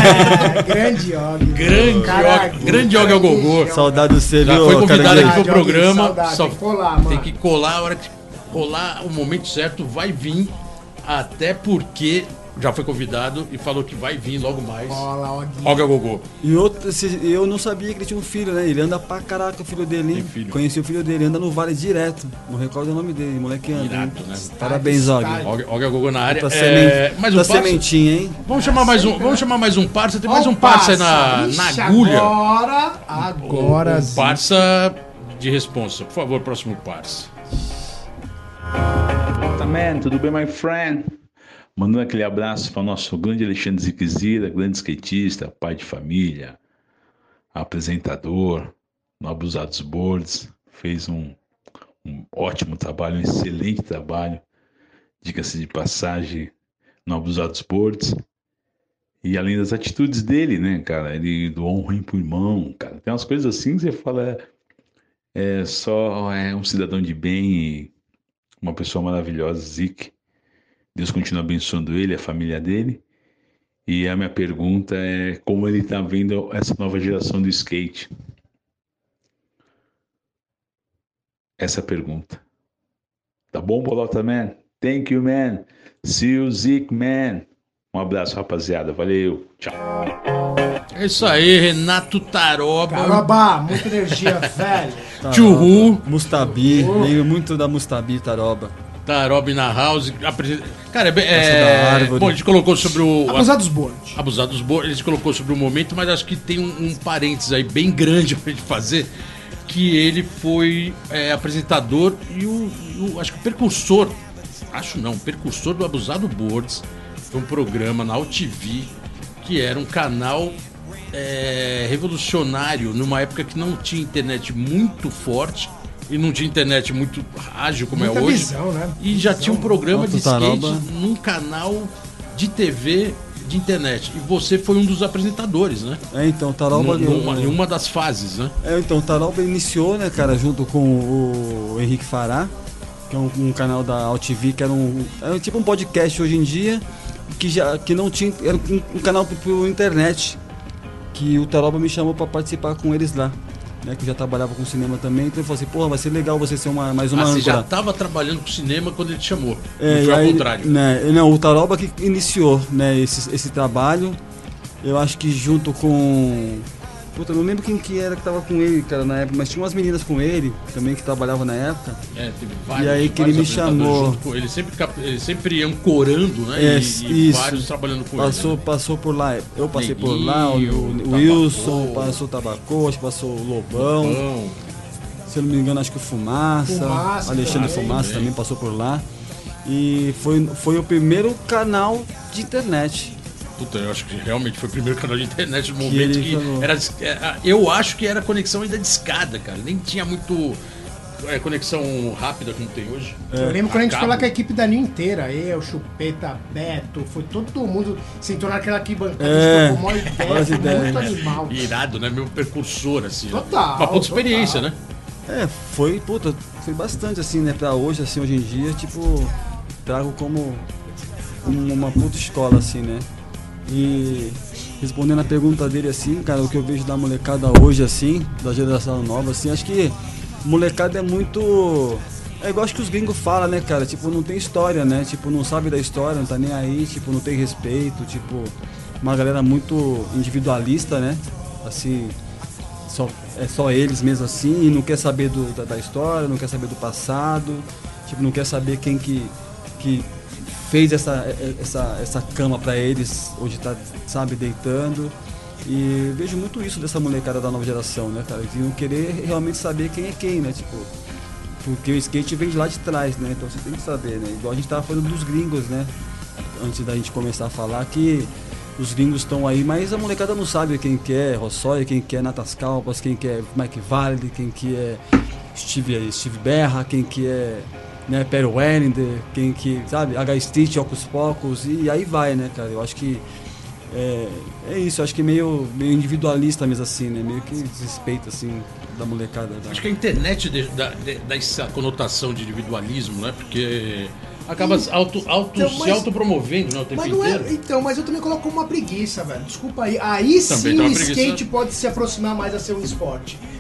[SPEAKER 4] É, grande Og.
[SPEAKER 3] Grande
[SPEAKER 4] Cara,
[SPEAKER 3] Og, grande Og é o Gogô.
[SPEAKER 5] Saudade do você,
[SPEAKER 3] Já
[SPEAKER 5] viu,
[SPEAKER 3] foi convidado
[SPEAKER 5] Caranguejo?
[SPEAKER 3] aqui pro
[SPEAKER 4] Saudade,
[SPEAKER 3] programa.
[SPEAKER 4] saudade,
[SPEAKER 3] Só
[SPEAKER 4] tem que colar, mano.
[SPEAKER 3] tem que colar, a hora que colar o momento certo vai vir. Até porque já foi convidado e falou que vai vir logo mais.
[SPEAKER 4] Bola, Oguinho.
[SPEAKER 3] Olga Gogô.
[SPEAKER 5] E outro, esse- eu não sabia que ele tinha um filho, né? Ele anda pra caraca, o filho dele, hein?
[SPEAKER 3] Tem filho.
[SPEAKER 5] Conheci o filho dele, anda no Vale direto. Não recordo o nome dele, moleque anda. hein?
[SPEAKER 3] Irado, né?
[SPEAKER 5] Parabéns, Og.
[SPEAKER 4] Estádio.
[SPEAKER 3] Olga, Olga Gogô na área.
[SPEAKER 5] Puta,
[SPEAKER 3] É,
[SPEAKER 5] semen...
[SPEAKER 3] mais um
[SPEAKER 5] Puta
[SPEAKER 3] parça.
[SPEAKER 5] sementinha, hein?
[SPEAKER 3] Vamos chamar mais um, vamos chamar mais um parça. Tem mais
[SPEAKER 4] Ó,
[SPEAKER 3] um
[SPEAKER 4] o
[SPEAKER 3] parça aí na, na
[SPEAKER 4] Ixi,
[SPEAKER 3] agulha.
[SPEAKER 4] Agora, agora
[SPEAKER 3] Um
[SPEAKER 4] sim.
[SPEAKER 3] parça de responsa. Por favor, próximo parça.
[SPEAKER 7] Man, tudo bem, my friend? Mandando aquele abraço para o nosso grande Alexandre Ziquezira, grande skatista, pai de família, apresentador, no Abusados Boards, fez um, um ótimo trabalho, um excelente trabalho, diga-se de passagem, no Abusados Boards. E além das atitudes dele, né, cara, ele doou um rim pro irmão, cara, tem umas coisas assim que você fala, é, é só é um cidadão de bem e uma pessoa maravilhosa, Zic. Deus continua abençoando ele, a família dele. E a minha pergunta é como ele está vendo essa nova geração do skate. Essa é a pergunta. Tá bom, Bolota Man? Thank you, man. See you, Zic, man. Um abraço, rapaziada. Valeu. Tchau.
[SPEAKER 3] É isso aí, Renato Taroba.
[SPEAKER 4] Taroba, muita energia, velho.
[SPEAKER 3] Tchurru.
[SPEAKER 5] Mustabi, lembro muito da Mustabi, Taroba.
[SPEAKER 3] Taroba na house. Apresen- Cara, é, bem-
[SPEAKER 5] Essa
[SPEAKER 3] é,
[SPEAKER 5] da árvore.
[SPEAKER 3] bom, a gente colocou sobre o.
[SPEAKER 4] Abusados boards.
[SPEAKER 3] Abusados Boards, a gente colocou sobre o momento, mas acho que tem um, um parênteses aí bem grande pra gente fazer. Que ele foi é, apresentador e o, o- acho que o precursor, acho não, precursor do Abusado Boards. Foi um programa na U T V que era um canal é, revolucionário numa época que não tinha internet muito forte e não tinha internet muito ágil como
[SPEAKER 4] Muita
[SPEAKER 3] é hoje.
[SPEAKER 4] visão, né?
[SPEAKER 3] E já
[SPEAKER 4] Visão.
[SPEAKER 3] tinha um programa de
[SPEAKER 5] Alto
[SPEAKER 3] skate
[SPEAKER 5] Taroba.
[SPEAKER 3] num canal de T V de internet. E você foi um dos apresentadores, né?
[SPEAKER 5] É, então, Taroba...
[SPEAKER 3] Num- numa- em uma das fases, né?
[SPEAKER 5] É, então, o Taroba iniciou, né, cara, junto com o Henrique Fará, que é um, um canal da A U T V, que era um, era tipo um podcast hoje em dia, que, já, que não tinha, era um, um canal por, por internet, que o Taroba me chamou pra participar com eles lá, né, que eu já trabalhava com cinema também, então ele falou assim, porra, vai ser legal você ser uma, mais uma
[SPEAKER 3] Ah, você já
[SPEAKER 5] âncora.
[SPEAKER 3] estava trabalhando com cinema quando ele te chamou.
[SPEAKER 5] É,
[SPEAKER 3] não
[SPEAKER 5] e
[SPEAKER 3] foi ao
[SPEAKER 5] aí,
[SPEAKER 3] contrário.
[SPEAKER 5] né, não, o Taroba que iniciou, né, esse, esse trabalho, eu acho que junto com... Puta, eu não lembro quem que era que tava com ele, cara, na época, mas tinha umas meninas com ele, também, que trabalhavam na época.
[SPEAKER 3] É, teve vários,
[SPEAKER 5] E aí que
[SPEAKER 3] vários
[SPEAKER 5] ele me
[SPEAKER 3] apresentadores
[SPEAKER 5] chamou.
[SPEAKER 3] junto com ele. Sempre, cap- ele sempre ancorando, né?
[SPEAKER 5] É,
[SPEAKER 3] e, e
[SPEAKER 5] isso.
[SPEAKER 3] vários trabalhando com
[SPEAKER 5] Passou,
[SPEAKER 3] ele. né?
[SPEAKER 5] passou por lá, eu passei por
[SPEAKER 3] Neguinho,
[SPEAKER 5] lá, o, o
[SPEAKER 3] Tabacô.
[SPEAKER 5] Wilson, passou o Tabacô, acho que passou o Lobão,
[SPEAKER 3] Pão.
[SPEAKER 5] se eu não me engano, acho que o Fumaça,
[SPEAKER 4] Fumaça
[SPEAKER 5] Alexandre
[SPEAKER 4] também,
[SPEAKER 5] Fumaça
[SPEAKER 3] também.
[SPEAKER 5] também passou por lá. E foi, foi o primeiro canal de internet.
[SPEAKER 3] Puta, eu acho que realmente foi o primeiro canal de internet no
[SPEAKER 5] Que
[SPEAKER 3] momento
[SPEAKER 5] ele
[SPEAKER 3] que
[SPEAKER 5] falou.
[SPEAKER 3] era. é, Eu acho que era conexão ainda de escada, cara. Nem tinha muito é, conexão rápida como tem hoje.
[SPEAKER 4] Eu lembro quando a gente
[SPEAKER 3] A
[SPEAKER 4] foi lá
[SPEAKER 3] cabo.
[SPEAKER 4] com a equipe da Ninho inteira, eu, Chupeta, Beto, foi todo mundo sentou naquela arquibancada,
[SPEAKER 5] É,
[SPEAKER 4] a gente trocou uma ideia,
[SPEAKER 5] várias
[SPEAKER 4] foi
[SPEAKER 5] ideias.
[SPEAKER 4] muito animal.
[SPEAKER 3] Irado, né? Meu precursor, assim. né?
[SPEAKER 4] Total,
[SPEAKER 3] Uma puta experiência,
[SPEAKER 4] total.
[SPEAKER 3] né?
[SPEAKER 5] É, foi, puta, foi bastante assim, né, pra hoje, assim, hoje em dia, tipo, trago como um- uma puta escola, assim, né. E respondendo a pergunta dele, assim, cara, o que eu vejo da molecada hoje, assim, da geração nova, assim, acho que molecada é muito... É igual acho que os gringos falam, né, cara, tipo, não tem história, né, tipo, não sabe da história, não tá nem aí, tipo, não tem respeito, tipo, uma galera muito individualista, né, assim... Só, é só eles mesmo assim, e não quer saber do, da, da história, não quer saber do passado, tipo, não quer saber quem que, que fez essa, essa, essa cama pra eles, hoje tá, sabe, deitando. E eu vejo muito isso dessa molecada da nova geração, né, cara, de não querer realmente saber quem é quem, né, tipo, porque o skate vem de lá de trás, né, então você tem que saber, né, igual a gente tava falando dos gringos, né, antes da gente começar a falar que os gringos estão aí, mas a molecada não sabe quem que é Rossoy, quem que é Natas Calpas, quem que é Mike Valley, quem que é Steve, Steve Berra, quem que é, né, Perry Wellender, quem que, sabe, H Stitch, Ocus Pocus, e aí vai, né, cara, eu acho que é, é isso, eu acho que meio, meio individualista mesmo assim, né, meio que desrespeito, assim, da molecada. Da...
[SPEAKER 3] Acho que a internet de- dá, de- dá essa conotação de individualismo, né? Porque acaba auto, auto,
[SPEAKER 4] Então,
[SPEAKER 3] se
[SPEAKER 4] mas-
[SPEAKER 3] autopromovendo, né, o tempo
[SPEAKER 4] Mas não
[SPEAKER 3] inteiro.
[SPEAKER 4] é, então, mas eu também coloco como uma preguiça, velho. Desculpa aí. Aí
[SPEAKER 3] Também
[SPEAKER 4] sim
[SPEAKER 3] tem
[SPEAKER 4] o
[SPEAKER 3] uma preguiça.
[SPEAKER 4] skate pode se aproximar mais a ser um esporte.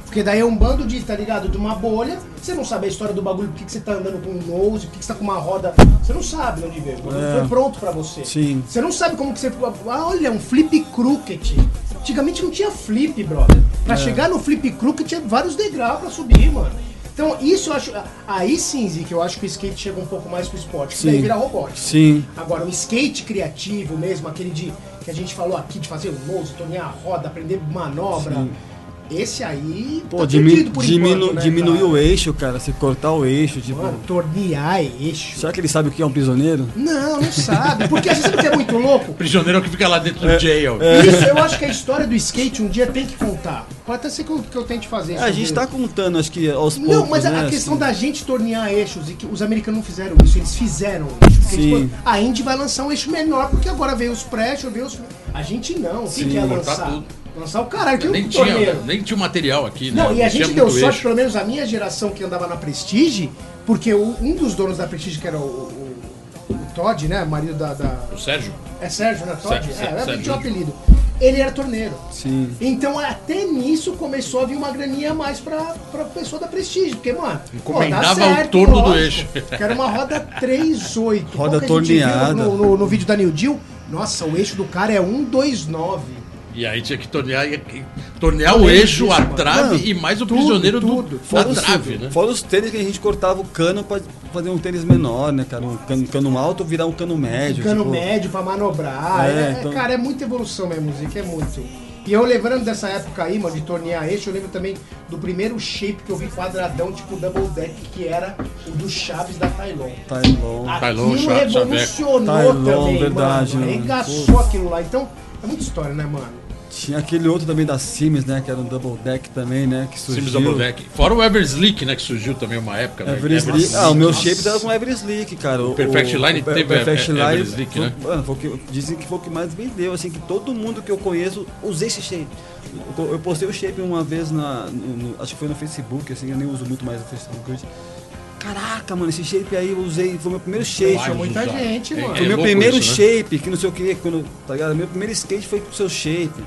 [SPEAKER 4] Porque daí é um bando de, tá ligado, de uma bolha, você não sabe a história do bagulho, por que que você tá andando com um nose, por que que você tá com uma roda, você não sabe onde veio, não
[SPEAKER 5] É.
[SPEAKER 4] foi pronto pra você.
[SPEAKER 5] Sim.
[SPEAKER 4] Você não sabe como que você... Ah, olha, um flip crooked. Antigamente não tinha flip, brother. Pra chegar no flip crooked tinha vários degraus pra subir, mano. Então isso eu acho... Aí sim, Zico, eu acho que o skate chega um pouco mais pro esporte, que
[SPEAKER 5] Sim.
[SPEAKER 4] daí vira robótico.
[SPEAKER 5] Sim.
[SPEAKER 4] Agora, o skate criativo mesmo, aquele de que a gente falou aqui, de fazer o nose, tornear a roda, aprender manobra,
[SPEAKER 5] Sim.
[SPEAKER 4] esse aí
[SPEAKER 5] Pô,
[SPEAKER 4] tá
[SPEAKER 5] dimi
[SPEAKER 4] perdido por
[SPEAKER 5] diminu
[SPEAKER 4] enquanto, né,
[SPEAKER 5] diminuir
[SPEAKER 4] cara?
[SPEAKER 5] o eixo, cara. Se cortar o eixo, tipo...
[SPEAKER 4] Mano, tornear eixo.
[SPEAKER 5] Será que ele sabe o que é um prisioneiro?
[SPEAKER 4] Não, não sabe. Porque às vezes sabe o que é muito louco?
[SPEAKER 3] O prisioneiro é o que fica lá dentro
[SPEAKER 5] É.
[SPEAKER 3] do jail.
[SPEAKER 4] Isso, eu acho que a história do skate um dia tem que contar. Pode até ser que eu, que eu tente fazer
[SPEAKER 5] É,
[SPEAKER 4] isso.
[SPEAKER 5] a gente tá contando, acho que aos poucos,
[SPEAKER 4] Não, mas a,
[SPEAKER 5] né,
[SPEAKER 4] a questão
[SPEAKER 5] assim.
[SPEAKER 4] da gente tornear eixos, e que os americanos não fizeram isso, eles fizeram isso. Porque,
[SPEAKER 5] Sim.
[SPEAKER 4] tipo, a Indy vai lançar um eixo menor, porque agora veio os pressure, veio os... A gente não, quem quer
[SPEAKER 3] cortar
[SPEAKER 4] lançar?
[SPEAKER 3] tudo.
[SPEAKER 4] Lançar o caralho, que
[SPEAKER 3] Nem
[SPEAKER 4] não
[SPEAKER 3] tinha,
[SPEAKER 4] torneiro.
[SPEAKER 3] nem tinha o material aqui, né?
[SPEAKER 4] Não, e a
[SPEAKER 3] tinha
[SPEAKER 4] gente deu
[SPEAKER 3] muito
[SPEAKER 4] sorte,
[SPEAKER 3] eixo.
[SPEAKER 4] pelo menos a minha geração que andava na Prestige, porque o- um dos donos da Prestige, que era o, o, o Todd, né, marido da... da-
[SPEAKER 3] O Sérgio?
[SPEAKER 4] É Sérgio, né, Todd?
[SPEAKER 3] Sérgio,
[SPEAKER 4] é,
[SPEAKER 3] Sérgio,
[SPEAKER 4] é,
[SPEAKER 3] Sérgio.
[SPEAKER 4] tinha um apelido. Ele era torneiro.
[SPEAKER 5] Sim.
[SPEAKER 4] Então até nisso começou a vir uma graninha a mais pra, pra pessoa da Prestige, porque, mano,
[SPEAKER 3] Encomendava
[SPEAKER 4] pô, dá
[SPEAKER 3] o
[SPEAKER 4] certo,
[SPEAKER 3] torno do
[SPEAKER 4] lógico.
[SPEAKER 3] eixo.
[SPEAKER 4] Que era uma roda três oito.
[SPEAKER 5] Roda
[SPEAKER 4] Qual que a gente viu
[SPEAKER 5] torneada.
[SPEAKER 4] No, no, no vídeo da New Deal, nossa, o eixo do cara é um dois nove.
[SPEAKER 3] E aí tinha que tornear, e- tornear o
[SPEAKER 4] lembro
[SPEAKER 3] eixo,
[SPEAKER 4] disso,
[SPEAKER 3] a
[SPEAKER 4] mano.
[SPEAKER 3] trave
[SPEAKER 5] Mano,
[SPEAKER 3] e mais o
[SPEAKER 4] tudo,
[SPEAKER 3] prisioneiro
[SPEAKER 4] tudo.
[SPEAKER 3] do,
[SPEAKER 5] Fora
[SPEAKER 3] da
[SPEAKER 5] os,
[SPEAKER 3] trave, né?
[SPEAKER 5] fora os tênis que a gente cortava o cano pra fazer um tênis menor, né, cara? Um cano, cano alto virar um cano médio.
[SPEAKER 4] Cano
[SPEAKER 5] tipo,
[SPEAKER 4] médio pra manobrar.
[SPEAKER 5] É,
[SPEAKER 4] É,
[SPEAKER 5] então-
[SPEAKER 4] Cara, é muita evolução mesmo, música, é muito. E eu lembrando dessa época aí, mano, de tornear eixo, eu lembro também do primeiro shape que eu vi quadradão, tipo double deck, que era o do Chaves da Tylon.
[SPEAKER 5] Tylon.
[SPEAKER 3] Tylon,
[SPEAKER 4] Aquilo
[SPEAKER 3] Chaves,
[SPEAKER 4] revolucionou
[SPEAKER 5] Tylon,
[SPEAKER 4] também,
[SPEAKER 5] verdade,
[SPEAKER 4] mano.
[SPEAKER 5] mano.
[SPEAKER 4] Arregaçou aquilo lá. Então, é muita história, né, mano?
[SPEAKER 5] Tinha aquele outro também da Sims, né? Que era um double deck também, né? Que surgiu.
[SPEAKER 3] Sims Double Deck. Fora o Everslick, né? Que surgiu também uma época. Né?
[SPEAKER 5] Everslick. Ah, o meu shape era com Everslick, cara. O
[SPEAKER 3] Perfect Line
[SPEAKER 5] o,
[SPEAKER 3] teve
[SPEAKER 5] o Perfect
[SPEAKER 3] é- é-
[SPEAKER 5] Line.
[SPEAKER 3] Everslick,
[SPEAKER 5] foi-
[SPEAKER 3] né?
[SPEAKER 5] Mano, foi o que, dizem que foi o que mais vendeu, assim, que todo mundo que eu conheço usei esse shape. Eu, eu postei o shape uma vez na. no- no- acho que foi no Facebook, assim, eu nem uso muito mais o Facebook hoje. Caraca, mano, esse shape aí eu usei, foi o meu primeiro shape.
[SPEAKER 3] Vai,
[SPEAKER 4] muita
[SPEAKER 3] usar.
[SPEAKER 4] gente,
[SPEAKER 3] É-
[SPEAKER 4] mano.
[SPEAKER 3] é
[SPEAKER 5] Foi meu
[SPEAKER 3] louco
[SPEAKER 5] primeiro
[SPEAKER 3] isso, né?
[SPEAKER 5] shape, que não sei o que, quando, tá ligado? Meu primeiro skate foi com o seu shape.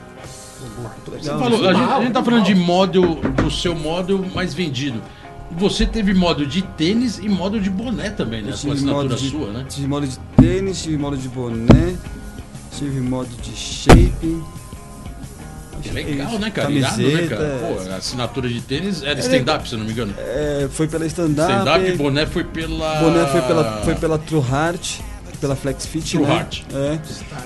[SPEAKER 5] Pô,
[SPEAKER 3] Você
[SPEAKER 5] legal,
[SPEAKER 3] falou,
[SPEAKER 5] né?
[SPEAKER 3] a, gente, a gente tá
[SPEAKER 4] Animal,
[SPEAKER 3] falando de modo, do seu modo mais vendido. Você teve modo de tênis e modo de boné também, né?
[SPEAKER 5] Eu
[SPEAKER 3] Com
[SPEAKER 5] tive
[SPEAKER 3] assinatura
[SPEAKER 5] modo de,
[SPEAKER 3] sua, né?
[SPEAKER 5] tive modo de tênis, tive modo de boné, tive modo de shape.
[SPEAKER 3] Que legal,
[SPEAKER 5] Isso,
[SPEAKER 3] né, cara? Irado, né,
[SPEAKER 5] camiseta,
[SPEAKER 3] cara? Pô, a assinatura de tênis era
[SPEAKER 5] É
[SPEAKER 3] stand-up, se eu não me engano.
[SPEAKER 5] é, foi pela stand-up,
[SPEAKER 3] Stand-up e boné foi pela...
[SPEAKER 5] boné foi pela, foi pela True Heart, pela Flex Fit,
[SPEAKER 3] True
[SPEAKER 5] né?
[SPEAKER 3] Heart.
[SPEAKER 5] É.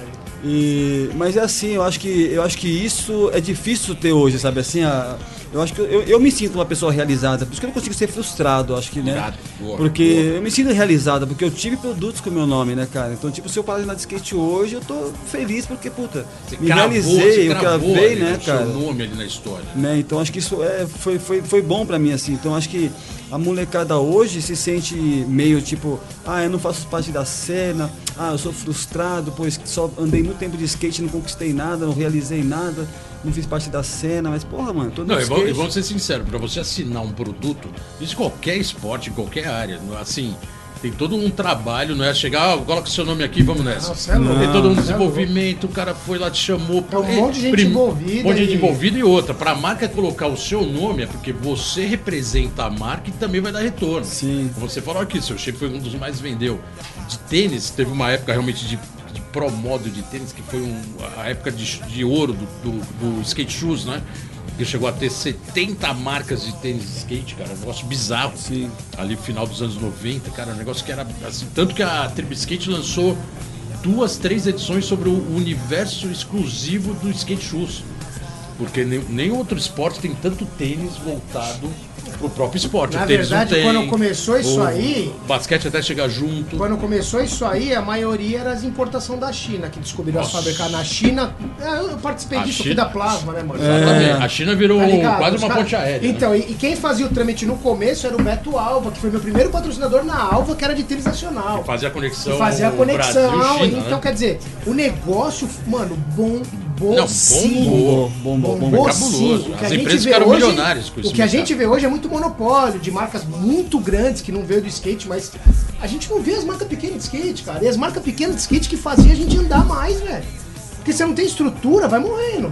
[SPEAKER 5] E, mas é assim, eu acho que eu acho que isso é difícil ter hoje, sabe? Assim, a, eu acho que eu, eu me sinto uma pessoa realizada, por isso que eu não consigo ser frustrado, eu acho que, né?
[SPEAKER 3] Irado. Boa,
[SPEAKER 5] Porque
[SPEAKER 3] boa.
[SPEAKER 5] eu me sinto realizada, porque eu tive produtos com o meu nome, né, cara? Então, tipo, se eu parar de andar de skate hoje, eu tô feliz porque, puta,
[SPEAKER 3] Você
[SPEAKER 5] me
[SPEAKER 3] cravou,
[SPEAKER 5] realizei,
[SPEAKER 3] você
[SPEAKER 5] eu
[SPEAKER 3] cravou
[SPEAKER 5] gravei,
[SPEAKER 3] ali
[SPEAKER 5] né,
[SPEAKER 3] o
[SPEAKER 5] cara?
[SPEAKER 3] seu nome ali na história.
[SPEAKER 5] Né? Então acho que isso é, foi, foi, foi bom pra mim, assim. Então acho que a molecada hoje se sente meio tipo, ah, eu não faço parte da cena, ah, eu sou frustrado, pois só andei muito tempo de skate, não conquistei nada, não realizei nada, não fiz parte da cena, mas porra, mano, tô no
[SPEAKER 3] Não, e
[SPEAKER 5] skate.
[SPEAKER 3] vamos, e vamos ser sinceros, pra você assinar um produto, isso em qualquer esporte, em qualquer área, assim, tem todo um trabalho, não é chegar, ah, coloca seu nome aqui, vamos nessa.
[SPEAKER 4] Não, você é louco.
[SPEAKER 3] Tem todo um
[SPEAKER 4] Você é
[SPEAKER 3] desenvolvimento, o cara foi lá, te chamou.
[SPEAKER 4] É um
[SPEAKER 3] Ei,
[SPEAKER 4] monte de gente
[SPEAKER 3] prim-
[SPEAKER 4] envolvida
[SPEAKER 3] Um monte de gente
[SPEAKER 4] e-
[SPEAKER 3] envolvida e outra. Pra marca colocar o seu nome é porque você representa a marca e também vai dar retorno.
[SPEAKER 5] Sim.
[SPEAKER 3] Como você falou aqui, seu shape foi um dos mais vendeu. De tênis, teve uma época realmente de, de pro modo de tênis, que foi um- a época de, de ouro do, do, do skate shoes, né? Que chegou a ter setenta marcas de tênis de skate, cara. Um negócio bizarro.
[SPEAKER 5] Sim.
[SPEAKER 3] Ali no final dos anos noventa, cara, um negócio que era assim. Tanto que a Tribo Skate lançou duas, três edições sobre o universo exclusivo do skate shoes. Porque nem, nem outro esporte tem tanto tênis voltado pro próprio esporte.
[SPEAKER 4] Na
[SPEAKER 3] o tênis
[SPEAKER 4] verdade,
[SPEAKER 3] não tem,
[SPEAKER 4] quando começou isso
[SPEAKER 3] o
[SPEAKER 4] aí-
[SPEAKER 3] basquete até chegar junto.
[SPEAKER 4] Quando começou isso aí, a maioria era as importação da China, que descobriram as
[SPEAKER 3] Nossa.
[SPEAKER 4] fabricar na China. É, eu participei
[SPEAKER 3] A
[SPEAKER 4] disso, eu fui
[SPEAKER 3] China-
[SPEAKER 4] da Plasma, né, mano?
[SPEAKER 3] Exatamente.
[SPEAKER 5] É.
[SPEAKER 3] A China virou
[SPEAKER 4] Tá ligado?
[SPEAKER 3] quase
[SPEAKER 4] Os
[SPEAKER 3] uma
[SPEAKER 4] cara-
[SPEAKER 3] ponte aérea. né?
[SPEAKER 4] Então, e, e quem fazia o trâmite no começo era o Beto Alva, que foi meu primeiro patrocinador na Alva, que era de tênis nacional.
[SPEAKER 3] Fazia a conexão.
[SPEAKER 4] E fazia a conexão.
[SPEAKER 3] Brasil-China,
[SPEAKER 4] Então,
[SPEAKER 3] né?
[SPEAKER 4] quer dizer, o negócio, mano, bombou
[SPEAKER 3] Não,
[SPEAKER 4] sim.
[SPEAKER 3] bombou.
[SPEAKER 5] Bombou, bombou.
[SPEAKER 4] Bombou
[SPEAKER 3] cabuloso.
[SPEAKER 4] sim. O que
[SPEAKER 3] As
[SPEAKER 4] a gente
[SPEAKER 3] empresas
[SPEAKER 4] vê
[SPEAKER 3] ficaram
[SPEAKER 4] hoje-
[SPEAKER 3] milionárias com esse
[SPEAKER 4] O que a
[SPEAKER 3] mercado.
[SPEAKER 4] gente vê hoje é muito monopólio de marcas muito grandes que não veio do skate, mas a gente não vê as marcas pequenas de skate, cara. E as marcas pequenas de skate que faziam a gente andar mais, velho. Porque você não tem estrutura, vai morrendo.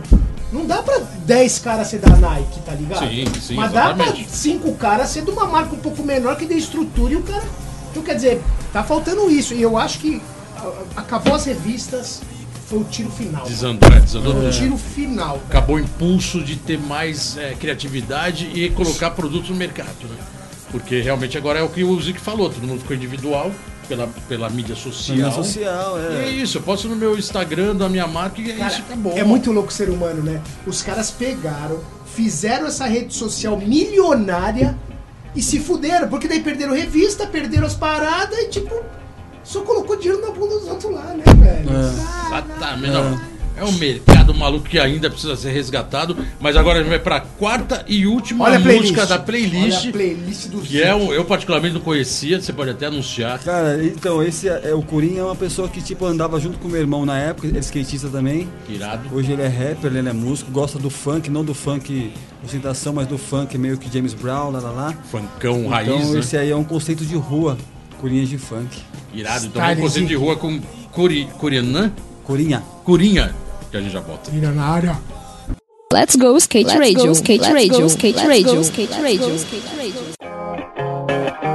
[SPEAKER 4] Não dá pra dez caras ser da Nike, tá ligado?
[SPEAKER 3] Sim, sim,
[SPEAKER 4] Mas
[SPEAKER 3] exatamente.
[SPEAKER 4] dá pra cinco caras ser de uma marca um pouco menor que dê estrutura e o cara... Então, quer dizer, tá faltando isso. E eu acho que a- acabou as revistas, foi o tiro final.
[SPEAKER 3] Desandou, é, desandou
[SPEAKER 4] Foi o
[SPEAKER 3] tudo.
[SPEAKER 4] tiro final.
[SPEAKER 3] Acabou o impulso de ter mais é, criatividade e colocar produtos no mercado, né? Porque realmente agora é o que o Zic falou, todo mundo ficou individual pela, pela mídia social.
[SPEAKER 5] Mídia social,
[SPEAKER 3] E é
[SPEAKER 5] é.
[SPEAKER 3] isso, eu posto no meu Instagram da minha marca e é
[SPEAKER 4] Cara,
[SPEAKER 3] isso, acabou.
[SPEAKER 4] é muito louco o ser humano, né? Os caras pegaram, fizeram essa rede social milionária e se fuderam, porque daí perderam revista, perderam as paradas e tipo, só colocou dinheiro na bunda dos outros lá, né, velho?
[SPEAKER 5] É.
[SPEAKER 3] Exatamente, não. É um mercado maluco que ainda precisa ser resgatado, mas agora a gente vai pra quarta e última
[SPEAKER 4] Olha a playlist.
[SPEAKER 3] música da playlist,
[SPEAKER 4] Olha a playlist do
[SPEAKER 3] que é um, eu particularmente não conhecia, você pode até anunciar.
[SPEAKER 5] Cara, então, esse é, é- o Corinha é uma pessoa que, tipo, andava junto com o meu irmão na época, ele é skatista também.
[SPEAKER 3] Irado.
[SPEAKER 5] Hoje ele é rapper, ele é músico, gosta do funk, não do funk ostentação, mas do funk meio que James Brown, lá lá lá.
[SPEAKER 3] Funkão raiz,
[SPEAKER 5] Então
[SPEAKER 3] né?
[SPEAKER 5] esse aí é um conceito de rua, Corinha de funk.
[SPEAKER 3] Irado. Então
[SPEAKER 4] Style
[SPEAKER 3] vamos conceito de rua com Cori, Corianã?
[SPEAKER 5] Corinha.
[SPEAKER 3] Corinha, que a gente já bota.
[SPEAKER 4] Vira na área.
[SPEAKER 2] Let's go skate
[SPEAKER 8] Let's
[SPEAKER 2] radio,
[SPEAKER 8] go,
[SPEAKER 2] skate
[SPEAKER 8] let's
[SPEAKER 2] radio,
[SPEAKER 8] go,
[SPEAKER 2] skate
[SPEAKER 8] let's
[SPEAKER 2] radio,
[SPEAKER 8] go,
[SPEAKER 2] skate
[SPEAKER 8] let's
[SPEAKER 2] radio,
[SPEAKER 8] go.
[SPEAKER 2] skate radio.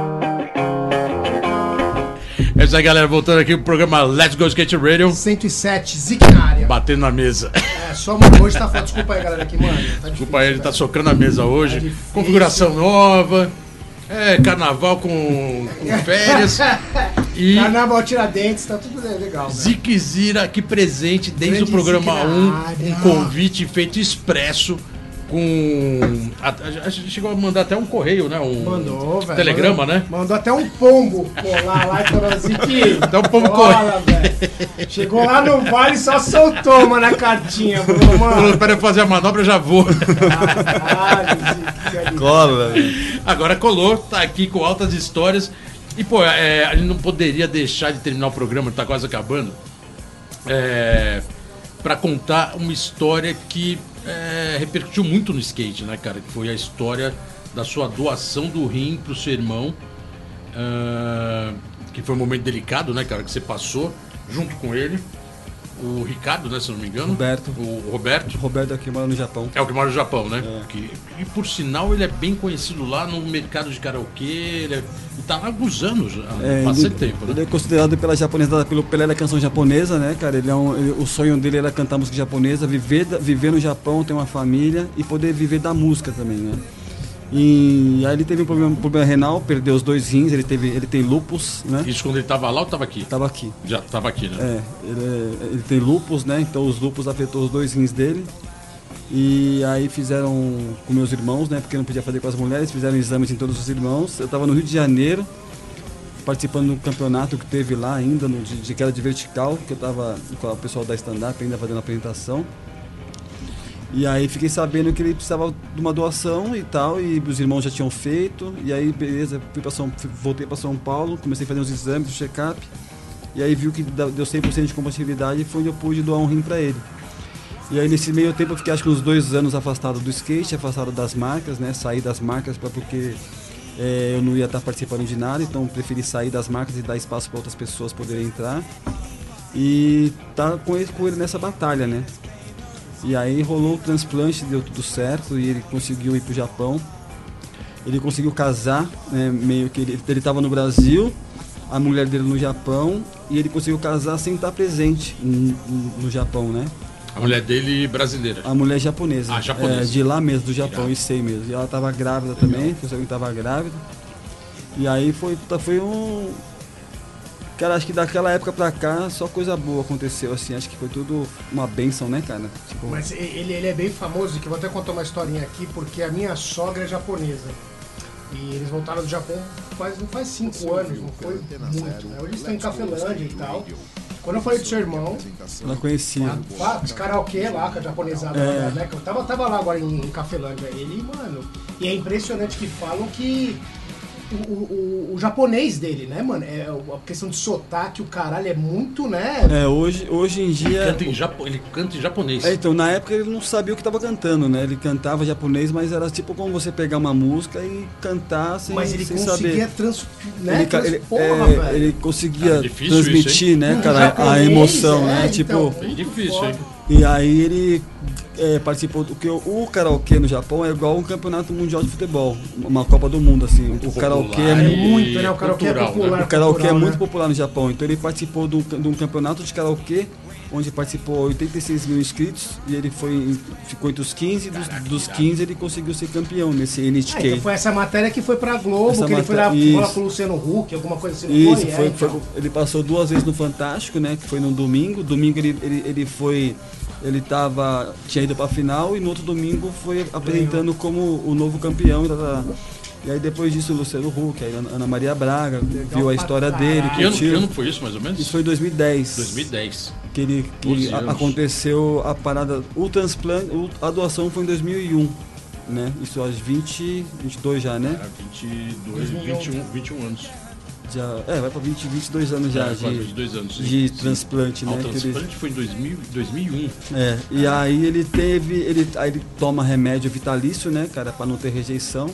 [SPEAKER 3] É isso aí, galera. Voltando aqui pro programa Let's Go Skate Radio.
[SPEAKER 4] cento e sete, Zic na área.
[SPEAKER 3] Batendo na mesa.
[SPEAKER 4] É, só mano, hoje tá foda. Desculpa aí, galera, que mano. Tá
[SPEAKER 3] Desculpa
[SPEAKER 4] difícil,
[SPEAKER 3] aí, ele tá
[SPEAKER 4] velho.
[SPEAKER 3] socando a mesa hoje.
[SPEAKER 4] Tá difícil.
[SPEAKER 3] Configuração nova. É, carnaval com, com férias. E
[SPEAKER 4] Carnaval Tiradentes, tá tudo legal, velho.
[SPEAKER 3] Zique Zira aqui presente desde
[SPEAKER 4] Grande
[SPEAKER 3] o programa
[SPEAKER 4] Zique na
[SPEAKER 3] um.
[SPEAKER 4] área.
[SPEAKER 3] Um convite feito expresso. Com. A, a, a gente chegou a mandar até um correio, né? Um
[SPEAKER 4] Mandou, velho.
[SPEAKER 3] telegrama,
[SPEAKER 4] mandou,
[SPEAKER 3] né?
[SPEAKER 4] Mandou até um pombo colar lá e falou assim que.
[SPEAKER 3] Até um pombo
[SPEAKER 4] cola, velho. Chegou lá no vale e só soltou, mano, a cartinha. Falou,
[SPEAKER 3] Falou,
[SPEAKER 4] mano.
[SPEAKER 3] pera eu fazer a manobra, eu já vou.
[SPEAKER 4] Caralho, Zique, que ali.
[SPEAKER 5] Cola, velho.
[SPEAKER 3] Agora colou, tá aqui com altas histórias. E, pô, é, a gente não poderia deixar de terminar o programa, tá quase acabando. É, pra contar uma história que é, repercutiu muito no skate, né, cara? Que foi a história da sua doação do rim pro seu irmão. ah, que foi um momento delicado, né, cara? Que você passou junto com ele. O Ricardo, né, se eu não me engano.
[SPEAKER 5] Roberto.
[SPEAKER 3] O Roberto.
[SPEAKER 5] Roberto aqui mora no Japão.
[SPEAKER 3] É o que mora no Japão, né? Que, e por sinal ele é bem conhecido lá no mercado de karaokê, ele, é, ele tá lá há alguns anos, há
[SPEAKER 5] É,
[SPEAKER 3] bastante
[SPEAKER 5] ele,
[SPEAKER 3] tempo,
[SPEAKER 5] ele
[SPEAKER 3] né?
[SPEAKER 5] é considerado pela japonesada, pelo Pelé da canção japonesa, né, cara? Ele é um, ele- o sonho dele era cantar música japonesa, viver, da- viver no Japão, ter uma família e poder viver da música também, né? E aí ele teve um problema, um problema renal, perdeu os dois rins, ele, teve, ele tem lupus, né?
[SPEAKER 3] Isso quando ele tava lá ou tava aqui?
[SPEAKER 5] Tava aqui.
[SPEAKER 3] Já tava aqui, né?
[SPEAKER 5] É, ele, é- ele tem lupus, né? Então os lupus afetou os dois rins dele. E aí fizeram com meus irmãos, né? Porque não podia fazer com as mulheres, fizeram exames em todos os irmãos. Eu tava no Rio de Janeiro, participando de um campeonato que teve lá ainda, no, de, de que era de vertical, que eu tava com o pessoal da stand-up ainda fazendo a apresentação. E aí fiquei sabendo que ele precisava de uma doação e tal, e os irmãos já tinham feito. E aí, beleza, fui pra São, fui- voltei para São Paulo, comecei a fazer os exames, o check-up. E aí viu que da- deu cem por cento de compatibilidade e foi onde eu pude doar um rim para ele. E aí nesse meio tempo eu fiquei acho que uns dois anos afastado do skate, afastado das marcas, né? Saí das marcas pra, porque é, eu não ia estar participando de nada, então preferi sair das marcas e dar espaço para outras pessoas poderem entrar. E tá com ele, com ele nessa batalha, né? E aí rolou o transplante, deu tudo certo e ele conseguiu ir pro Japão. Ele conseguiu casar, né, meio que ele ele estava no Brasil, a mulher dele no Japão, e ele conseguiu casar sem estar presente no, no Japão, né?
[SPEAKER 3] A mulher dele brasileira.
[SPEAKER 5] A mulher japonesa.
[SPEAKER 3] Ah, japonesa.
[SPEAKER 5] É, de lá mesmo, do Japão,
[SPEAKER 3] Irado.
[SPEAKER 5] Issei mesmo. E ela estava grávida também, foi que estava grávida. E aí foi, tá- foi um... Cara, acho que daquela época pra cá só coisa boa aconteceu, assim. Acho que foi tudo uma bênção, né, cara? Tipo,
[SPEAKER 4] Mas ele, ele é bem famoso, que eu vou até contar uma historinha aqui, porque a minha sogra é japonesa. E eles voltaram do Japão faz, não faz cinco anos, não foi muito. Né? Hoje eles estão em Cafelândia e tal. Quando eu falei do seu irmão,
[SPEAKER 5] ela conhecia.
[SPEAKER 4] ah, os karaokê lá com a japonesada,
[SPEAKER 5] É.
[SPEAKER 4] né? Que eu tava, tava lá agora em, em Cafelândia, ele, mano. E é impressionante que falam que o, o, o japonês dele, né, mano? É, a questão de sotaque, o caralho é muito, né?
[SPEAKER 5] É, hoje, hoje em
[SPEAKER 3] Ele
[SPEAKER 5] dia...
[SPEAKER 3] canta em, japo... ele canta em japonês.
[SPEAKER 5] É, então, na época ele não sabia o que estava cantando, né? Ele cantava japonês, mas era tipo como você pegar uma música e cantar sem,
[SPEAKER 4] Mas ele
[SPEAKER 5] sem
[SPEAKER 4] conseguia
[SPEAKER 5] saber.
[SPEAKER 4] trans, né?
[SPEAKER 5] Ele, ca-
[SPEAKER 4] trans...
[SPEAKER 5] ele,
[SPEAKER 4] Porra,
[SPEAKER 5] é,
[SPEAKER 4] velho.
[SPEAKER 5] ele conseguia
[SPEAKER 3] Cara, difícil
[SPEAKER 5] transmitir,
[SPEAKER 3] isso,
[SPEAKER 5] né,
[SPEAKER 4] Um
[SPEAKER 5] cara, a
[SPEAKER 4] japonês,
[SPEAKER 5] emoção,
[SPEAKER 4] é,
[SPEAKER 5] né?
[SPEAKER 4] então,
[SPEAKER 5] Tipo,
[SPEAKER 3] Bem difícil, hein?
[SPEAKER 5] e aí ele é, participou do que o, o karaokê no Japão é igual um campeonato mundial de futebol, uma Copa do Mundo, assim. O
[SPEAKER 3] Popular
[SPEAKER 5] karaokê é
[SPEAKER 3] e
[SPEAKER 4] muito, né? O karaokê é
[SPEAKER 3] cultural,
[SPEAKER 4] popular.
[SPEAKER 3] né?
[SPEAKER 5] O karaokê é
[SPEAKER 4] cultural,
[SPEAKER 5] muito
[SPEAKER 4] né?
[SPEAKER 5] popular no Japão, então ele participou de um, de um campeonato de karaokê onde participou oitenta e seis mil inscritos e ele foi, ficou entre os quinze, dos, dos quinze ele conseguiu ser campeão nesse N H
[SPEAKER 4] Ah,
[SPEAKER 5] K.
[SPEAKER 4] então foi essa matéria que foi pra Globo,
[SPEAKER 5] Essa
[SPEAKER 4] que ele foi lá,
[SPEAKER 5] matéria-
[SPEAKER 4] foi lá
[SPEAKER 5] isso.
[SPEAKER 4] com o Luciano Huck, alguma coisa assim. não
[SPEAKER 5] Isso,
[SPEAKER 4] foi,
[SPEAKER 5] foi,
[SPEAKER 4] é, então.
[SPEAKER 5] foi- ele passou duas vezes no Fantástico, né? Que foi no domingo. Domingo ele, ele, ele foi. Ele tava, tinha ido pra final e no outro domingo foi apresentando como o novo campeão. tá, tá. E aí depois disso o Luciano Huck, aí a Ana Maria Braga, viu a história
[SPEAKER 4] pra
[SPEAKER 5] dele,
[SPEAKER 4] caralho.
[SPEAKER 3] Que ano, que
[SPEAKER 5] curtiu.
[SPEAKER 3] ano foi isso, mais ou menos?
[SPEAKER 5] Isso foi em dois mil e dez.
[SPEAKER 3] dois mil e dez.
[SPEAKER 5] Que, ele,
[SPEAKER 3] doze
[SPEAKER 5] que a-
[SPEAKER 3] anos.
[SPEAKER 5] aconteceu a parada. O transplante, o- a doação foi em dois mil e um. Né? Isso aos vinte, vinte e dois já, né?
[SPEAKER 3] Cara, vinte e dois, vinte e um, vinte e um anos.
[SPEAKER 5] Já, é, vai pra vinte, vinte e dois anos já
[SPEAKER 3] É, quase
[SPEAKER 5] de,
[SPEAKER 3] vinte e dois anos. sim.
[SPEAKER 5] de
[SPEAKER 3] Sim.
[SPEAKER 5] transplante,
[SPEAKER 3] Ah,
[SPEAKER 5] né?
[SPEAKER 3] o
[SPEAKER 5] que ele-
[SPEAKER 3] transplante foi em dois mil, dois mil e um.
[SPEAKER 5] É, e aí ele teve, ele, aí ele toma remédio vitalício, né, cara, pra não ter rejeição.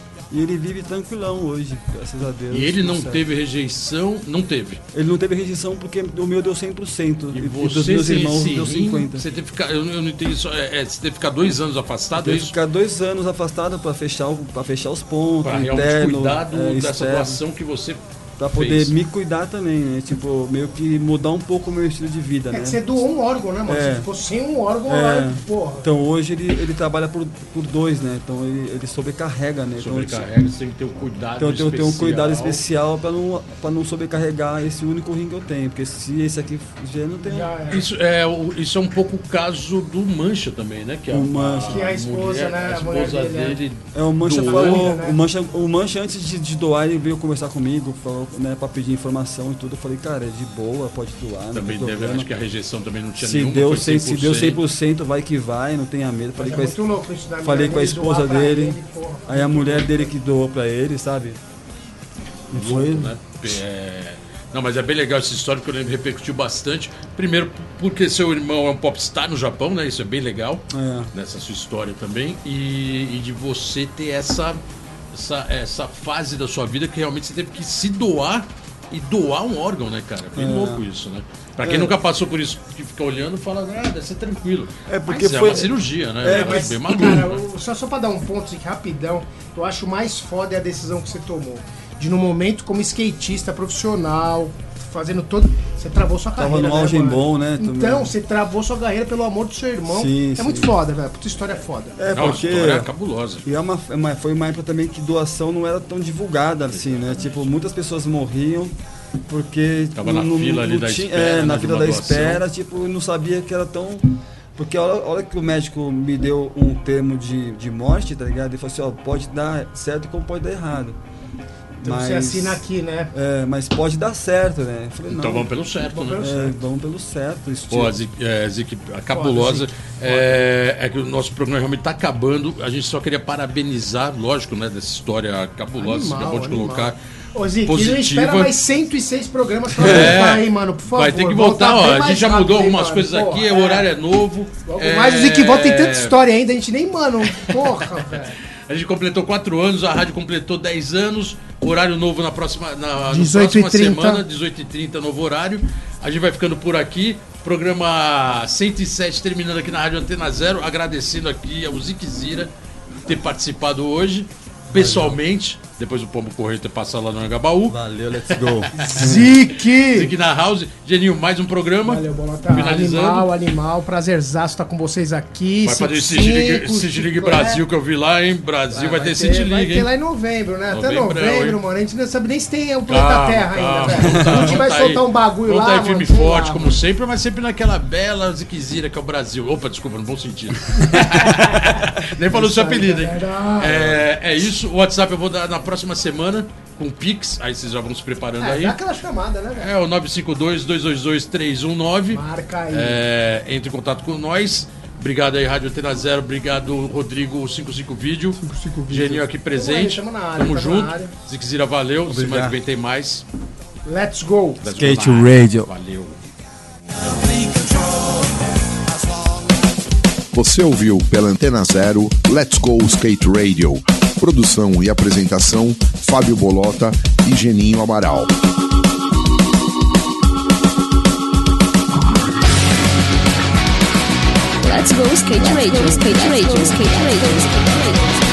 [SPEAKER 5] E ele vive tranquilão hoje, graças a Deus.
[SPEAKER 3] E ele não
[SPEAKER 5] tudo certo.
[SPEAKER 3] teve rejeição, não teve.
[SPEAKER 5] Ele não teve rejeição porque o meu deu cem por cento.
[SPEAKER 3] E
[SPEAKER 5] E,
[SPEAKER 3] você,
[SPEAKER 5] dos meus
[SPEAKER 3] sem
[SPEAKER 5] irmãos
[SPEAKER 3] esse
[SPEAKER 5] deu
[SPEAKER 3] rim,
[SPEAKER 5] cinquenta por cento.
[SPEAKER 3] você teve que ficar, eu, eu não entendi isso, é, é, você teve que ficar dois anos afastado, é
[SPEAKER 5] Teve que
[SPEAKER 3] isso?
[SPEAKER 5] ficar dois anos afastado pra fechar, o- pra fechar os pontos,
[SPEAKER 3] Para realmente
[SPEAKER 5] interno,
[SPEAKER 3] cuidar do-
[SPEAKER 5] é,
[SPEAKER 3] dessa
[SPEAKER 5] externo,
[SPEAKER 3] doação que você
[SPEAKER 5] pra poder
[SPEAKER 3] fez.
[SPEAKER 5] me cuidar também, né? Tipo, meio que mudar um pouco o meu estilo de vida,
[SPEAKER 4] É
[SPEAKER 5] né?
[SPEAKER 4] que você doou um órgão, né, mano?
[SPEAKER 5] É.
[SPEAKER 4] Você ficou sem um órgão
[SPEAKER 5] É.
[SPEAKER 4] lá, porra.
[SPEAKER 5] Então hoje ele, ele trabalha por, por dois, né? Então ele, ele sobrecarrega, né? Então,
[SPEAKER 3] sobrecarrega, você tem que ter um cuidado
[SPEAKER 5] Então eu tenho, tenho um
[SPEAKER 3] especial.
[SPEAKER 5] cuidado especial para não, pra não sobrecarregar esse único rim que eu tenho, porque se esse aqui já não tem.
[SPEAKER 4] Já é.
[SPEAKER 3] Isso é, o- isso é um pouco o caso do Mancha também, né? Que é
[SPEAKER 5] O Mancha.
[SPEAKER 4] Que é a esposa, né,
[SPEAKER 3] A
[SPEAKER 4] a mulher
[SPEAKER 3] esposa
[SPEAKER 4] dele,
[SPEAKER 3] dele.
[SPEAKER 5] É, o Mancha
[SPEAKER 3] Doou.
[SPEAKER 5] falou,
[SPEAKER 4] Né?
[SPEAKER 5] o Mancha, o Mancha antes de, de doar, ele veio conversar comigo, falou, né, para pedir informação e tudo. Eu falei, cara, é de boa, pode doar, não
[SPEAKER 3] Também
[SPEAKER 5] tem
[SPEAKER 3] deve,
[SPEAKER 5] problema.
[SPEAKER 3] acho que a rejeição também não tinha
[SPEAKER 5] Se
[SPEAKER 3] nenhuma.
[SPEAKER 5] deu,
[SPEAKER 3] foi
[SPEAKER 5] cem, se deu cem
[SPEAKER 3] cem
[SPEAKER 5] por cento, vai que vai, não tenha medo.
[SPEAKER 4] Mas
[SPEAKER 5] Falei,
[SPEAKER 4] é
[SPEAKER 5] com a,
[SPEAKER 4] muito louco isso da
[SPEAKER 5] falei
[SPEAKER 4] mulher
[SPEAKER 5] com a
[SPEAKER 4] dele doar
[SPEAKER 5] esposa
[SPEAKER 4] pra
[SPEAKER 5] dele,
[SPEAKER 4] ele, porra.
[SPEAKER 5] aí a mulher dele que doou para ele, sabe? E foi,
[SPEAKER 3] né? É, Não, mas é bem legal essa história que eu lembro repercutiu bastante. Primeiro, porque seu irmão é um popstar no Japão, né? Isso é bem legal.
[SPEAKER 5] É.
[SPEAKER 3] Nessa sua história também. E, e de você ter essa, essa, essa fase da sua vida que realmente você teve que se doar e doar um órgão, né, cara? Bem
[SPEAKER 5] É.
[SPEAKER 3] louco isso, né? Pra quem
[SPEAKER 5] É.
[SPEAKER 3] nunca passou por isso, que fica olhando, fala, ah, deve ser tranquilo.
[SPEAKER 5] É, porque
[SPEAKER 3] mas é
[SPEAKER 5] foi-
[SPEAKER 3] uma cirurgia, né?
[SPEAKER 5] É,
[SPEAKER 3] É,
[SPEAKER 4] Mas,
[SPEAKER 3] bem maluco,
[SPEAKER 4] cara,
[SPEAKER 3] né?
[SPEAKER 4] o- só, só pra dar um ponto assim, rapidão, eu acho mais foda é a decisão que você tomou. De no momento como skatista profissional, fazendo todo. Você travou sua
[SPEAKER 5] Tava
[SPEAKER 4] carreira.
[SPEAKER 5] no
[SPEAKER 4] né,
[SPEAKER 5] auge
[SPEAKER 4] mano?
[SPEAKER 5] bom, né, também.
[SPEAKER 4] Então, você travou sua carreira pelo amor do seu irmão.
[SPEAKER 5] Sim,
[SPEAKER 4] é
[SPEAKER 5] sim.
[SPEAKER 4] muito foda, velho. Puta história foda.
[SPEAKER 5] É,
[SPEAKER 3] Não, a
[SPEAKER 5] porque.
[SPEAKER 3] história é cabulosa.
[SPEAKER 5] E é uma, é uma- foi uma época também que doação não era tão divulgada assim, né? Tipo, muitas pessoas morriam porque.
[SPEAKER 3] Tava na fila ali da
[SPEAKER 5] tinha-
[SPEAKER 3] espera,
[SPEAKER 5] É,
[SPEAKER 3] né,
[SPEAKER 5] na
[SPEAKER 3] de
[SPEAKER 5] fila
[SPEAKER 3] uma
[SPEAKER 5] da
[SPEAKER 3] doação.
[SPEAKER 5] espera, tipo, eu não sabia que era tão. Porque a hora, a hora que o médico me deu um termo de, de morte, tá ligado? Ele falou assim: ó, pode dar certo como pode dar errado.
[SPEAKER 4] Então você assina aqui, né?
[SPEAKER 5] É, mas pode dar certo, né? Eu falei, não.
[SPEAKER 3] Então vamos pelo certo,
[SPEAKER 4] Vamos
[SPEAKER 3] né?
[SPEAKER 4] pelo
[SPEAKER 5] É, vamos pelo certo. Isso
[SPEAKER 3] Pô,
[SPEAKER 5] tinha-
[SPEAKER 3] Zic, é, Zic, a cabulosa.
[SPEAKER 4] Zic.
[SPEAKER 3] É, é que o nosso programa realmente está acabando. A gente só queria parabenizar, lógico, né, dessa história cabulosa que você acabou de
[SPEAKER 4] animal.
[SPEAKER 3] colocar.
[SPEAKER 4] Ô, Zico,
[SPEAKER 3] Positiva.
[SPEAKER 4] não espera mais cento e seis programas pra
[SPEAKER 3] É.
[SPEAKER 4] voltar aí, mano, por favor.
[SPEAKER 3] Vai ter que
[SPEAKER 4] Volta
[SPEAKER 3] voltar, ó.
[SPEAKER 4] bem
[SPEAKER 3] A
[SPEAKER 4] mais
[SPEAKER 3] gente já
[SPEAKER 4] rápido
[SPEAKER 3] mudou
[SPEAKER 4] aí,
[SPEAKER 3] algumas
[SPEAKER 4] mano.
[SPEAKER 3] coisas
[SPEAKER 4] Porra,
[SPEAKER 3] aqui,
[SPEAKER 4] é.
[SPEAKER 3] o horário é novo.
[SPEAKER 4] Logo
[SPEAKER 3] É,
[SPEAKER 4] mais o Zico volta tem tanta história ainda, a gente nem, mano, porra, velho.
[SPEAKER 3] A gente completou quatro anos, a rádio completou dez anos. Horário novo na próxima, na, na
[SPEAKER 4] dezoito e
[SPEAKER 3] próxima
[SPEAKER 4] trinta.
[SPEAKER 3] semana, dezoito e trinta, novo horário. A gente vai ficando por aqui. Programa cento e sete terminando aqui na Rádio Antena Zero. Agradecendo aqui ao Zic Zira ter participado hoje, pessoalmente. Depois do Pombo Correio ter passado lá no Angabaú.
[SPEAKER 5] Valeu, let's go.
[SPEAKER 4] Zique!
[SPEAKER 3] Zic na House. Geninho, mais um programa.
[SPEAKER 4] Valeu, Bolota.
[SPEAKER 3] Finalizando.
[SPEAKER 4] Animal, animal. Prazerzaço estar com vocês aqui.
[SPEAKER 3] Vai fazer o
[SPEAKER 4] cinco,
[SPEAKER 3] City League,
[SPEAKER 4] cinco,
[SPEAKER 3] City League
[SPEAKER 4] cinco,
[SPEAKER 3] Brasil
[SPEAKER 4] é.
[SPEAKER 3] que eu vi lá, hein? Brasil vai, ter,
[SPEAKER 4] ter,
[SPEAKER 3] City
[SPEAKER 4] Vai
[SPEAKER 3] League,
[SPEAKER 4] ter
[SPEAKER 3] hein?
[SPEAKER 4] lá em novembro, né? Até
[SPEAKER 3] Novembrão,
[SPEAKER 4] novembro,
[SPEAKER 3] hein?
[SPEAKER 4] mano. A gente não sabe nem se tem o planeta
[SPEAKER 3] Calma,
[SPEAKER 4] Terra
[SPEAKER 3] calma.
[SPEAKER 4] ainda, velho.
[SPEAKER 3] Tá,
[SPEAKER 4] A gente vai
[SPEAKER 3] tá
[SPEAKER 4] soltar
[SPEAKER 3] aí.
[SPEAKER 4] um bagulho
[SPEAKER 3] Vamos
[SPEAKER 4] lá.
[SPEAKER 3] tá aí firme e
[SPEAKER 4] mano,
[SPEAKER 3] forte,
[SPEAKER 4] lá,
[SPEAKER 3] como
[SPEAKER 4] mano.
[SPEAKER 3] sempre, mas sempre naquela bela Ziquezira que é o Brasil. Opa, desculpa, no bom sentido. Nem falou o seu apelido, hein? É, é isso. O WhatsApp eu vou dar na próxima semana com o Pix. Aí vocês já vão se preparando
[SPEAKER 4] É,
[SPEAKER 3] aí.
[SPEAKER 4] dá aquela chamada, né, velho?
[SPEAKER 3] É o nove cinco dois, dois dois dois, três um nove.
[SPEAKER 4] Marca aí.
[SPEAKER 3] É, entre em contato com nós. Obrigado aí, Rádio Antena Zero. Obrigado, Rodrigo cinquenta e cinco Vídeo.
[SPEAKER 4] cinquenta e cinco
[SPEAKER 3] Geninho aqui presente.
[SPEAKER 4] Ué, tamo na área,
[SPEAKER 3] Tamo
[SPEAKER 4] tamo
[SPEAKER 3] junto.
[SPEAKER 4] na área.
[SPEAKER 3] Zixira, valeu.
[SPEAKER 5] Obrigado.
[SPEAKER 3] Semana que vem tem mais.
[SPEAKER 4] Let's go!
[SPEAKER 3] Let's
[SPEAKER 5] Skate
[SPEAKER 3] go na área.
[SPEAKER 5] Radio.
[SPEAKER 3] Valeu.
[SPEAKER 8] Você ouviu pela Antena Zero Let's Go Skate Radio. Produção e apresentação Fábio Bolota e Geninho Amaral.
[SPEAKER 2] Let's go skate radio, skate radio, skate radio, skate radio.